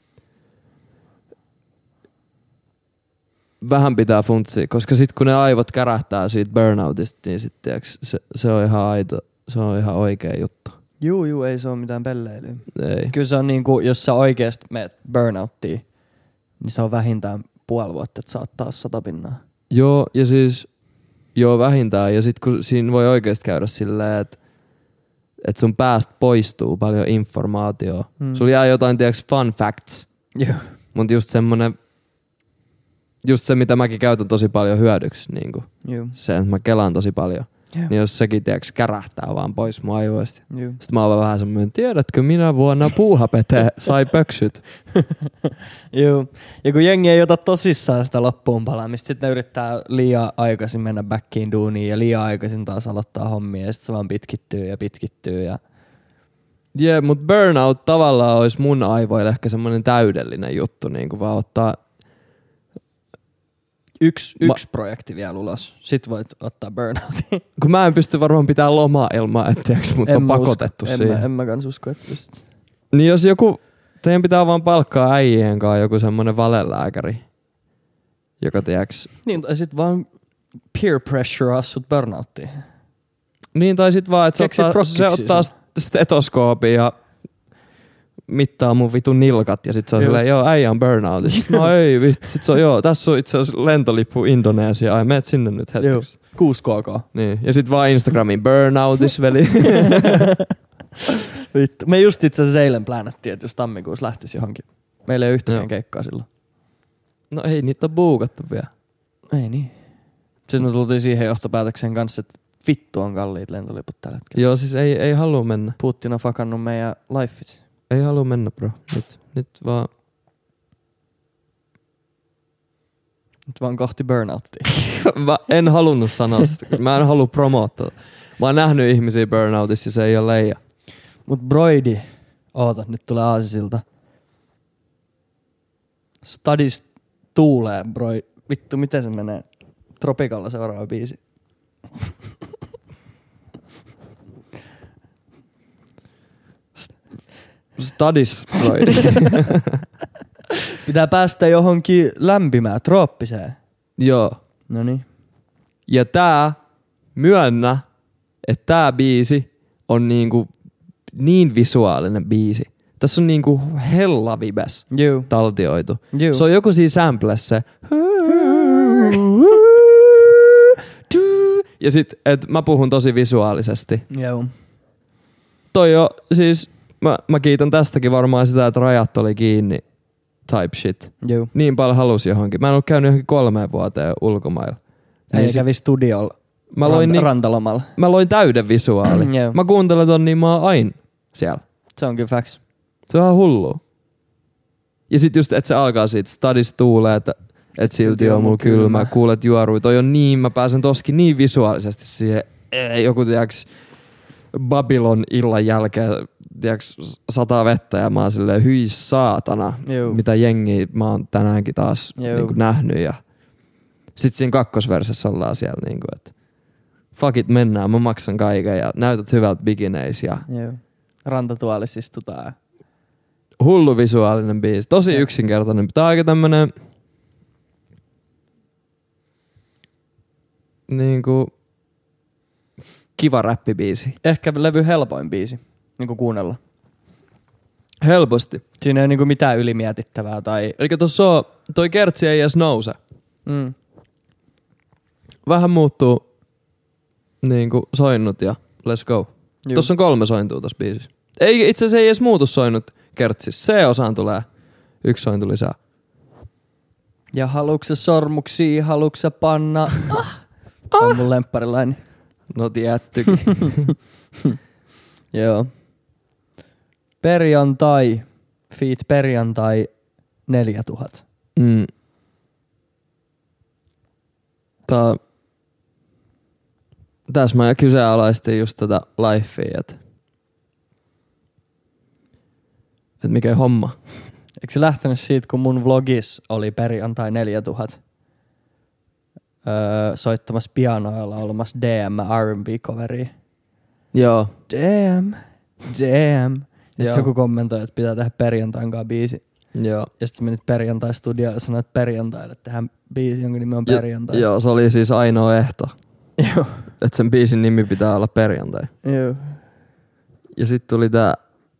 B: vähän pitää funtsia, koska sit kun ne aivot kärähtää siitä burnoutista, niin sit tiiäks, se, se on ihan aito, se on ihan oikea juttu.
A: Juu, juu, ei se ole mitään pelleilyä.
B: Ei.
A: Kyllä se on niinku, jos sä oikeesti meet burnouttiin, niin se on vähintään puoli vuotta, että saat taas sata pinnaa.
B: Joo, ja siis joo vähintään, ja sit kun siinä voi oikeesti käydä silleen, että et sun päästä poistuu paljon informaatiota.
A: Mm.
B: Sulla jää jotain, tiiäks, fun facts,
A: Joo.
B: mut just semmonen, just se mitä mäkin käytän tosi paljon hyödyksi, niinku
A: Joo.
B: se, että mä kelaan tosi paljon.
A: Joo.
B: Niin jos sekin, tiiäks, kärähtää vaan pois mun aivoista.
A: Joo.
B: Sitten mä oon vähän semmoinen, tiedätkö minä vuonna puuhapete sai pöksyt.
A: Joo. Ja kun jengi ei ota tosissaan sitä loppuun palaamista, sitten ne yrittää liian aikaisin mennä backiin duuniin ja liian aikaisin taas aloittaa hommia ja sitten se vaan pitkittyy ja pitkittyy. Ja...
B: Jee, yeah, mut burnout tavallaan olisi mun aivoille ehkä semmoinen täydellinen juttu, niin kuin vaan ottaa
A: Yksi,
B: Ma-
A: yksi projekti vielä ulos. Sit voit ottaa burnoutin.
B: Kun mä en pysty varmaan pitää lomaa ilman, etteikö mut on pakotettu
A: usko.
B: siihen.
A: En mä, en mä kans usko, että pystyt.
B: Niin jos joku, teidän pitää vaan palkkaa äijien kanssa joku semmonen valelääkäri, joka tiiäks...
A: Niin, tai sit vaan peer pressure sut burnouttiin.
B: Niin, tai sit vaan, että se
A: Keksit
B: ottaa, se ottaa stetoskoopin ja mittaa mun vitun nilkat ja sit se on
A: Joo.
B: silleen, joo, äijä on burnoutissa. No ei vittu. Sit se on, joo, tässä on itse asiassa lentolippu Indonesiaan, ai meet sinne nyt hetkeksi.
A: kuusi kk.
B: Niin, ja sit vaan Instagramin burnoutis, veli.
A: Vittu. Me just itse asiassa eilen plänättiin, että jos tammikuussa lähtisi johonkin. Meillä ei ole yhtään
B: Joo.
A: keikkaa silloin.
B: No ei niitä ole buukattu vielä.
A: Ei niin. Sitten me tultiin siihen johtopäätöksen kanssa, että vittu on kalliit lentoliput tällä hetkellä.
B: Joo, siis ei, ei halua mennä.
A: Putin on fakannut meidän lifeit.
B: Ei halua mennä, bro. Nyt, nyt vaan...
A: Nyt vaan kohti burnouttia.
B: Mä en halunnut sanoa sitä. Mä en halua promoottaa. Mä oon nähnyt ihmisiä burnoutissa ja se ei ole leija.
A: Mut broidi, oota, nyt tulee aasisilta. Stadis tuulee, broi. Vittu, miten se menee? Tropikalla seuraava biisi.
B: Stadis, broidi.
A: Pitää päästä johonkin lämpimään, trooppiseen.
B: Joo.
A: Noniin.
B: Ja tää, myönnä, että tää biisi on niinku niin visuaalinen biisi. Tässä on niinku hella vibes
A: Juu.
B: taltioitu.
A: Juu.
B: Se on joku siinä samplessa. Ja sit, et mä puhun tosi visuaalisesti.
A: Joo.
B: Toi jo, siis mä, mä kiitän tästäkin varmaan sitä, että rajat oli kiinni type shit.
A: Juu.
B: Niin paljon halusi johonkin. Mä en ollut käynyt johonkin kolmeen vuoteen ulkomailla.
A: Ei
B: Niin sit-
A: kävi studiolla.
B: Mä loin,
A: Rant-
B: niin,
A: rantalomalla.
B: mä loin täyden visuaali.
A: Joo.
B: Mä kuuntelen ton niin mä oon aina siellä.
A: Se on kyllä facts.
B: Se on ihan hullua. Ja sit just, että se alkaa siitä, stadis tuulee, että et silti on mulla kylmä, kuulet juorui. Toi on niin, mä pääsen toskin niin visuaalisesti siihen. Ei, joku tiiäks Babylon illan jälkeen tiiäks sataa vettä ja mä oon silleen hyi saatana.
A: Juu.
B: Mitä jengiä mä oon tänäänkin taas niinku nähnyt. Ja sit siinä kakkosversessä ollaan siellä niinku, että fuck it, mennään, mä maksan kaiken ja näytät hyvältä bikineis ja
A: Joo. Rantatuolissa istutaan.
B: hullu visuaalinen biisi. Tosi
A: Jep.
B: yksinkertainen. Tää on aika tämmönen niinku kiva räppibiisi.
A: Ehkä levy helpoin biisi, niinku kuunnella.
B: Helposti.
A: Siinä ei ole niinku mitään ylimietittävää tai...
B: Eikä tossa oo, toi kertsi ei edes nouse.
A: Mm.
B: Vähän muuttuu niinku soinnut ja let's go.
A: Juu.
B: Tossa on kolme sointua tossa biisissä. Ei, itse asiassa ei edes muutu soinnut kertsissä. C-osaan tulee yksi sointu lisää.
A: Ja haluuks sä sormuksia, haluuks sä panna... Ah. On mun lempparilaini.
B: No tiettykin.
A: Joo. Perjantai. Feet perjantai neljätuhatta.
B: mm. Tää... Tässä mä kyseenalaistin just tätä lifea, että et mikä homma.
A: Eikö se lähtenyt siitä, kun mun vlogis oli perjantai neljätuhatta? Öö, soittamassa pianoilla olemassa D M R and B-coveria.
B: Joo.
A: Damn, damn. Ja
B: Joo.
A: sitten joku kommentoi, että pitää tehdä perjantain kanssa biisi.
B: Joo.
A: Ja sitten sä menit perjantai-studioon ja sanoit perjantaille, että tehdään biisi, jonka nimi on perjantai.
B: Joo, se oli siis ainoa ehto.
A: Joo.
B: Että sen biisin nimi pitää olla perjantai.
A: Joo.
B: Ja sit tuli tää...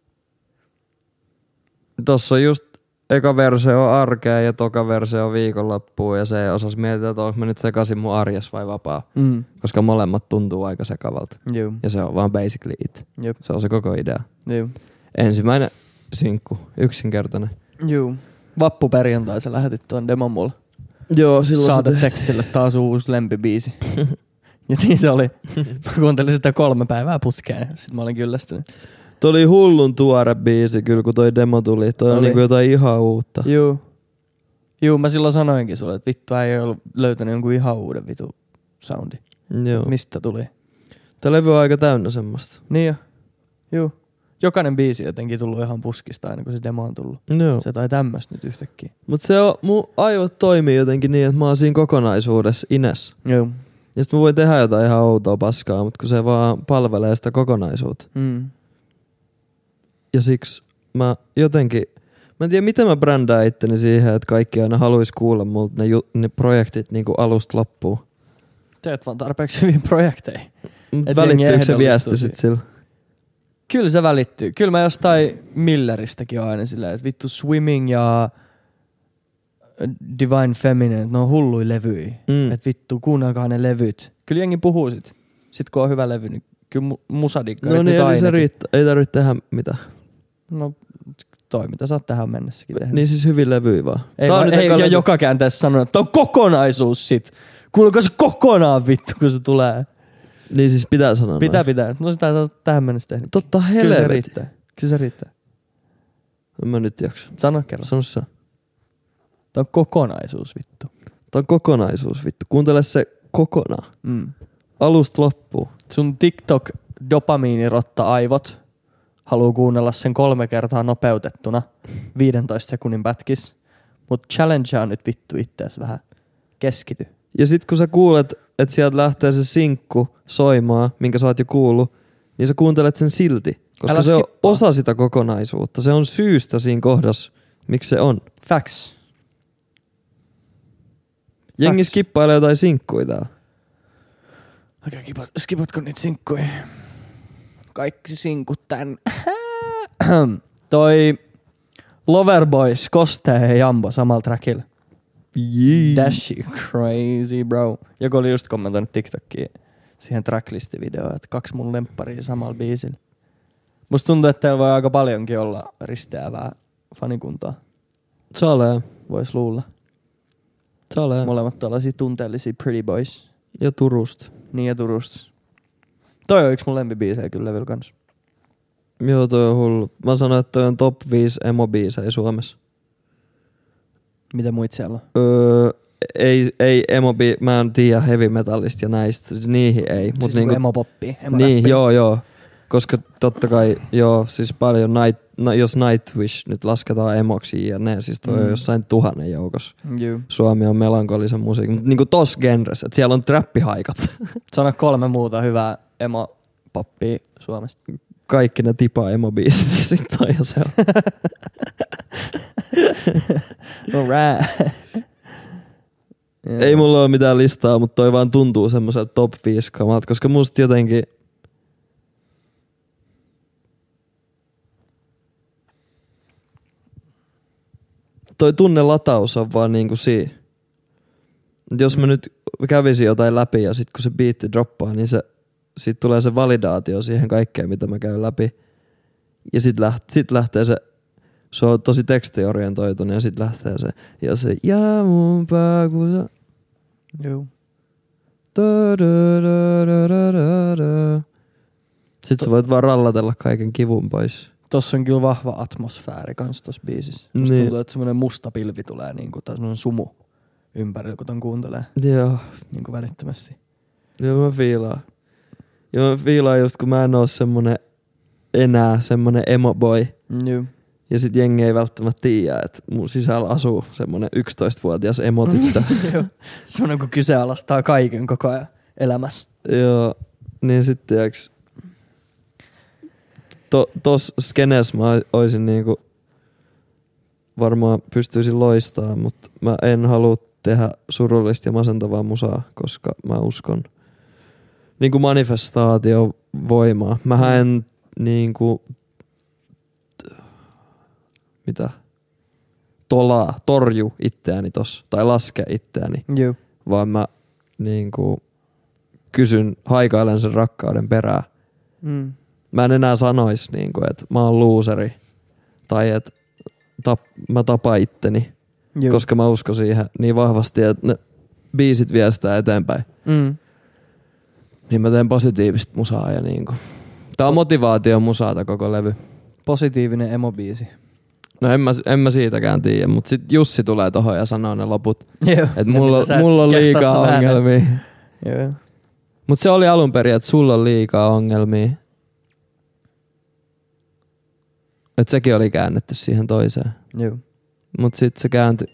B: Tossa on just eka versio on arkea ja toka versio on viikonloppuun ja se osas miettiä, että onko mä nyt sekaisin mun arjes vai vapaa.
A: Mm.
B: Koska molemmat tuntuu aika sekavalta.
A: Joo.
B: Ja se on vaan basically it.
A: Jep.
B: Se on se koko idea.
A: Joo.
B: Ensimmäinen sinkku, yksinkertainen.
A: Joo. Vappuperjantai sä lähetit tuon demon mulle.
B: Joo,
A: Saatetekstille taas uusi lempibiisi. Ja niin se oli. Mä kuuntelin sitä kolme päivää putkeen. Sitten mä olin kyllästynyt.
B: Toi oli hullun tuore biisi kyllä, kun toi demo tuli. Toi on
A: Oli.
B: niinku jotain ihan uutta.
A: Juu. Juu, mä silloin sanoinkin sulle, että vittu ei ole löytänyt jonkun ihan uuden vitu soundi.
B: Joo.
A: Mistä tuli?
B: Tää levy on aika täynnä semmoista.
A: Niin jo. Juu. Jokainen biisi jotenkin tullut ihan puskista aina kun se demo on tullut.
B: No.
A: Se tai tämmöstä nyt yhtäkkiä.
B: Mut se on, mun aivot toimii jotenkin niin, että mä oon siinä kokonaisuudessa ines.
A: Joo.
B: Ja sit mä voin tehdä jotain ihan outoa paskaa, mutta kun se vaan palvelee sitä kokonaisuutta.
A: Mm.
B: Ja siksi mä jotenkin, mä en tiedä miten mä brändään itteni siihen, että kaikki aina haluais kuulla multa ne, ju, ne projektit niinku alusta loppuun.
A: Teet vaan tarpeeksi hyvin projekteja.
B: Mut
A: Et
B: välittyykö
A: jengi
B: se viesti
A: ehdollistuu
B: sit sillä?
A: Kyllä se välittyy. Kyllä mä jostain Milleristäkin on aina silleen, että vittu Swimming ja Divine Feminine, ne on hulluja levyjä.
B: Mm.
A: Että vittu, kuunnelkaa ne levyt. Kyllä jengi puhuu sit. Sit kun on hyvä levy, niin kyllä mu- musadikka.
B: No niin, eli se riittää. Ei tarvitse tehdä mitään.
A: No toi, mitä sä oot tähän mennessäkin tehnyt.
B: Niin siis hyvin levyjä vaan.
A: Ei,
B: Tää on
A: vaan,
B: nyt
A: ei
B: eka
A: ja
B: levy.
A: joka käänteessä sanoo, että on kokonaisuus sit. Kuuluuko se kokonaan vittu, kun se tulee.
B: Niin siis pitää sanoa
A: Pitää,
B: noin.
A: pitää. No sitä sä oot tähän mennessä tehnyt.
B: Totta
A: Kyllä se
B: helvetti.
A: riittää. Kyllä se riittää.
B: En mä nyt jaksa.
A: Sano kerran.
B: Sano sä.
A: Tämä on kokonaisuus vittu.
B: Tää on kokonaisuus vittu. Kuuntele se kokonaan.
A: Mm.
B: Alusta loppuun.
A: Sun TikTok dopamiinirotta aivot haluu kuunnella sen kolme kertaa nopeutettuna viidentoista sekunnin pätkis. Mut challengea nyt vittu ittees vähän. Keskity.
B: Ja sit kun sä kuulet, että sieltä lähtee se sinkku soimaan, minkä sä oot jo kuullut, niin sä kuuntelet sen silti. Koska
A: Älä
B: se on
A: skippaa.
B: osa sitä kokonaisuutta. Se on syystä siinä kohdassa, miksi se on.
A: Facts.
B: Jengi
A: Facts.
B: skippailee jotain sinkkuja täällä.
A: Okei, okay, skipatko niitä sinkkuja? Kaikki sinkut tän. Toi Loverboys, Kostea ja Jambo samalla trackilla.
B: Jee.
A: That shit crazy, bro. Joku oli just kommentoinut TikTokiin siihen tracklistivideoon, että kaksi mun lempparia samalla biisillä. Musta tuntuu, että teillä voi aika paljonkin olla risteävää fanikuntaa.
B: Salee.
A: Vois luulla.
B: Salee.
A: Molemmat tällaisia tunteellisia pretty boys.
B: Ja Turusta.
A: Niin ja Turusta. Toi on yksi mun lempibiisejä kyllä levyllä kanssa.
B: Joo, toi on hullu. Mä sanoin, että toi on top viisi emo-biisejä Suomessa.
A: Mitä muit siellä on?
B: Öö, ei, ei emo-bi... Mä en tiedä heavy metallista ja näistä. Niihin ei. Mut
A: Siis
B: niinku,
A: emo-poppi, emo
B: niin, joo, joo. Koska totta kai, joo, siis paljon, night, no, jos Nightwish nyt lasketaan emoksi ja ne, siis toi mm. on jossain tuhannen joukossa.
A: Juu.
B: Suomi on melankolisen musiikin, mutta niinku tossa genressä, että siellä on trappihaikat.
A: Sano kolme muuta hyvää emo-poppia Suomesta.
B: Kaikki ne tipa emo-biisit ja sit on jo se.
A: Alright.
B: Ei mulla ole mitään listaa, mutta toi vaan tuntuu semmoiselta top viisi kamalta, koska musta jotenkin toi tunnelataus on vaan niinku siinä. Jos mä nyt kävisin jotain läpi ja sit kun se biitti droppaa, niin se, sit tulee se validaatio siihen kaikkeen, mitä mä käyn läpi. Ja sit, läht, sit lähtee se, se on tosi tekstiorientoitunut ja sit lähtee se, ja se jää mun pää, kun sä...
A: Joo.
B: Sitten sä voit vaan rallatella kaiken kivun pois.
A: Tossa on kyllä vahva atmosfääri kans tossa biisissä. Musta
B: Niin.
A: tuntuu, että semmonen musta pilvi tulee niinku, tai semmonen sumu ympärillä, kun ton kuuntelee
B: Joo.
A: niinku välittömästi.
B: Joo, mä fiilaan. Joo, mä fiilaan just kun mä en oo semmonen enää semmonen emo boy.
A: Joo.
B: Ja sit jengi ei välttämättä tiedä, että mun sisällä asuu semmonen yksitoistavuotias emotyttö.
A: Joo. Semmonen, kun kyseenalaistaa kaiken koko ajan elämässä.
B: Joo, niin sit tiiäks, to, tos skenes mä oisin niinku varmaan pystyisin loistaa, mutta mä en halua tehdä surullista ja masentavaa musaa, koska mä uskon niinku manifestaation voimaa. Mähän en niinku mitä tolaa, torju itseäni tossa tai laske itseäni,
A: Joo.
B: vaan mä niinku kysyn, haikailen sen rakkauden perään.
A: Mm.
B: Mä en enää sanois niinku, että mä oon looseri tai että tap, mä tapaan itteni,
A: Joo.
B: koska mä uskon siihen niin vahvasti, että ne biisit viestää eteenpäin.
A: Mm.
B: Niin mä teen positiivista musaa ja niinku. Tää on motivaatio musaa tää koko levy.
A: Positiivinen emobiisi.
B: No en mä, en mä siitäkään tiedä, mut sit Jussi tulee tohon ja sanoo ne loput.
A: Joo.
B: Et mulla, mulla on liikaa ongelmia.
A: Joo.
B: Mut se oli alun perin, että sulla on liikaa ongelmia. Että sekin oli käännetty siihen toiseen.
A: Joo.
B: Mut sit se kääntyi.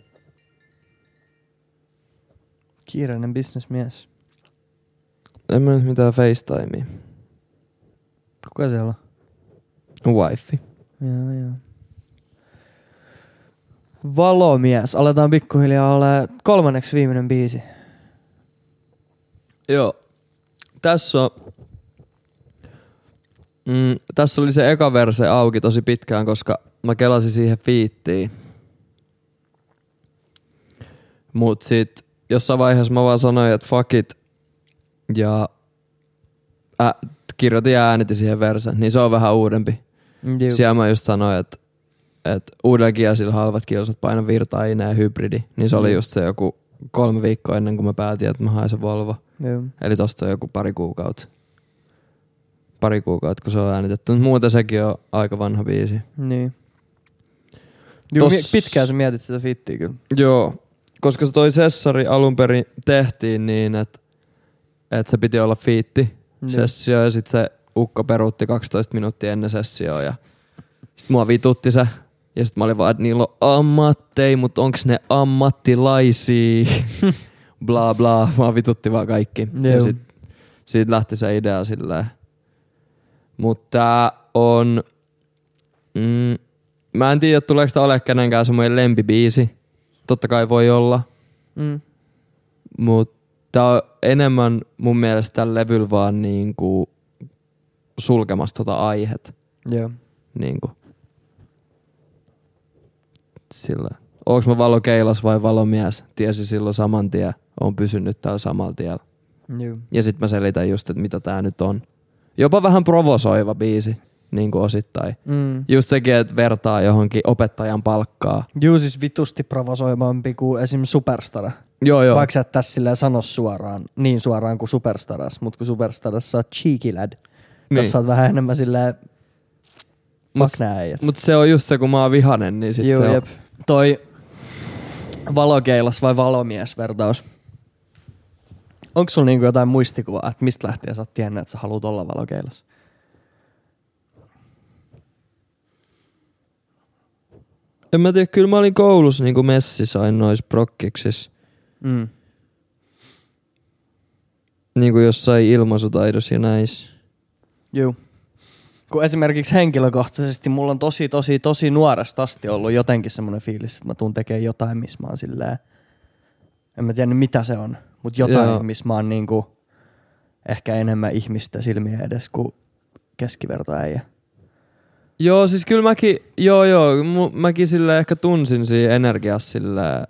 A: Kiireinen bisnesmies.
B: En mä nyt mitään FaceTimea.
A: Kuka siellä on?
B: Wifi.
A: Joo, joo. Valomies. Aletaan pikkuhiljaa ole kolmanneksi viimeinen biisi.
B: Joo. Tässä on... Mm, tässä oli se eka verse auki tosi pitkään, koska mä kelasin siihen fiittiin. Mut sit jossain vaiheessa mä vaan sanoin, että fuck it. Ja ä, kirjoitin ja äänitin siihen versen, niin se on vähän uudempi.
A: Juu.
B: Siellä mä just sanoin, että et uudella kiesillä halvat kilsat paino virtaa ineen hybridi. Niin se oli just se joku kolme viikkoa ennen kuin mä päätin, että mä haen se Volvo.
A: Joo.
B: Eli tosta on joku pari kuukautta. Pari kuukautta, kun se on äänitetty. Mutta muuten sekin on aika vanha biisi.
A: Niin. Juu,
B: Tos...
A: mi- pitkään sä mietit sitä fittiä kyllä.
B: Joo, koska se toi sessari alun perin tehtiin niin, että et se piti olla fiitti sessio ja sit se ukko peruutti kaksitoista minuuttia ennen sessioa ja sit mua vitutti se. Ja sit mä olin vaan, että niillä on ammatteja, mut onks ne ammattilaisia? Bla bla, mua vitutti vaan kaikki.
A: Joo.
B: Ja sit siitä lähti se idea silleen. Mut tää on... Mm, mä en tiedä, tuleeko tää ole kenenkään semmoinen lempibiisi. Totta kai voi olla.
A: Mm.
B: Mut tää on enemmän mun mielestä tällä levyllä vaan niinku sulkemassa tota aihet.
A: Joo.
B: Niinku. Sillä. Onks mä valokeilas vai valomies? Tiesi silloin saman tien. Oon pysynyt täällä samalla tiellä.
A: Joo.
B: Ja sit mä selitän just, että mitä tää nyt on. Jopa vähän provosoiva biisi. Niinku osittain.
A: Mm.
B: Just sekin, että vertaa johonkin opettajan palkkaa.
A: Juu, siis vitusti provosoivampi kuin esim. Superstara.
B: Joo, joo.
A: Vaikka sä et tässä silleen sano suoraan, niin suoraan kuin Superstaras, mutta kun Superstaras sä oot cheeky lad.
B: Niin.
A: Tässä oot vähän enemmän silleen,
B: Mut,
A: fuck nää äijät.
B: mut se on just se, kun mä oon vihanen, niin sit
A: Juu,
B: se on.
A: jep. Toi valokeilas vai valomies vertaus. Onko sulla niinku jotain muistikuvaa, että mistä lähtien sä oot tiennyt, että sä haluut olla valokeilas?
B: En mä tiedä, kyllä mä olin koulussa niinku messissä aina noissa prokkiksissa.
A: Mm.
B: Niinku jossain ilmaisutaidossa ja näissä.
A: Juu. Kun esimerkiksi henkilökohtaisesti mulla on tosi, tosi, tosi nuoresta asti ollut jotenkin semmoinen fiilis, että mä tuun tekemään jotain, missä mä oon silleen, en mä tiedä mitä se on, mutta jotain,
B: Joo.
A: missä mä oon niinku ehkä enemmän ihmisten silmiä edes kuin keskivertoäijä.
B: Joo, siis kyllä mäkin, joo joo, mu, mäkin silleen ehkä tunsin siinä energiassa silleen,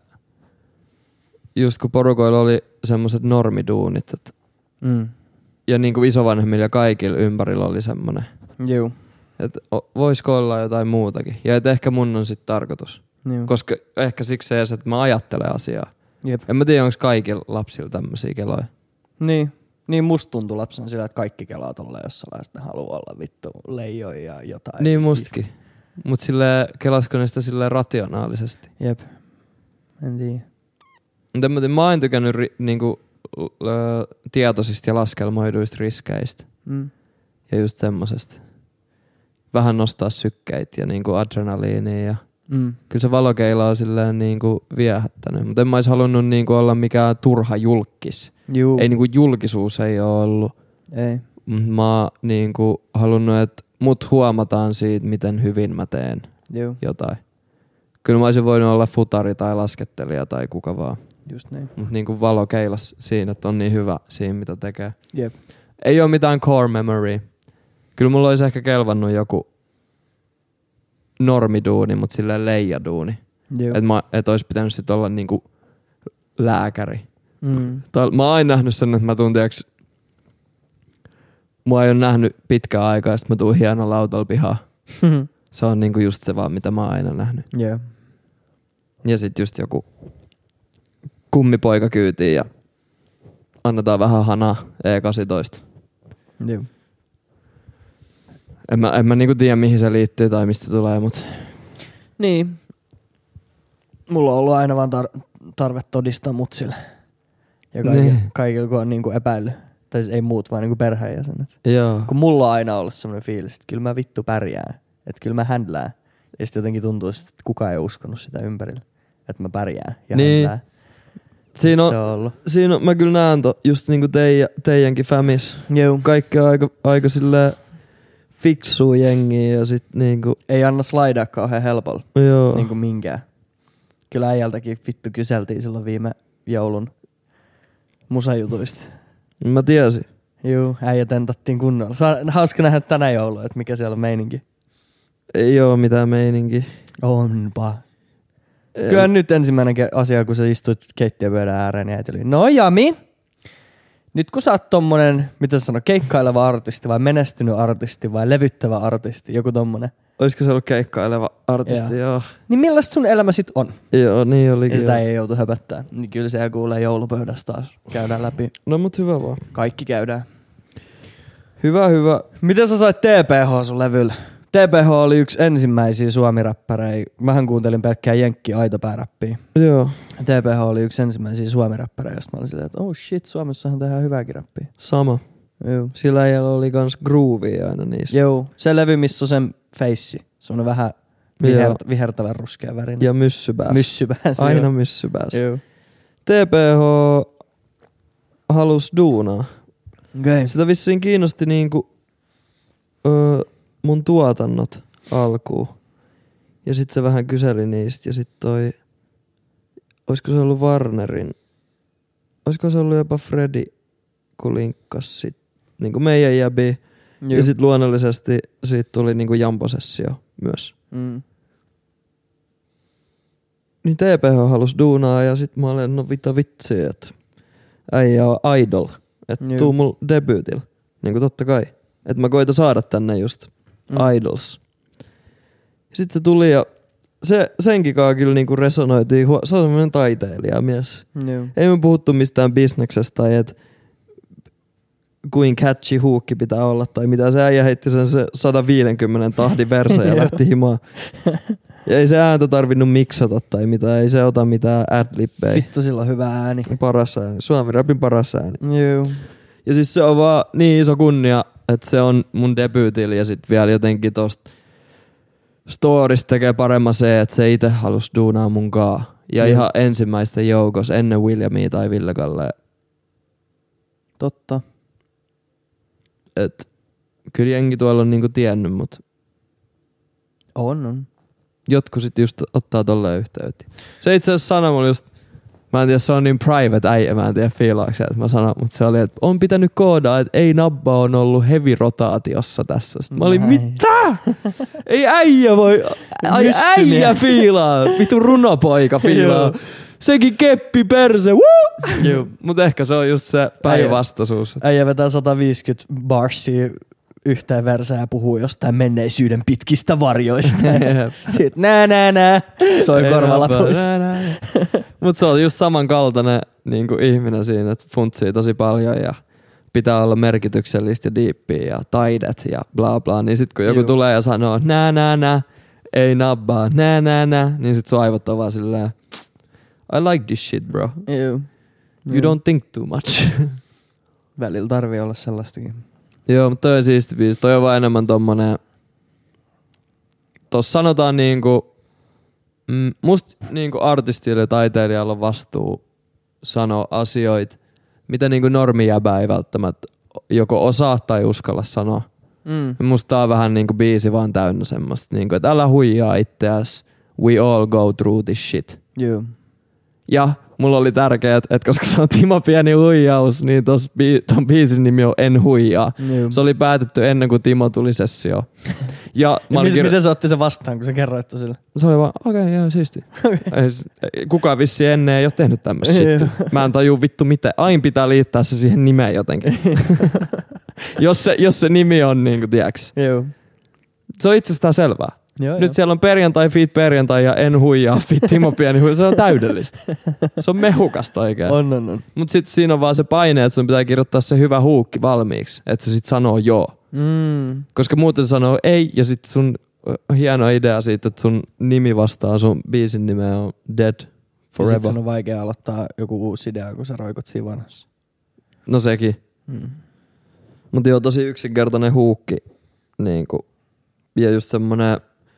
B: just kun porukoilla oli semmoset normiduunit, että
A: Mm.
B: ja niinku isovanhemmilla ja kaikilla ympärillä oli semmonen,
A: Juu.
B: että voisiko olla jotain muutakin. Ja että ehkä mun on sit tarkoitus.
A: Juu.
B: Koska ehkä siksi se, että mä ajattelen asiaa.
A: Jep.
B: En mä tiedä, onko kaikilla lapsilla tämmösiä keloja.
A: Niin. Niin musta tuntuu lapsena sillä, että kaikki kelaa tolleen, jos ollaan sitten haluaa olla vittu leijoja ja jotain.
B: Niin mustakin. Mut silleen, kelasko ne sitä silleen rationaalisesti.
A: Jep. En tiedä.
B: Mutta en mä tiedä, mä oon tykännyt ri, niinku, ö, tietoisista ja laskelmoiduista riskeistä.
A: Mm.
B: Ja just semmosesta. Vähän nostaa sykkeitä ja niinku adrenaliinia ja
A: Mm.
B: kyllä se valokeila on silleen niinku viehättänyt. Mutta en mä ois halunnut niinku olla mikään turha julkis.
A: Juu.
B: Ei niinku julkisuus ei oo ollut.
A: Ei.
B: Mut mä oon niinku halunnut, että mut huomataan siitä, miten hyvin mä teen
A: Juu.
B: jotain. Kyllä mä olisin voinut olla futari tai laskettelija tai kuka vaan.
A: Just niin.
B: Mut niinku valokeilas siinä, että on niin hyvä siinä, mitä tekee.
A: Jep.
B: Ei oo mitään core memory. Kyllä mulla olisi ehkä kelvannut joku normiduuni, mut silleen leijaduuni.
A: Juu.
B: Että et ois pitänyt sit olla niinku lääkäri.
A: Mm.
B: Tai mä oon aina nähnyt sen, että mä tuun tiiäks, mua ei ole nähnyt pitkään aikaa, sit mä tuun hienolla autolla pihaan. Se on niinku just se vaan, mitä mä oon aina nähnyt.
A: Joo.
B: Ja sit just joku kummipoika kyytiin ja annetaan vähän hanaa E kahdeksantoista.
A: Joo.
B: En mä, en mä niinku tiedä mihin se liittyy tai mistä tulee, mut
A: Niin. Mulla on ollut aina vaan tar- tarve todistaa mutsille. Ja kaikilla,
B: Niin.
A: kaikilla kun on niinku epäillyt. Tai siis ei muut, vaan niinku perheenjäsenet.
B: joo.
A: Kun mulla on aina ollut semmoinen fiilis, että kyllä mä vittu pärjään. Että kyllä mä händlään. Ja sitten jotenkin tuntuu, että kukaan ei uskonut sitä ympärillä. Että mä pärjään. Ja
B: niin.
A: häntää.
B: Siinä on, on siinä on, mä kyllä näen to, just niinku teijä, teijänkin famis.
A: Joo.
B: Kaikki on aika, aika silleen fiksuu jengiä ja sit niinku...
A: Ei anna slaidaa kauhean helpolla.
B: Joo.
A: Niinku minkään. Kyllä äijältäkin vittu kyseltiin silloin viime joulun musajutuista.
B: Mä tiesin.
A: Juu, äijä tentattiin kunnolla. Saa, hauska nähdä tänä joulua, että mikä siellä on meininki.
B: Ei oo mitään meininki.
A: Onpa. Kyllä nyt ensimmäinen asia, kun sä istuit keittiöpöydän ääreen ja äiti oli, no Jami, nyt kun sä oot tommonen, mitä sä sanoo, keikkaileva artisti vai menestynyt artisti vai levyttävä artisti, joku tommonen.
B: Olisiko se ollut keikkaileva artisti, joo. joo.
A: Niin millaista sun elämä sit on?
B: Joo, niin olikin.
A: Ja sitä ei joutu höpöttää. Niin kyllä se kuulee joulupöydästä taas. Käydään läpi.
B: No mut hyvä vaan.
A: Kaikki käydään.
B: Hyvä, hyvä.
A: Miten sä sait T P H sun levyllä? T P H oli yksi ensimmäisiä suomiräppäreitä. Mähän kuuntelin pelkkää jenkki aitopääräppiä.
B: Joo.
A: T P H oli yksi ensimmäisiä suomiräppäreitä, josta mä olin silleen, että oh shit, Suomessahan tehdään hyvääkin räppiä.
B: Sama.
A: Joo.
B: Sillä ei oli kans groovia aina niissä.
A: Joo, se levy, missä on sen feissi. Se on vähän viher, vihertävän ruskea värinen.
B: Ja myssybääs.
A: Myssybääs.
B: Aina
A: joo.
B: myssybääs.
A: Joo.
B: T P H halus duunaa.
A: Okay.
B: Sitä vissiin kiinnosti niinku öö, mun tuotannot alkuun. Ja sit se vähän kyseli niistä ja sit toi, oisko se ollut Warnerin, oisko se ollut jopa Freddy, kun linkkas sit niinku meidän jäbi. Joo. Ja sit luonnollisesti siitä tuli niinku jamposessio myös.
A: Mm.
B: Niin T P H halus duunaa ja sit mä olen, no vita vitsi, että äijä on idol. Että tuu mulla debyytillä. Niinku totta kai. Että mä koitan saada tänne just mm. idols. Sitten se tuli ja se, senkin kaa kyllä niinku resonoitiin. Se on semmoinen taiteilijamies.
A: Joo.
B: Ei me puhuttu mistään bisneksestä tai että kuin catchy huukki pitää olla tai mitä. Se äijä heitti sen se sata viisikymmentä tahdin versa ja lähti himaan. Ja ei se ääntä tarvinnut miksata tai mitään. Ei se ota mitään adlibbejä.
A: Vittu, sillä on hyvä ääni.
B: Paras ääni. Suomi rapin paras ääni.
A: Joo.
B: Ja siis se on vaan niin iso kunnia, että se on mun debyytillä ja sit vielä jotenkin tosta storista tekee paremman se, että se itse halus duunaa munkaa. Ja
A: Joo.
B: ihan ensimmäisten joukossa ennen Williamia tai Ville Kallea.
A: Totta.
B: Et kyllä jengi tuolla on niinku tiennyt, mut
A: On, on.
B: jotkut sit just ottaa tolleen yhteyttä. Se itse asiassa sanoi mulle just, mä en tiedä, se on niin private äijä, mä en tiedä fiilauksia, että mä sanon, mutta se oli, että on pitänyt koodaa, että ei Nabba on ollut heavy-rotaatiossa tässä. Sitten mä olin,
A: Näin.
B: mitä? Ei äijä voi, ai äijä fiilaa, vitu runopoika fiilaa. Sekin keppi perse, woo! Mut ehkä se on just se päinvastaisuus.
A: Äijä vetää sata viisikymmentä barsia yhteen versään ja puhuu jostain menneisyyden pitkistä varjoista. Sitten nää nää nää, soi korvalapuissa.
B: Mut se on just samankaltainen niinku ihminen siinä, että funtsii tosi paljon ja pitää olla merkityksellistä ja diippiä ja taidet ja bla bla. Niin sit kun joku
A: Juu.
B: tulee ja sanoo nää nää nää, ei nabbaa, nää nää nää, niin sit sun aivot on vaan silleen, I like this shit bro.
A: Joo.
B: You don't think too much.
A: Välillä tarvii olla sellaistakin.
B: Joo, mutta toi on siisti biisi. Toi on vaan enemmän tommonen, tossa sanotaan niinku, mm, musta niinku artistilla ja taiteilijalla on vastuu sanoa asioita, mitä niinku normijäbä ei välttämättä joko osaa tai uskalla sanoa.
A: Mm.
B: Musta tää on vähän niinku biisi vaan täynnä semmoista, niinku, että älä huijaa itseäs, we all go through this shit.
A: Joo.
B: Ja mulla oli tärkeää, että et koska se on Timo Pieni huijaus, niin tos bi- ton biisin nimi on En huijaa.
A: Joo.
B: Se oli päätetty ennen kuin Timo tuli sessio. Ja
A: Ja
B: mä olin
A: miten,
B: kir-
A: miten se otti sen vastaan, kun sä kerroit sille?
B: se oli vaan, okei, okay, joo, siisti. Ei, s- ei- kukaan vissi ennen ei ole tehnyt tämmöistä shittiä. Mä en tajuu vittu mitä. Aina pitää liittää se siihen nimeen jotenkin. jos, se, jos se nimi on niin kuin, tiiäks.
A: Joo.
B: Se on itsestään selvää.
A: Joo,
B: Nyt siellä on perjantai, feat perjantai ja En huijaa, feat Timo Pieni huijaa. Se on täydellistä. Se on mehukasta oikein.
A: On, on, on.
B: Mut sit siinä on vaan se paine, että sun pitää kirjoittaa se hyvä huukki valmiiksi. Että se sit sanoo joo.
A: Mm.
B: Koska muuten se sanoo ei ja sit sun hieno idea siitä, että sun nimi vastaa sun biisin nimeä on Dead
A: Ja
B: Forever.
A: sit sun on vaikea aloittaa joku uusi idea, kun sä roikot siinä vanhassa.
B: No sekin.
A: Mm.
B: Mutta joo, tosi yksinkertainen huukki. Niinku. Ja just semmonen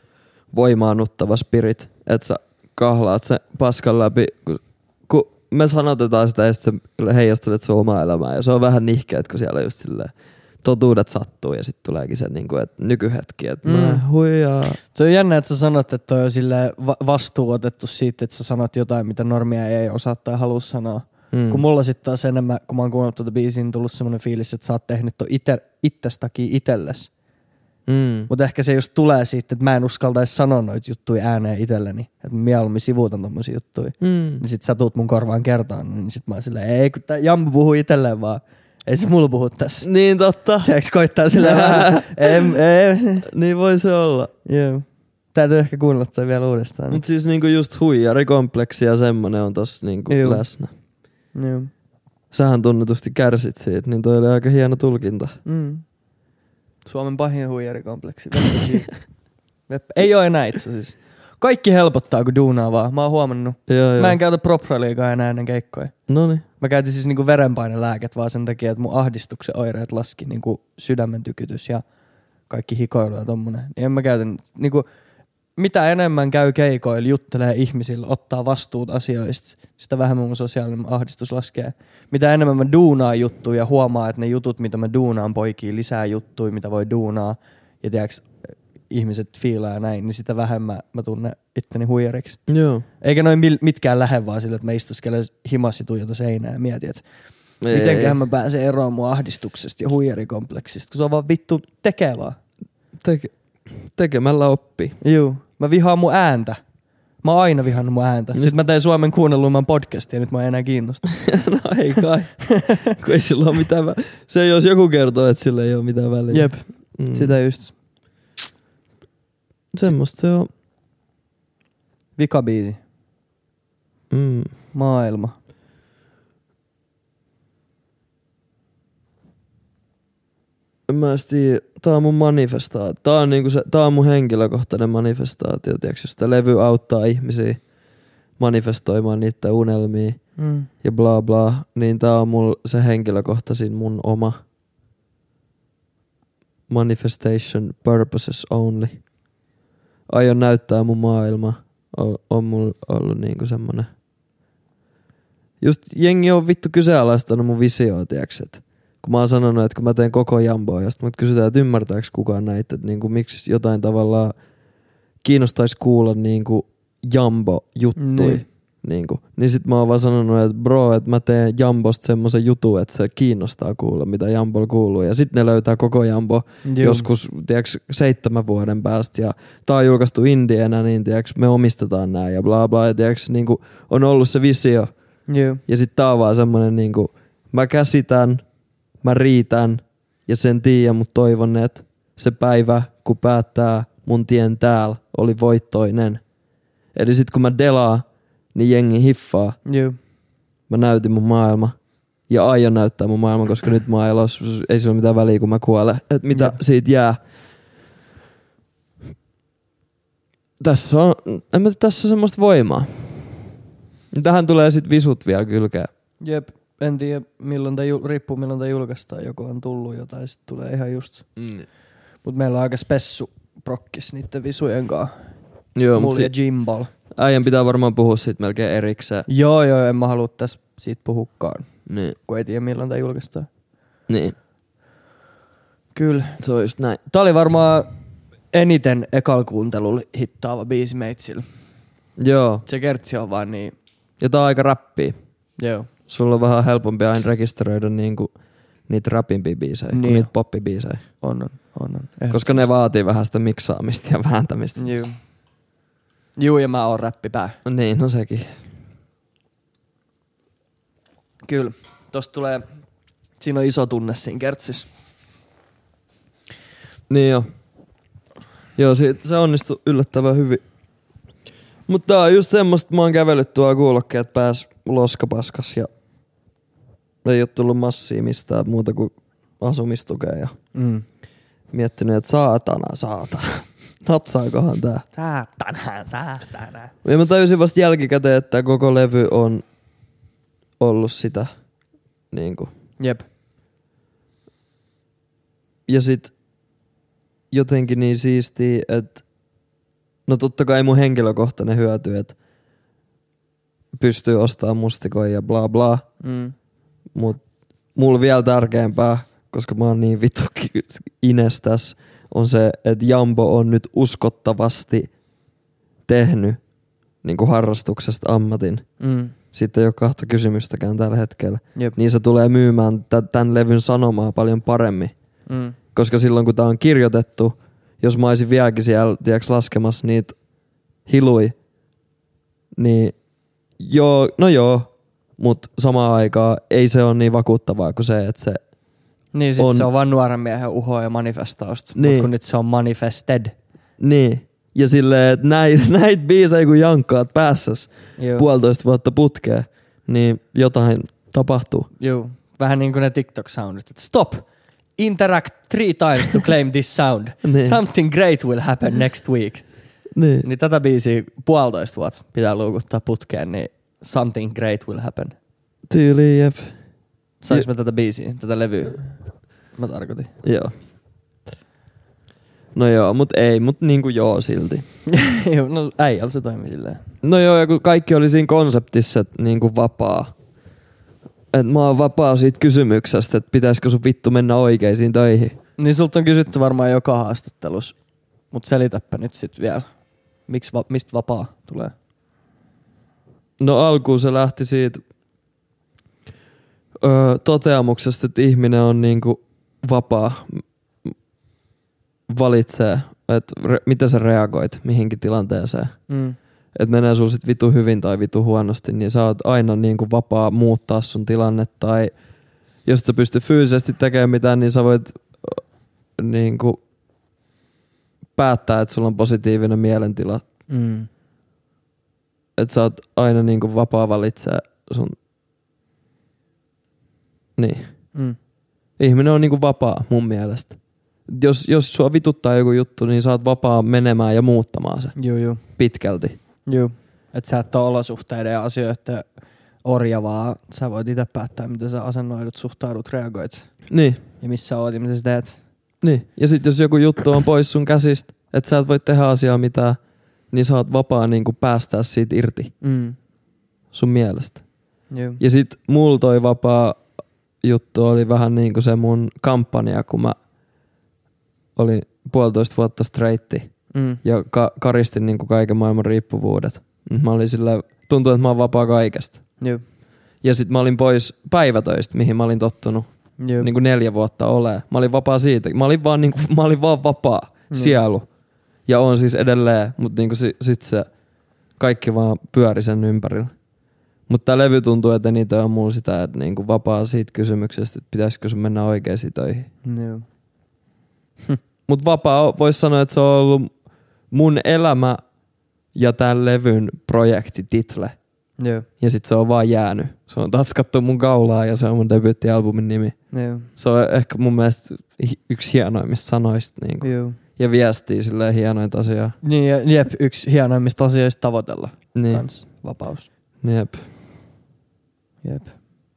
B: voimaannuttava spirit, että sä kahlaat sen paskan läpi, kun, kun me sanotetaan sitä ja sitten heijastelet sun omaa elämää ja se on vähän nihkeä, kun siellä just silleen totuudet sattuu ja sitten tuleekin se niinku, että nykyhetki, että mm. mä huijaa.
A: Se on jännä, että sä sanot, että toi on silleen va- vastuu otettu siitä, että sä sanot jotain, mitä normia ei osaa tai halua sanoa. Mm. Kun mulla sitten taas enemmän, kun mä oon kuunnellut tuota biisiä, niin tullut semmoinen fiilis, että sä oot tehnyt ton ite, itsestäkin itelles. Mm. Mutta ehkä se just tulee siitä, että mä en uskaltaisi sanoa noita juttuja ääneen itselleni. Että mä mieluummin sivuutan tommosia juttuja. Mm. Niin sit sä tuut mun korvaan kertaan, niin sit mä oon silleen, ei kun tää Jammu puhuu itselleen vaan. Ei se mulla puhu tässä.
B: Niin totta.
A: Tiedätkö koittaa silleen vähän. em, em.
B: Niin voi se olla.
A: Joo. Täytyy ehkä kuunnella toi vielä uudestaan.
B: Mut siis niinku just huijarikompleksi ja semmonen on tossa niinku läsnä.
A: Joo.
B: Sähän tunnetusti kärsit siitä, niin toi oli aika hieno tulkinta.
A: Mm. Suomen pahin huijarikompleksi. Ei oo enää itse siis. Kaikki helpottaa, kun duunaa vaan. Mä oon huomannut.
B: Joo,
A: mä en käytä Propraliigaa enää ennen keikkoja.
B: Noniin.
A: Mä käytin siis niinku verenpainelääket vaan sen takia, että mun ahdistuksen oireet laski niinku sydämen tykytys ja kaikki hikoilu ja tommonen. Niin en mä käytän niinku, mitä enemmän käy keikoilla, juttelee ihmisille, ottaa vastuut asioista, sitä vähemmän mun sosiaalinen ahdistus laskee. Mitä enemmän mä duunaan juttuja ja huomaa, että ne jutut, mitä mä duunaan poikii, lisää juttuja, mitä voi duunaa. Ja tiiäks, ihmiset fiilaa ja näin, niin sitä vähemmän mä tunnen itteni huijariksi.
B: Joo.
A: Eikä noin mitkään lähde vaan sille, että mä istuskelen himas ja tuijota seinää ja mietin, että mitenköhän mä pääsen eroon mun ahdistuksesta ja huijarikompleksista, kun se on vaan vittu tekee vaan.
B: Teke, tekemällä oppii.
A: Juu. Mä vihaan mun ääntä. Mä oon aina vihannut mun ääntä. Mist... Sitten mä tein Suomen kuunnelluimman podcastia ja nyt mä en enää kiinnosta.
B: No ei kai. Kun ei sillä ole mitään väliä. Se jos joku kertoo, että sillä ei ole mitään väliä.
A: Jep. Mm. Sitä just.
B: Semmosta se on.
A: Vikabiisi.
B: Mm.
A: Maailma.
B: Mä en tiedä. Tää on mun manifestaatio. Tää on, niinku se, tää on mun henkilökohtainen manifestaatio. Tiedätkö, jos tää levy auttaa ihmisiä manifestoimaan niitä unelmia mm. ja bla bla, niin tää on mul se henkilökohtaisin mun oma manifestation purposes only. Aion näyttää mun maailma. On, on mulla ollut niinku semmonen. Just jengi on vittu kyseenalaistanut mun visioa, tiiäks, että kun mä oon sanonut, että kun mä teen koko jamboa, ja sitten mut kysytään, että ymmärtääkö kukaan näitä, että niinku, miksi jotain tavallaan kiinnostaisi kuulla niinku jambo-juttui. Niin. Niinku. Niin sit mä oon vaan sanonut, että bro, että mä teen jambosta semmosen jutun, että se kiinnostaa kuulla, mitä jambolla kuuluu. Ja sit ne löytää koko jambo Jum. joskus, tiiäks, seitsemän vuoden päästä. Ja tää on julkaistu indienä, niin tiiäks, me omistetaan nää ja bla bla. Ja tiiäks, niinku, on ollut se visio. Jum. Ja sit tää on vaan semmonen niinku, mä käsitän, mä riitän ja sen tiedän, mut toivon, että se päivä, kun päättää mun tien täällä, oli voittoinen. Eli sit kun mä delaan, niin jengi hiffaa. Juu. Mä näytin mun maailma. Ja aion näyttää mun maailma, koska nyt mä elos, ei sillä ole mitään väliä, kun mä kuolen. Että mitä Juu. siitä jää. Tässä on, en mä, tässä on semmoista voimaa. Tähän tulee sit visut vielä kylkeen.
A: Jep. En tiedä, milloin tää, riippuu milloin tää julkaistaan. Joku on tullut jotain, sit tulee ihan just. Mm. Mut meillä on aika spessu prokkis niitten visujen kanssa.
B: Joo,
A: Mulla ja Jimbal.
B: Äijän pitää varmaan puhua siitä melkein erikseen.
A: Joo, joo, en mä halua tässä siitä puhukaan.
B: Niin.
A: Kun ei tiedä milloin tää julkaistaan.
B: Niin.
A: Kyllä.
B: Se on just näin.
A: Tää oli varmaan eniten ekal kuuntelulla hittaava biisi meitsillä.
B: Joo.
A: Se kertsi on vaan niin.
B: Ja tää on aika räppiä.
A: Joo.
B: Sulla on vähän helpompi aina rekisteröidä niinku niitä rapimpia biisejä niin kuin niitä poppibiisejä.
A: On, on, on. on.
B: Koska ne vaatii vähän sitä miksaamista ja vääntämistä.
A: Juu. Juu, ja mä oon räppipää.
B: Niin, no sekin.
A: Kyllä. Tosta tulee, siinä on iso tunne siinä kertsissä.
B: Niin jo. Joo, siitä se onnistui yllättävän hyvin. Mutta tää on just semmoista, että mä oon kävellyt tuolla kuulokkeet pääs loskapaskas ja ei oo tullut massia mistään muuta kuin asumistukea ja mm. miettinyt, että saatana, saatana. Natsaakohan tää?
A: Saatana, saatana.
B: Ja mä tajusin vasta jälkikäteen, että koko levy on ollut sitä niinku.
A: Jep.
B: Ja sit jotenkin niin siistiä, että No totta kai mun henkilökohtainen hyöty, että pystyy ostamaan mustikoja ja bla bla.
A: Mm.
B: Mut mulla vielä tärkeämpää, koska mä oon niin vittu ines tässä, on se, että Jambo on nyt uskottavasti tehnyt niin kuin harrastuksesta ammatin.
A: Mm.
B: Sitten ei ole kahta kysymystäkään tällä hetkellä.
A: Jep.
B: Niin se tulee myymään t- tämän levyn sanomaa paljon paremmin.
A: Mm.
B: Koska silloin kun tää on kirjoitettu, jos mä olisin vieläkin siellä tiiäks, laskemassa niitä hilui, niin joo, no joo, mutta samaan aikaan ei se ole niin vakuuttavaa kuin se, että se
A: Niin sit
B: on...
A: se on vaan nuoren miehen uhoa ja manifestausta, niin. Mutta kun nyt se on manifested.
B: Niin, ja silleen, että näit, näit biisejä kun jankkaat päässäs
A: Joo.
B: puolitoista vuotta putkeen, niin jotain tapahtuu.
A: Joo, vähän niin kuin ne TikTok-soundit, että stop, interact three times to claim this sound.
B: Niin.
A: Something great will happen next week.
B: Niin.
A: Niin tätä biisiä puolitoista vuotta pitää luukuttaa putkeen, niin something great will happen.
B: Tyyli, jep.
A: Saanko mä tätä biisiä, tätä levyä? Mä tarkoitin.
B: Joo. No joo, mut ei, mut niinku joo silti.
A: Joo, no äijällä se toimii silleen.
B: No joo, ja kun kaikki oli siinä konseptissa, että niinku vapaa. Et mä oon vapaa siitä kysymyksestä, että pitäisikö sun vittu mennä oikeisiin töihin.
A: Niin sulta on kysytty varmaan joka haastattelussa, mut selitäpä nyt sit vielä. Miks va- mistä vapaa tulee?
B: No alkuun se lähti siitä öö, toteamuksesta, että ihminen on niinku vapaa, valitsee, että re- miten sä reagoit mihinkin tilanteeseen.
A: Mm.
B: Että menee sul sit vitu hyvin tai vitu huonosti, niin sä oot aina niinku vapaa muuttaa sun tilanne. Tai jos et sä pysty fyysisesti tekemään mitään, niin sä voit niinku päättää, että sulla on positiivinen mielentila.
A: Mm.
B: Että sä oot aina niinku vapaa valitsee sun... Niin.
A: Mm.
B: Ihminen on niinku vapaa mun mielestä. Jos, jos sua vituttaa joku juttu, niin sä oot vapaa menemään ja muuttamaan se
A: Joo, joo.
B: pitkälti.
A: Joo. Että sä et ole olosuhteiden ja asioiden orja, vaan sä voit itse päättää, miten sä asennoidut, suhtaudut, reagoit.
B: Niin.
A: Ja missä oot ja mitä sä teet.
B: Niin. Ja sit jos joku juttu on pois sun käsistä, että sä et voi tehdä asiaa mitään, niin sä oot vapaa niinku päästää siitä irti
A: Mm.
B: sun mielestä.
A: Joo.
B: Ja sit mulla toi vapaa juttu oli vähän niinku se mun kampanja, kun mä olin puolitoista vuotta straighti
A: Mm.
B: ja ka- karistin niinku kaiken maailman riippuvuudet. Mä olin silleen, tuntuu, että mä oon vapaa kaikesta.
A: Joo.
B: Ja sit mä olin pois päivätöistä, mihin mä olin tottunut
A: Joo.
B: niinku neljä vuotta olee. Mä olin vapaa siitä. Mä olin vaan, niinku, mä olin vaan vapaa
A: Joo.
B: sielu. Ja on siis edelleen, mutta niinku si- sit se kaikki vaan pyöri sen ympärillä. Mutta tää levy tuntuu, että niitä on mulla sitä, että niinku vapaa siitä kysymyksestä, että pitäisikö sun mennä oikeisiin töihin.
A: Joo.
B: Mut vapaa voisi sanoa, että se on ollut mun elämä ja tämän levyn projektititle.
A: Joo.
B: Ja sit se on vaan jäänyt. Se on tatskattu mun kaulaa ja se on mun debyyttialbumin nimi.
A: Joo.
B: Se on ehkä mun mielestä hi- yksi hienoimmista sanoista. Niinku.
A: Joo.
B: Ja viestii silleen hienoita asiaa.
A: Niin, ja jep, yksi hienoimmista asioista tavoitella.
B: Niin.
A: Kans. Vapaus.
B: Jep.
A: Jep.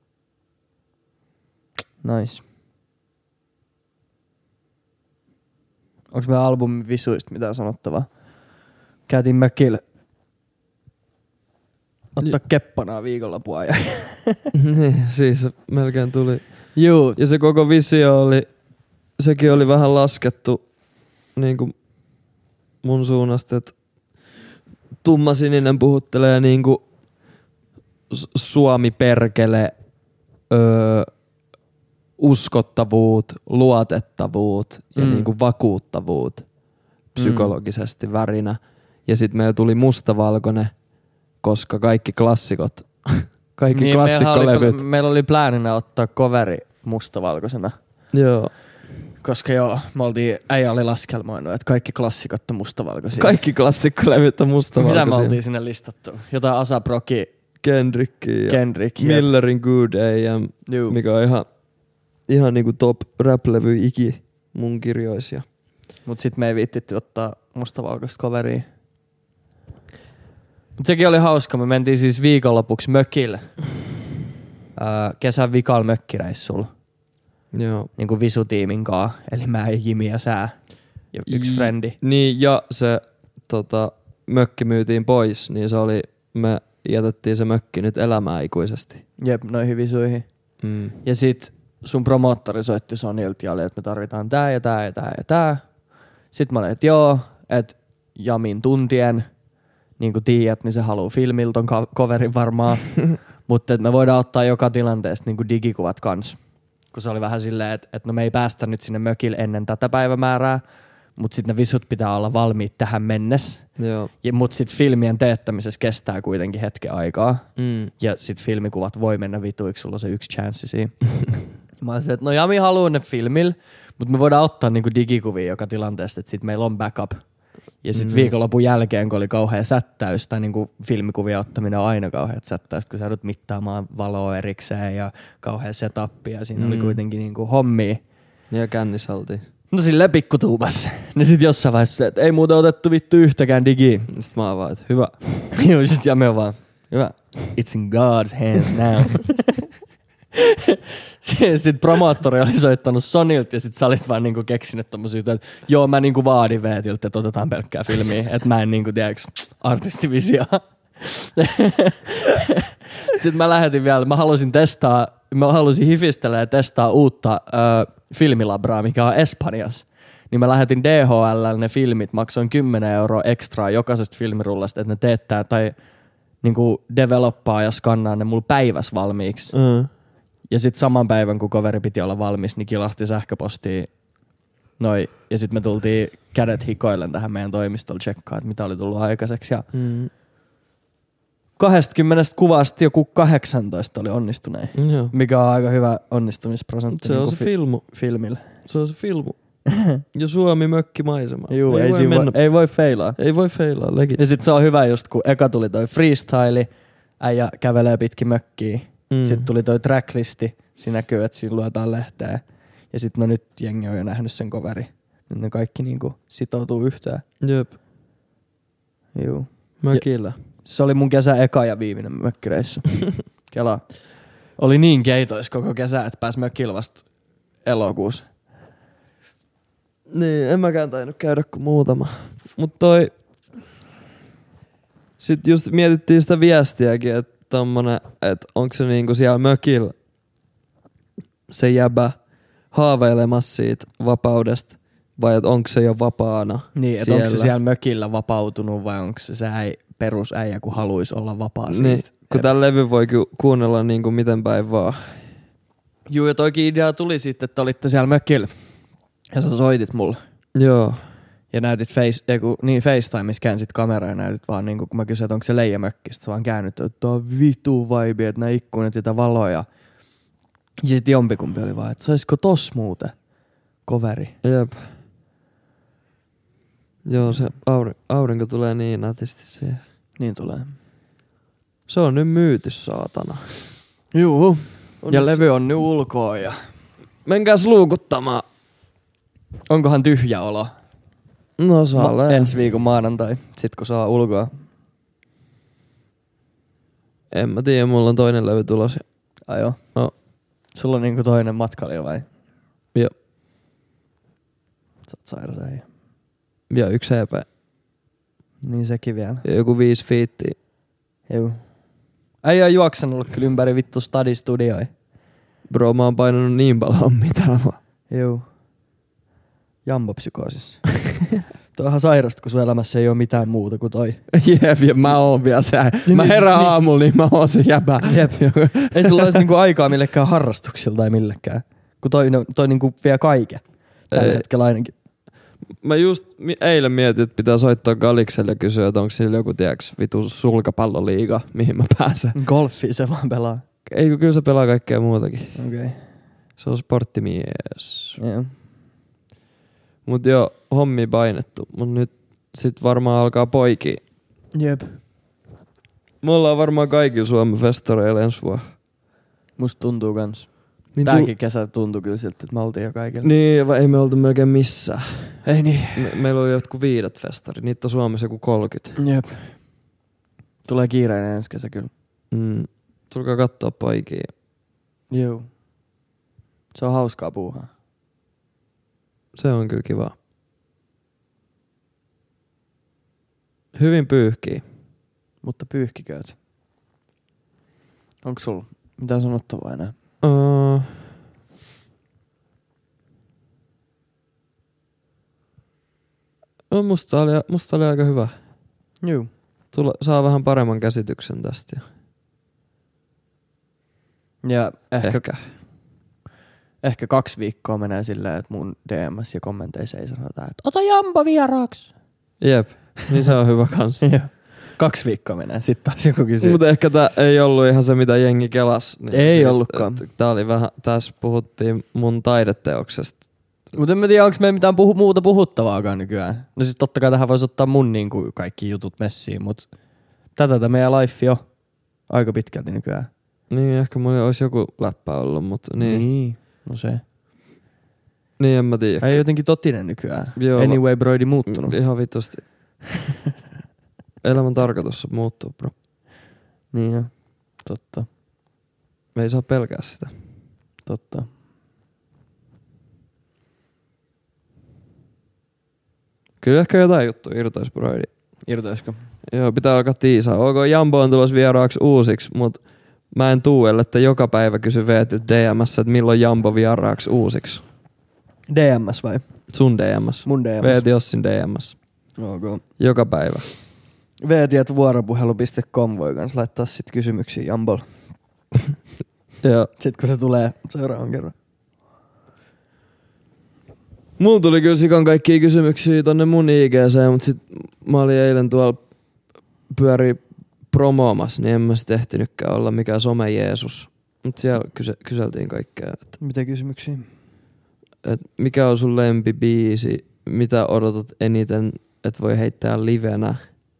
A: Nice. Onks meidän albumin visuista mitään sanottavaa? Käytiin mökillä ottaa keppanaa viikonlopun ajan.
B: Niin, siis melkein tuli.
A: Juu.
B: Ja se koko visio oli, sekin oli vähän laskettu niinku mun suunnasta, että tummasininen puhuttelee niinku S- Suomi perkele, öö, uskottavuut, luotettavuut ja
A: Mm.
B: niinku vakuuttavuut psykologisesti värinä. Ja sit meillä tuli mustavalkoinen, koska kaikki klassikot, kaikki
A: Niin,
B: klassikkolevyt.
A: meillä oli, meillä oli plääninä ottaa coveri mustavalkoisena.
B: Joo.
A: Koska joo, me oltiin, äijä oli laskelmoinut, että kaikki klassikot on mustavalkoisia.
B: Kaikki klassikkolevyt on mustavalkoisia.
A: Mitä me oltiin sinne listattu? Jotain A$ap Rocki,
B: Kendrickia ja
A: Kendrick. jep.
B: Millerin Good A M,
A: Juu.
B: mikä on ihan, ihan niinku top rap-levy iki mun kirjoissa.
A: Mut sit me ei viittitty ottaa mustavalkoista coveria. Mut sekin oli hauska. Me mentiin siis viikonlopuksi mökille. Öö, kesän vikal mökkireissulla.
B: Joo.
A: Niinku visutiimin kaa. Eli mä, Jimi ja sää. Ja yksi
B: I-
A: frendi.
B: Niin, ja se tota, mökki myytiin pois, niin se oli, me jätettiin se mökki nyt elämään ikuisesti.
A: Jep, noihin visuihin.
B: Mm.
A: Ja sit sun promoottori soitti Sonilta ja oli, että me tarvitaan tää ja tää ja tää ja tää. Sitten mä olin, että joo, että Jamin tuntien, niin kuin tiedät, niin se haluu filmillä ton coverin varmaan. Mutta me voidaan ottaa joka tilanteesta niin kuin digikuvat kans. Kun se oli vähän silleen, että, että no me ei päästä nyt sinne mökille ennen tätä päivämäärää, mutta sitten ne visut pitää olla valmiit tähän mennessä.
B: Joo.
A: Mutta sitten filmien teettämisessä kestää kuitenkin hetken aikaa.
B: Mm.
A: Ja sitten filmikuvat voi mennä vituiksi, sulla on se yksi chanssi siinä. Mä olisin, että no Jami haluaa ne filmillä, mutta me voidaan ottaa niinku digikuvia joka tilanteesta, että sitten meillä on backup. Ja sitten mm. viikonlopun jälkeen, kun oli kauhea sättäys, tai niinku filmikuvia ottaminen on aina kauheat sättäys, kun sä joudut mittaamaan valoa erikseen ja kauhea setup, ja siinä mm. oli kuitenkin niinku hommia.
B: Ja kännissä oltiin.
A: No silleen pikkutuumassa. Ne sit jossain vaiheessa, että ei muuten otettu vittu yhtäkään digiä.
B: Sitten mä oon vaan, että hyvä.
A: Joo, sit Jami on vaan, hyvä. It's in God's hands now. Sitten promoottori oli soittanut Sonilta ja sit sä olit vaan niinku keksinyt tommosia, että joo mä niinku vaadin Veetiltä, että otetaan pelkkää filmiä, että mä en niinku tiedäks artistivisiaa. Sitten mä lähetin vielä, mä halusin testaa, mä halusin hifistellä ja testaa uutta ö, filmilabraa, mikä on Espanjassa. Niin mä lähetin D H L ne filmit, maksoin kymmenen euroa ekstraa jokaisesta filmirullasta, että ne teettää tai niinku developpaa ja skannaa ne mulla päivässä valmiiksi.
B: Mm.
A: Ja sitten saman päivän, kun coveri piti olla valmis, niin kilahti sähköpostiin noi. Ja sitten me tultiin kädet hikoillen tähän meidän toimistolle tsekkaan, että mitä oli tullut aikaiseksi. Ja
B: Mm.
A: kaksikymmentä kuvasta joku kahdeksantoista oli onnistuneen,
B: Joo.
A: mikä on aika hyvä onnistumisprosentti.
B: Se on
A: niin
B: se
A: fi-
B: filmu.
A: filmillä.
B: Se on se filmu. Ja Suomi mökkimaisema.
A: Juu, ei,
B: ei,
A: ei,
B: voi
A: voi, ei voi feilaa.
B: ei voi feilaa, legit.
A: Ja sitten se on hyvä just, kun eka tuli toi freestyle, äijä kävelee pitkin mökkiä.
B: Mm.
A: Sitten tuli toi tracklisti, siinä näkyy, että siinä luetaan lehteä. Ja sitten no nyt jengi on jo nähnyt sen coveri. Nyt ne kaikki niinku sitoutuu yhteen.
B: Jep.
A: Juu.
B: Mökillä.
A: Se oli mun kesä eka ja viimeinen mökkireissu. Kela. Oli niin keitois koko kesä, että pääsi mökillä vasta elokuussa.
B: Niin, en mäkään tainnut käydä kuin muutama. Mut toi... Sitten just mietittiin sitä viestiäkin, että tommonen, että onko se niinku siellä mökillä se jäbä haaveilemassa siitä vapaudesta vai että onko se jo vapaana
A: Niin, että onko se siellä mökillä vapautunut vai onko se se äi, perusäijä, kun haluaisi olla vapaa siitä.
B: Niin, kun tän levy voi ku- kuunnella niinku miten päin vaan.
A: Juu, ja toikin idea tuli sitten, että olitte siellä mökillä ja sä soitit mulle.
B: Joo.
A: Ja näytit face, eiku, niin FaceTimeissa käänsit kameraa ja näytit vaan niinku, kun mä kysyin, että onko se leijamökki, sit vaan käännyt, että tää on vitu vibe, että nää ikkunat ja tää valoja. Ja sit jompikumpi oli vaan, että saisiko tossa muuten coveri?
B: Jep. Joo, se auri, aurinko tulee niin nätisti siihen.
A: Niin tulee.
B: Se on nyt myyty, saatana.
A: Juu.
B: Onneksi.
A: Ja levy on nyt ulkoa ja...
B: Menkääs luukuttamaan.
A: Onkohan tyhjä olo?
B: No saa
A: Ma- ensi viikon maanantai, sit kun saa ulkoa.
B: En mä tiedä, mulla on toinen levy tulossa.
A: Ai joo?
B: No.
A: Sulla on niinku toinen matkailija vai?
B: Joo.
A: Sä oot sairas äijä.
B: Ja yksi E P.
A: Niin sekin vielä.
B: Ja joku viisi fiittiä.
A: Juu. Äijä on juoksenut kyllä ympäri vittu stadistudiooi.
B: Bro, mä oon painanut niin paljon hommia tällä vaan.
A: Juu. Jambopsykoosis. Toi on ihan sairasta, kun sun elämässä ei oo mitään muuta kuin toi.
B: Jep, ja mä oon vielä se.
A: Niin,
B: Mä herään
A: niin.
B: aamulla, niin mä oon se jäbä.
A: Jep. Ei sulla olisi niinku aikaa millekään harrastuksilla tai millekään. Kun toi, toi niinku vie kaiken. Tällä
B: Ei.
A: hetkellä ainakin.
B: Mä just mi- eilen mietin, että pitää soittaa Galikselle ja kysyä, että onko sillä joku, tiiäks, vitu sulkapalloliiga, mihin mä pääsen.
A: Golfia se vaan pelaa.
B: Ei, kun kyllä se pelaa kaikkea muutakin.
A: Okei. Okay.
B: Se on sporttimies.
A: Yeah.
B: Mut joo, hommi painettu. Mut nyt sit varmaan alkaa poikia.
A: Jep.
B: Me ollaan varmaan kaikilla Suomen festareilla ensi vuonna.
A: Musta tuntuu kans.
B: Niin
A: Tääkin tu- kesä tuntui kyllä siltä, että me oltiin jo kaikilla.
B: Niin, vai ei me oltu melkein missään.
A: Ei niin.
B: Me- meillä oli jotkut viidet festarit. Niitä on Suomessa joku kolmekymmentä.
A: Jep. Tulee kiireinen ensi kesä kyllä.
B: Mm. Tulkaa kattoo poikia.
A: Juu. Se on hauskaa puuhaa.
B: Se on kyllä kiva. Hyvin pyyhkii.
A: Mutta pyyhkikööt. Onko sulla mitä sanottavaa enää?
B: Uh, no musta oli, musta oli aika hyvä.
A: Juu.
B: Tulla, saa vähän paremman käsityksen tästä.
A: Ja ehkä,
B: Ehkä.
A: ehkä kaksi viikkoa menee silleen, että mun D M:ssä ja kommenteissa ei sanota, että ota Jambo vieraaksi.
B: Jep, niin se on hyvä kans.
A: Kaksi viikkoa menee, sit taas joku kysyy.
B: Mutta ehkä tää ei ollut ihan se, mitä jengi kelas. Niin
A: Ei
B: sit,
A: ollutkaan.
B: et, tää oli vähän, tässä puhuttiin mun taideteoksesta.
A: Mutta en mä tiedä, onko meillä mitään puhu, muuta puhuttavaakaan nykyään. No siis totta kai tähän voisi ottaa mun niinku kaikki jutut messiin, mutta tätä tämä meidän life on aika pitkälti nykyään.
B: Niin, ehkä mulla olisi joku läppä ollut, mutta niin. Niin,
A: niin. No se.
B: niin en mä tiedä.
A: Ei jotenkin totinen nykyään.
B: Joo,
A: Anyway, broidi muuttunut.
B: Ihan vitusti. Elämän tarkoitus muuttuu, bro.
A: Niin jo. Totta.
B: Me ei saa pelkää sitä.
A: Totta.
B: Kyllä ehkä jotain juttua irtois, broidi.
A: Irtoisiko?
B: Joo, pitää alkaa tiisaa. Ok, Jambo on tulossa vieraaksi uusiksi, mut mä en tuu, että joka päivä kysy Veetiltä D M:ssä, että milloin Jambo vieraaksi uusiksi.
A: D M S vai?
B: Sun D M:ssä.
A: Mun D M S.
B: Veeti Ossin D M:ssä.
A: Ok.
B: Joka päivä.
A: veeti at vuoropuhelu piste com voi kans laittaa sit kysymyksiä Jambolla.
B: Joo.
A: Sit kun se tulee seuraavan kerran.
B: Mulla tuli kyllä sikan kaikkia kysymyksiä tonne mun I G C, mut sit mä olin eilen tuolla pyöri promoomassa, niin en mä sit ehtinytkään olla mikään some-Jeesus. Mut siellä kyse, kyseltiin kaikkea. Et,
A: Mitä kysymyksiä?
B: et mikä on sun lempibiisi? Mitä odotat eniten, että voi heittää livenä?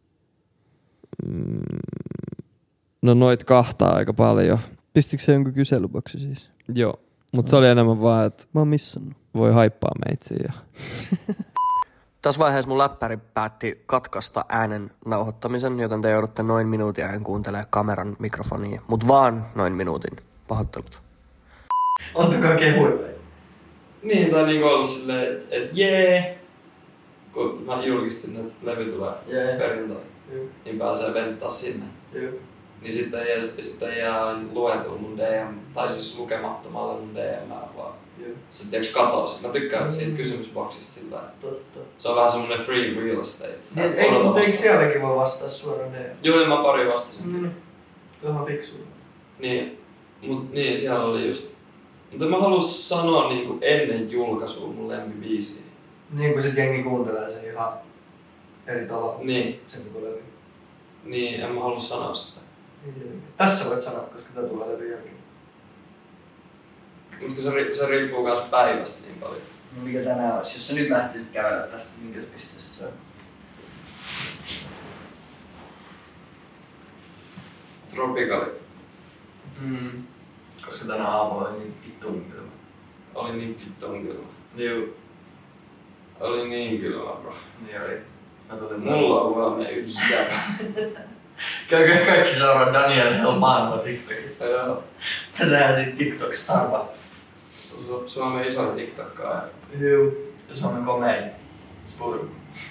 B: Mm, no noit kahtaa aika paljon.
A: Pistikö se jonkun kyselyboksi siis?
B: Joo. Mut se oli enemmän vaan, että
A: Mä oon missannut.
B: voi haippaa meitä ja...
A: Tässä vaiheessa mun läppäri päätti katkaista äänen nauhoittamisen, joten te joudutte noin minuutin ajan kuuntelemaan kameran mikrofonia. Mut vaan noin minuutin. Pahoittelut. Antakaa kehuille.
B: Niin, tai niinku olla silleen, että et, jee! Kun mä julkistin, että levy tulee
A: Jee.
B: perjantai,
A: Juu.
B: niin pääsee venttaa sinne.
A: Joo.
B: Niin sitten ei, sitten ei jää luetulla mun D M, tai siis lukemattomalla mun D M, vaan
A: Joo.
B: se tiiäks katosi. Mä tykkään siitä kysymysboksista sillä lailla.
A: Totta.
B: Se on vähän semmonen free real estate. Sä et
A: Ei,
B: odota
A: mutta eikö
B: vasta-
A: sielläkin voi vastaa suoraan ne?
B: Joo, mä pari vastasin.
A: Mm. Ihan fiksu.
B: Niin, mut niin, siellä oli just. Mutta mä halus sanoa niinku ennen julkaisua mun lempibiisiä.
A: Niin kuin sit jengi kuuntelee sen ihan eri tavalla.
B: Niin,
A: Sen koko levy.
B: niin, en mä halua sanoa sitä.
A: Tässä voit sanoa, koska tää tulee levy jälkeen.
B: Mutta se, ri- se riippuu myös päivästä niin paljon.
A: No mikä tänään olisi? Jos sä nyt lähtisit kävellä tästä, minkä pisteestä se on?
B: Tropikali.
A: Mm. Koska tänä aamulla oli niin vittun kylmä.
B: Oli niin vittuun kylmä.
A: Joo.
B: Oli niin kylmä, bro.
A: Niin oli. Mä tulin
B: Mulla on huomioon yskä.
A: Käykää kaikki seuraa Daniel Helmaanoa TikTokissa.
B: Joo.
A: Tätähän sit TikTok-starva.
B: Su- Suomen isoin TikTokkaaja.
A: Joo. Ja Suomen komein. Spurg.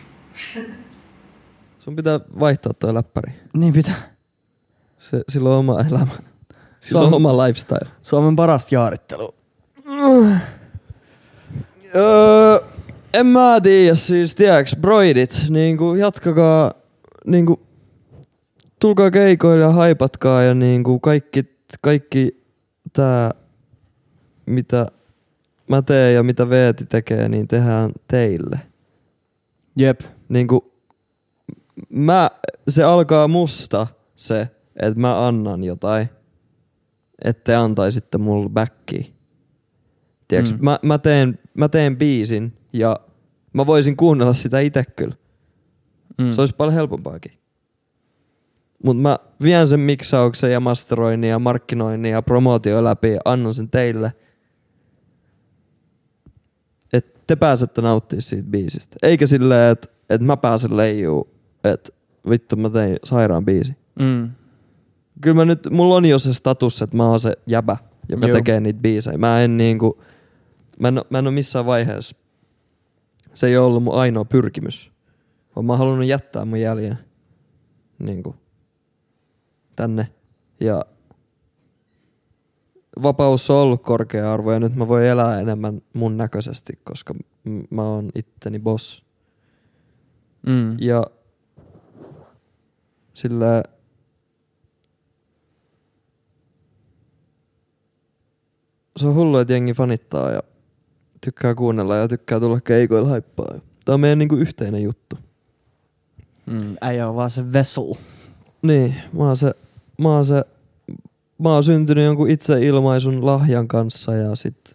B: Sun pitää vaihtaa toi läppäri.
A: Niin pitää.
B: Se, sillä on oma elämä. Sillä on
A: Suom-
B: oma lifestyle.
A: Suomen parasta jaarittelua.
B: Öö, en mä tiedä, siis tiedäks, broidit, niinku jatkakaa, niinku tulkaa keikoille ja haipatkaa ja niinku kaikki, kaikki tää, mitä mä teen ja mitä Veeti tekee, niin tehdään teille.
A: Jep.
B: Niinku, mä, se alkaa musta se, että mä annan jotain, että te antaisitte mulle backia. Tiedätkö,
A: Mm.
B: mä, mä, teen, mä teen biisin ja mä voisin kuunnella sitä itse kyllä.
A: Mm.
B: Se olisi paljon helpompaakin. Mut mä vien sen miksauksen ja masteroinnin ja markkinoinnin ja promootio läpi ja annan sen teille. Että te pääsette nauttimaan siitä biisistä. Eikä silleen, että et mä pääsen leijuu, että vittu mä tein sairaan biisi.
A: Mm.
B: Kyllä mä nyt, mulla on jo se status, että mä oon se jäbä, joka
A: Joo.
B: tekee niitä biisejä. Mä en niinku, mä en, mä en oo missään vaiheessa, se ei oo ollut mun ainoa pyrkimys. Vaan mä oon halunnut jättää mun jäljen. niinku tänne. Ja vapaus on ollut korkea arvo ja nyt mä voin elää enemmän mun näköisesti, koska m- mä oon itteni boss.
A: Mm.
B: Ja sillä se on hullu, että jengi fanittaa ja tykkää kuunnella ja tykkää tulla keikoilla haippaa. Tää on meidän niinku yhteinen juttu.
A: Mm. Äijä on vaan se vessel.
B: Niin, mä oon se, mä oon se, mä oon syntynyt jonkun itseilmaisun lahjan kanssa ja sit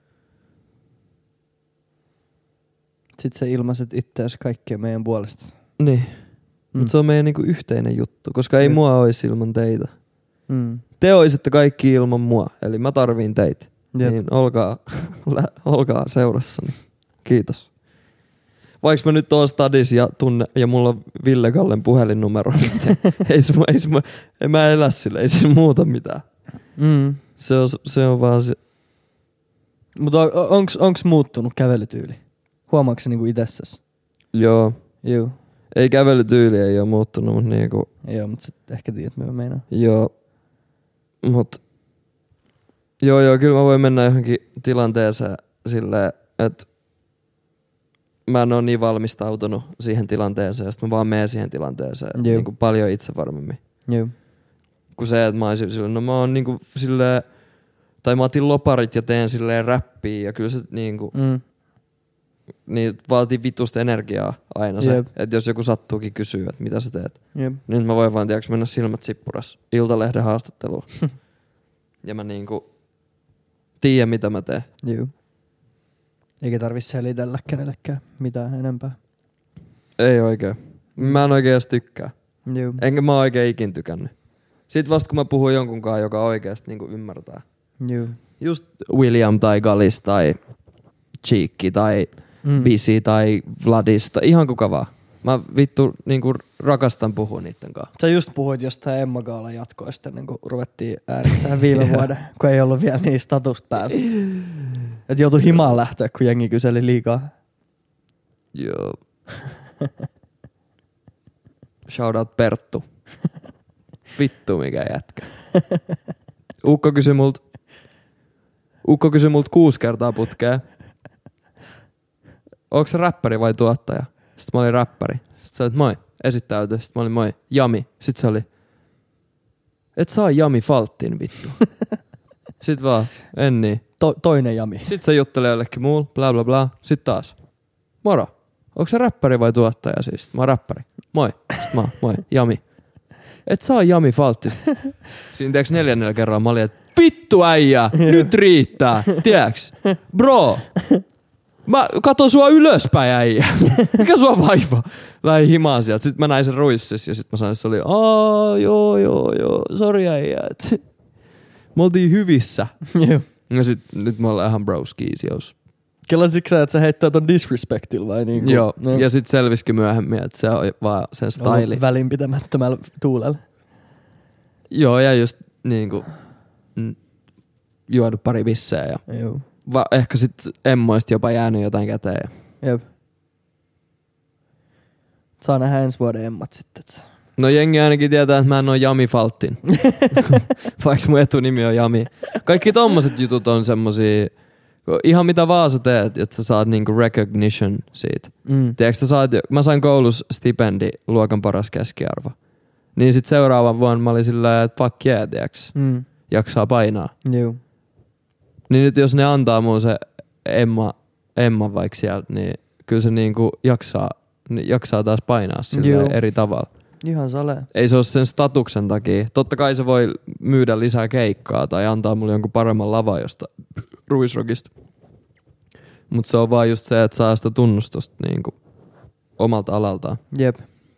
A: Sit sä ilmaiset itseäsi kaikkien meidän puolesta.
B: niin.
A: Mm.
B: Mutta se on meidän niinku yhteinen juttu, koska ei
A: Mm.
B: mua ois ilman teitä.
A: Mm.
B: Te oisitte kaikki ilman mua, eli mä tarviin teitä.
A: Jep.
B: Niin olkaa, olkaa seurassani. Kiitos. Vaikka mä nyt oon stadis ja tunne, ja mulla on Ville Kallen puhelinnumero, niin ei, se, ei, se, ei mä elä sille, ei se muuta mitään.
A: Mm.
B: Se on, se on vaan se.
A: Mutta on, onks, onks muuttunut kävelytyyli? Huomaatko se niinku itsessäsi?
B: Joo.
A: Joo.
B: Ei kävelytyyli ei oo muuttunut, mutta niinku.
A: Joo, mutta sä ehkä tiedät, mitä mä meinaan.
B: Joo. Mut. Joo joo, kyllä mä voin mennä johonkin tilanteeseen silleen, että mä en oo niin valmistautunut siihen tilanteeseen, sit mä vaan menen siihen tilanteeseen
A: Joo.
B: niinku paljon itsevarmemmin.
A: Joo.
B: Kuin se, että mä olisin silleen, no mä oon niinku silleen, tai mä otin loparit ja teen silleen räppiä ja kyllä se niinku,
A: Mm.
B: niin vaatii vitusta energiaa aina se,
A: Jep.
B: että jos joku sattuukin kysyä, että mitä sä teet.
A: Jep.
B: Niin mä voin vaan tiedätkö mennä silmät sippuras Iltalehden haastatteluun. Ja mä niinku tiedän mitä mä teen.
A: Joo. Eikä tarvi selitellä kenellekään mitään enempää.
B: Ei oikein. Mä en oikein edes tykkää.
A: Joo.
B: Enkä mä oikein ikin tykännyt. Sitten vasta kun mä puhun jonkunkaan, joka oikeasti niinku ymmärtää.
A: Joo.
B: Just William tai Galis tai Cheekki tai
A: Mm.
B: Bisi tai Vladista. Ihan kuka vaan. Mä vittu niinku rakastan puhua niitten kanssa.
A: Sä just puhuit jostain Emma Gaalan jatkoista ennen kuin ruvettiin äänittämään viime vuoden, kun ei ollut vielä niin statusta päällä. Et joutui himaan lähteä, kun jengi kyseli liikaa.
B: Joo. Shout out Perttu. Vittu mikä jätkä. Ukko kysyi mult, Ukko kysyi mult kuusi kertaa putkeen. Onko se räppäri vai tuottaja? Sitten mä olin räppäri. Sitten se oli, että moi, esittäytyi. Sitten mä olin moi, Jami. Sitten se oli, et saa Jami Falttiin vittu. Sitten vaan, en niin.
A: To- toinen Jami.
B: Sitten se juttelee jollekin muulle, bla bla bla. Sitten taas, moro. Onko se räppäri vai tuottaja siis? Mä oon räppäri. Moi. Sitten mä oon, moi, Jami. Et saa Jami Falttista. Siinä tiiäks neljännellä kerralla mä olin, että vittu äijää, nyt riittää. Tiiäks? Bro. Mä katon sua ylöspäin äijä. Mikä sua vaiva? Lähin himaan sieltä. Sitten mä näin sen ruissis ja sit mä sanoin, että se oli aa joo joo joo, sori äijä. Me oltiin hyvissä.
A: Joo.
B: Ja sit nyt me ollaan ihan broskiis, jos.
A: Kelasitko sä, että sä heittää ton disrespectilla vai niinku?
B: Joo,
A: No.
B: ja sit selvisikin myöhemmin, että se on vaan sen staili.
A: Ollut välinpitämättömällä tuulella.
B: Joo, ja just niinku mm, juonut pari bissejä ja
A: Joo.
B: va, ehkä sit emmoista jopa jäänyt jotain käteen.
A: Jep. Saa nähdä ensi vuoden emmat sitten.
B: No jengi ainakin tietää, että mä en oo Jami Faltin. Vaikka mun etunimi on Jami. Kaikki tommoset jutut on semmosia, ihan mitä vaan sä teet, että sä saat niinku recognition siitä.
A: Mm.
B: Tiedätkö, sä saat, mä sain koulussa stipendi, luokan paras keskiarvo. Niin sit seuraavan vuonna mä olin silleen, että fuck yeah, tiedätkö,
A: Mm.
B: jaksaa painaa.
A: Joo.
B: Niin nyt jos ne antaa mun se Emma, Emma vaikka sieltä, niin kyllä se niinku jaksaa, niin jaksaa taas painaa silleen eri tavalla.
A: Ihan sale.
B: Ei se ole sen statuksen takia. Totta kai se voi myydä lisää keikkaa tai antaa mulle jonkun paremman lava josta Ruisrockista. Mut se on vaan just se, että saa sitä tunnustusta niinku omalta alaltaan.
A: Jep.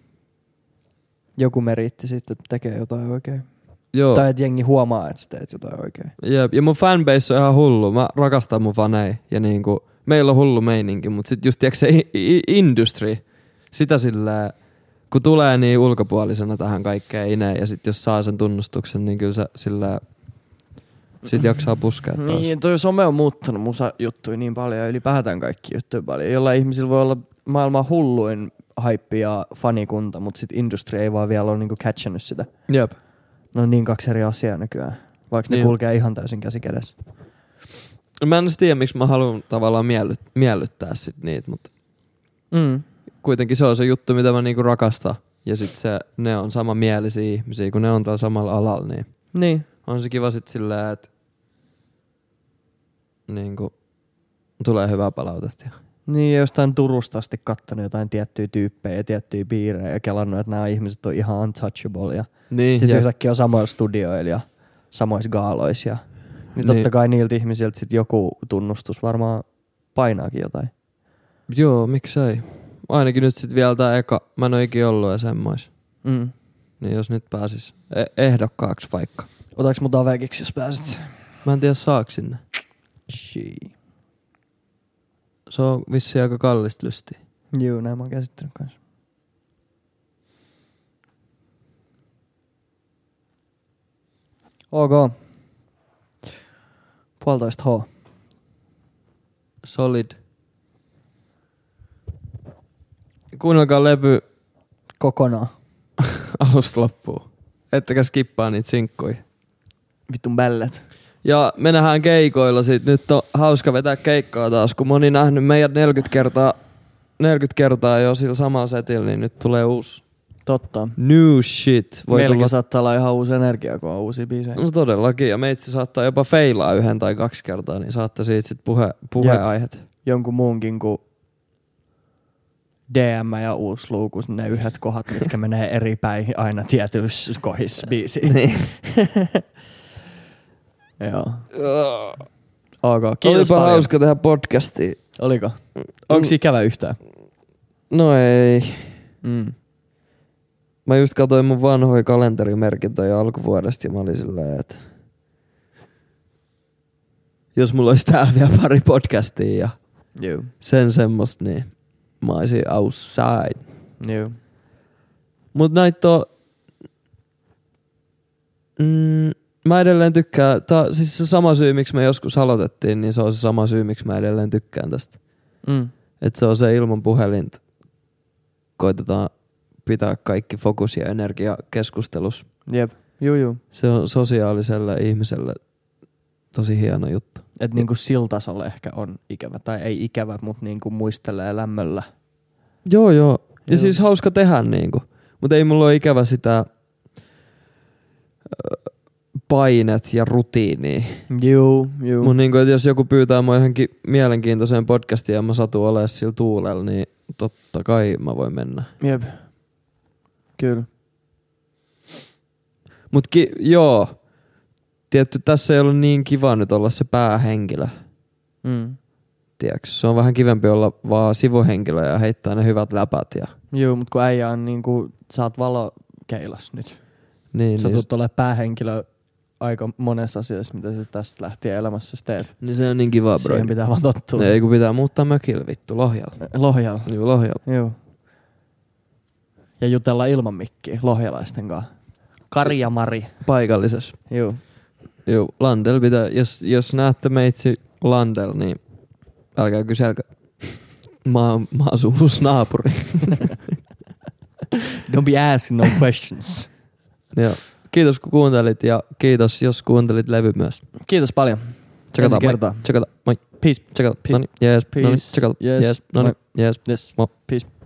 A: Joku meriitti sitten, että tekee jotain oikein.
B: Joo.
A: Tai että jengi huomaa, että sä teet jotain oikein.
B: Jep. Ja mun fanbase on ihan hullu. Mä rakastan mun faneja ja niinku, meillä on hullu meininki, mut sit just tiiäks se i- i- industry, sitä silleen, kun tulee niin ulkopuolisena tähän kaikkeen ineen ja sit jos saa sen tunnustuksen, niin kyllä se silleen, sit jaksaa puskea taas.
A: Niin, toi some on muuttanut musa juttuja niin paljon ja ylipäätään kaikki juttuja paljon. Jollain ihmisillä voi olla maailman hulluin haippi ja fanikunta, mutta sit industry ei vaan vielä ole niinku catchannut sitä.
B: Jep.
A: No niin kaksi eri asiaa nykyään, vaikka
B: Niin.
A: ne kulkee ihan täysin käsi kädessä.
B: Mä en edes tiedä, miksi mä haluan tavallaan miellyt, miellyttää sit niitä, mutta
A: Mm.
B: kuitenkin se on se juttu, mitä mä niinku rakastan. Ja sit se, ne on samanmielisiä ihmisiä, kun ne on täällä samalla alalla, niin
A: Niin.
B: on se kiva sit silleen, että niinku tulee hyvää palautetta.
A: Niin, ja jostain Turusta asti kattonut jotain tiettyjä tyyppejä ja tiettyjä piirejä ja kelannut, että nämä ihmiset on ihan untouchable. Ja
B: Niin,
A: sitten
B: jep.
A: yhtäkkiä on samoilla studioilla ja samoissa gaaloissa. Ja niin
B: Niin.
A: totta kai niiltä ihmisiltä sit joku tunnustus varmaan painaakin jotain.
B: Joo, miksei. Ainakin nyt sit vielä tää eka. Mä en oo ikin ollut ja semmois.
A: Mm.
B: Niin jos nyt pääsis e- ehdokkaaksi vaikka.
A: Otaks mut avekiksi, jos pääset?
B: Mä en tiedä saaks sinne.
A: Shii.
B: Se on vissiin aika kallista lystiä.
A: Juu, näin mä oon käsittänyt kanssa. Ok. Puolitoista H.
B: Solid. Kuunnelkaa levy
A: Kokonaan.
B: alusta loppuun. Ettekä skippaa niitä sinkkuja.
A: Vittun bället.
B: Ja me nähdään keikoilla sit. Nyt on hauska vetää keikkaa taas, kun moni nähnyt meidät neljäkymmentä kertaa, neljäkymmentä kertaa jo sillä samalla setillä, niin nyt tulee uusi
A: Totta.
B: new shit. Voi
A: Meilläkin
B: tulla...
A: saattaa olla ihan uusi energia, kun on uusia biisejä.
B: No todellakin, ja meitsi saattaa jopa feilaa yhden tai kaksi kertaa, niin saatte siitä sit puhe, puheaiheet.
A: Jonkun muunkin kuin D M ja uusi luukus, ne yhdet kohdat, mitkä menee eri päin aina tietyissä kohdissa biisiin.
B: Niin.
A: Joo. Ok, kiitos
B: Olipa
A: paljon.
B: hauska tehdä podcastia.
A: Oliko? Onko
B: Mm.
A: ikävä yhtään?
B: No ei.
A: Mm.
B: Mä just katsoin mun vanhoja kalenterimerkintöjä alkuvuodesta ja mä olin silleen, että jos mulla olisi täällä vielä pari podcastia ja
A: Joo.
B: sen semmoista, niin mä olisin outside.
A: Joo.
B: Mut näitä on... Mm, mä edelleen tykkään, tää, siis se sama syy, miksi me joskus aloitettiin, niin se on se sama syy, miksi mä edelleen tykkään tästä.
A: Mm.
B: Että se on se ilman puhelinta. Koitetaan pitää kaikki fokus ja energia keskustelussa.
A: Jep. Juu, juu.
B: Se on sosiaaliselle ihmiselle tosi hieno juttu.
A: Et niinku sillä tasolla ehkä on ikävä. Tai ei ikävä, mutta niinku muistelee lämmöllä.
B: Joo, joo. Ja
A: Joo.
B: siis hauska tehdä niinku. Mutta ei mulla ole ikävä sitä ö, painet ja rutiinia.
A: Juu, juu.
B: Mut niinku, että jos joku pyytää mua johonkin mielenkiintoiseen podcastiin ja mä satun olemaan sillä tuulella, niin totta kai mä voin mennä.
A: Jep. Kyllä.
B: Mut ki- joo. Tietty, tässä ei ole niin kiva nyt olla se päähenkilö.
A: Mm.
B: Tiedätkö? Se on vähän kivempi olla vaan sivuhenkilö ja heittää ne hyvät läpät. Ja...
A: Juu, mut kun äijä on niinku, sä oot valokeilas nyt.
B: Niin,
A: Sä
B: niin,
A: tulet olemaan päähenkilö aika monessa asiassa, mitä sä tästä lähtien elämässä teet.
B: niin se on niin kiva, bro.
A: Siihen pitää vaan tottua.
B: Ei kun pitää muuttaa mökille vittu, Lohjalla.
A: Lohjalla.
B: Joo, Lohjalla.
A: Joo. Ja jutella ilman mikkiä lohjalaisten kanssa. Kari ja Mari.
B: Paikallisessa.
A: Joo.
B: Joo, Landel pitää, jos, jos näette meitsi Landel, niin älkää kyselkö. Mä oon, mä oon sun uusi naapuri.
A: Don't be asking no questions.
B: Joo. Kiitos kun kuuntelit ja kiitos jos kuuntelit levy myös.
A: Kiitos paljon.
B: Tsekataan,
A: Ensi
B: moi.
A: kertaa.
B: Tsekataan, moi.
A: Peace.
B: Tsekataan,
A: Peace.
B: noniin, jees,
A: Peace.
B: noniin, tsekataan,
A: Yes.
B: jees, noniin, jees,
A: Yes.
B: moi.
A: Peace.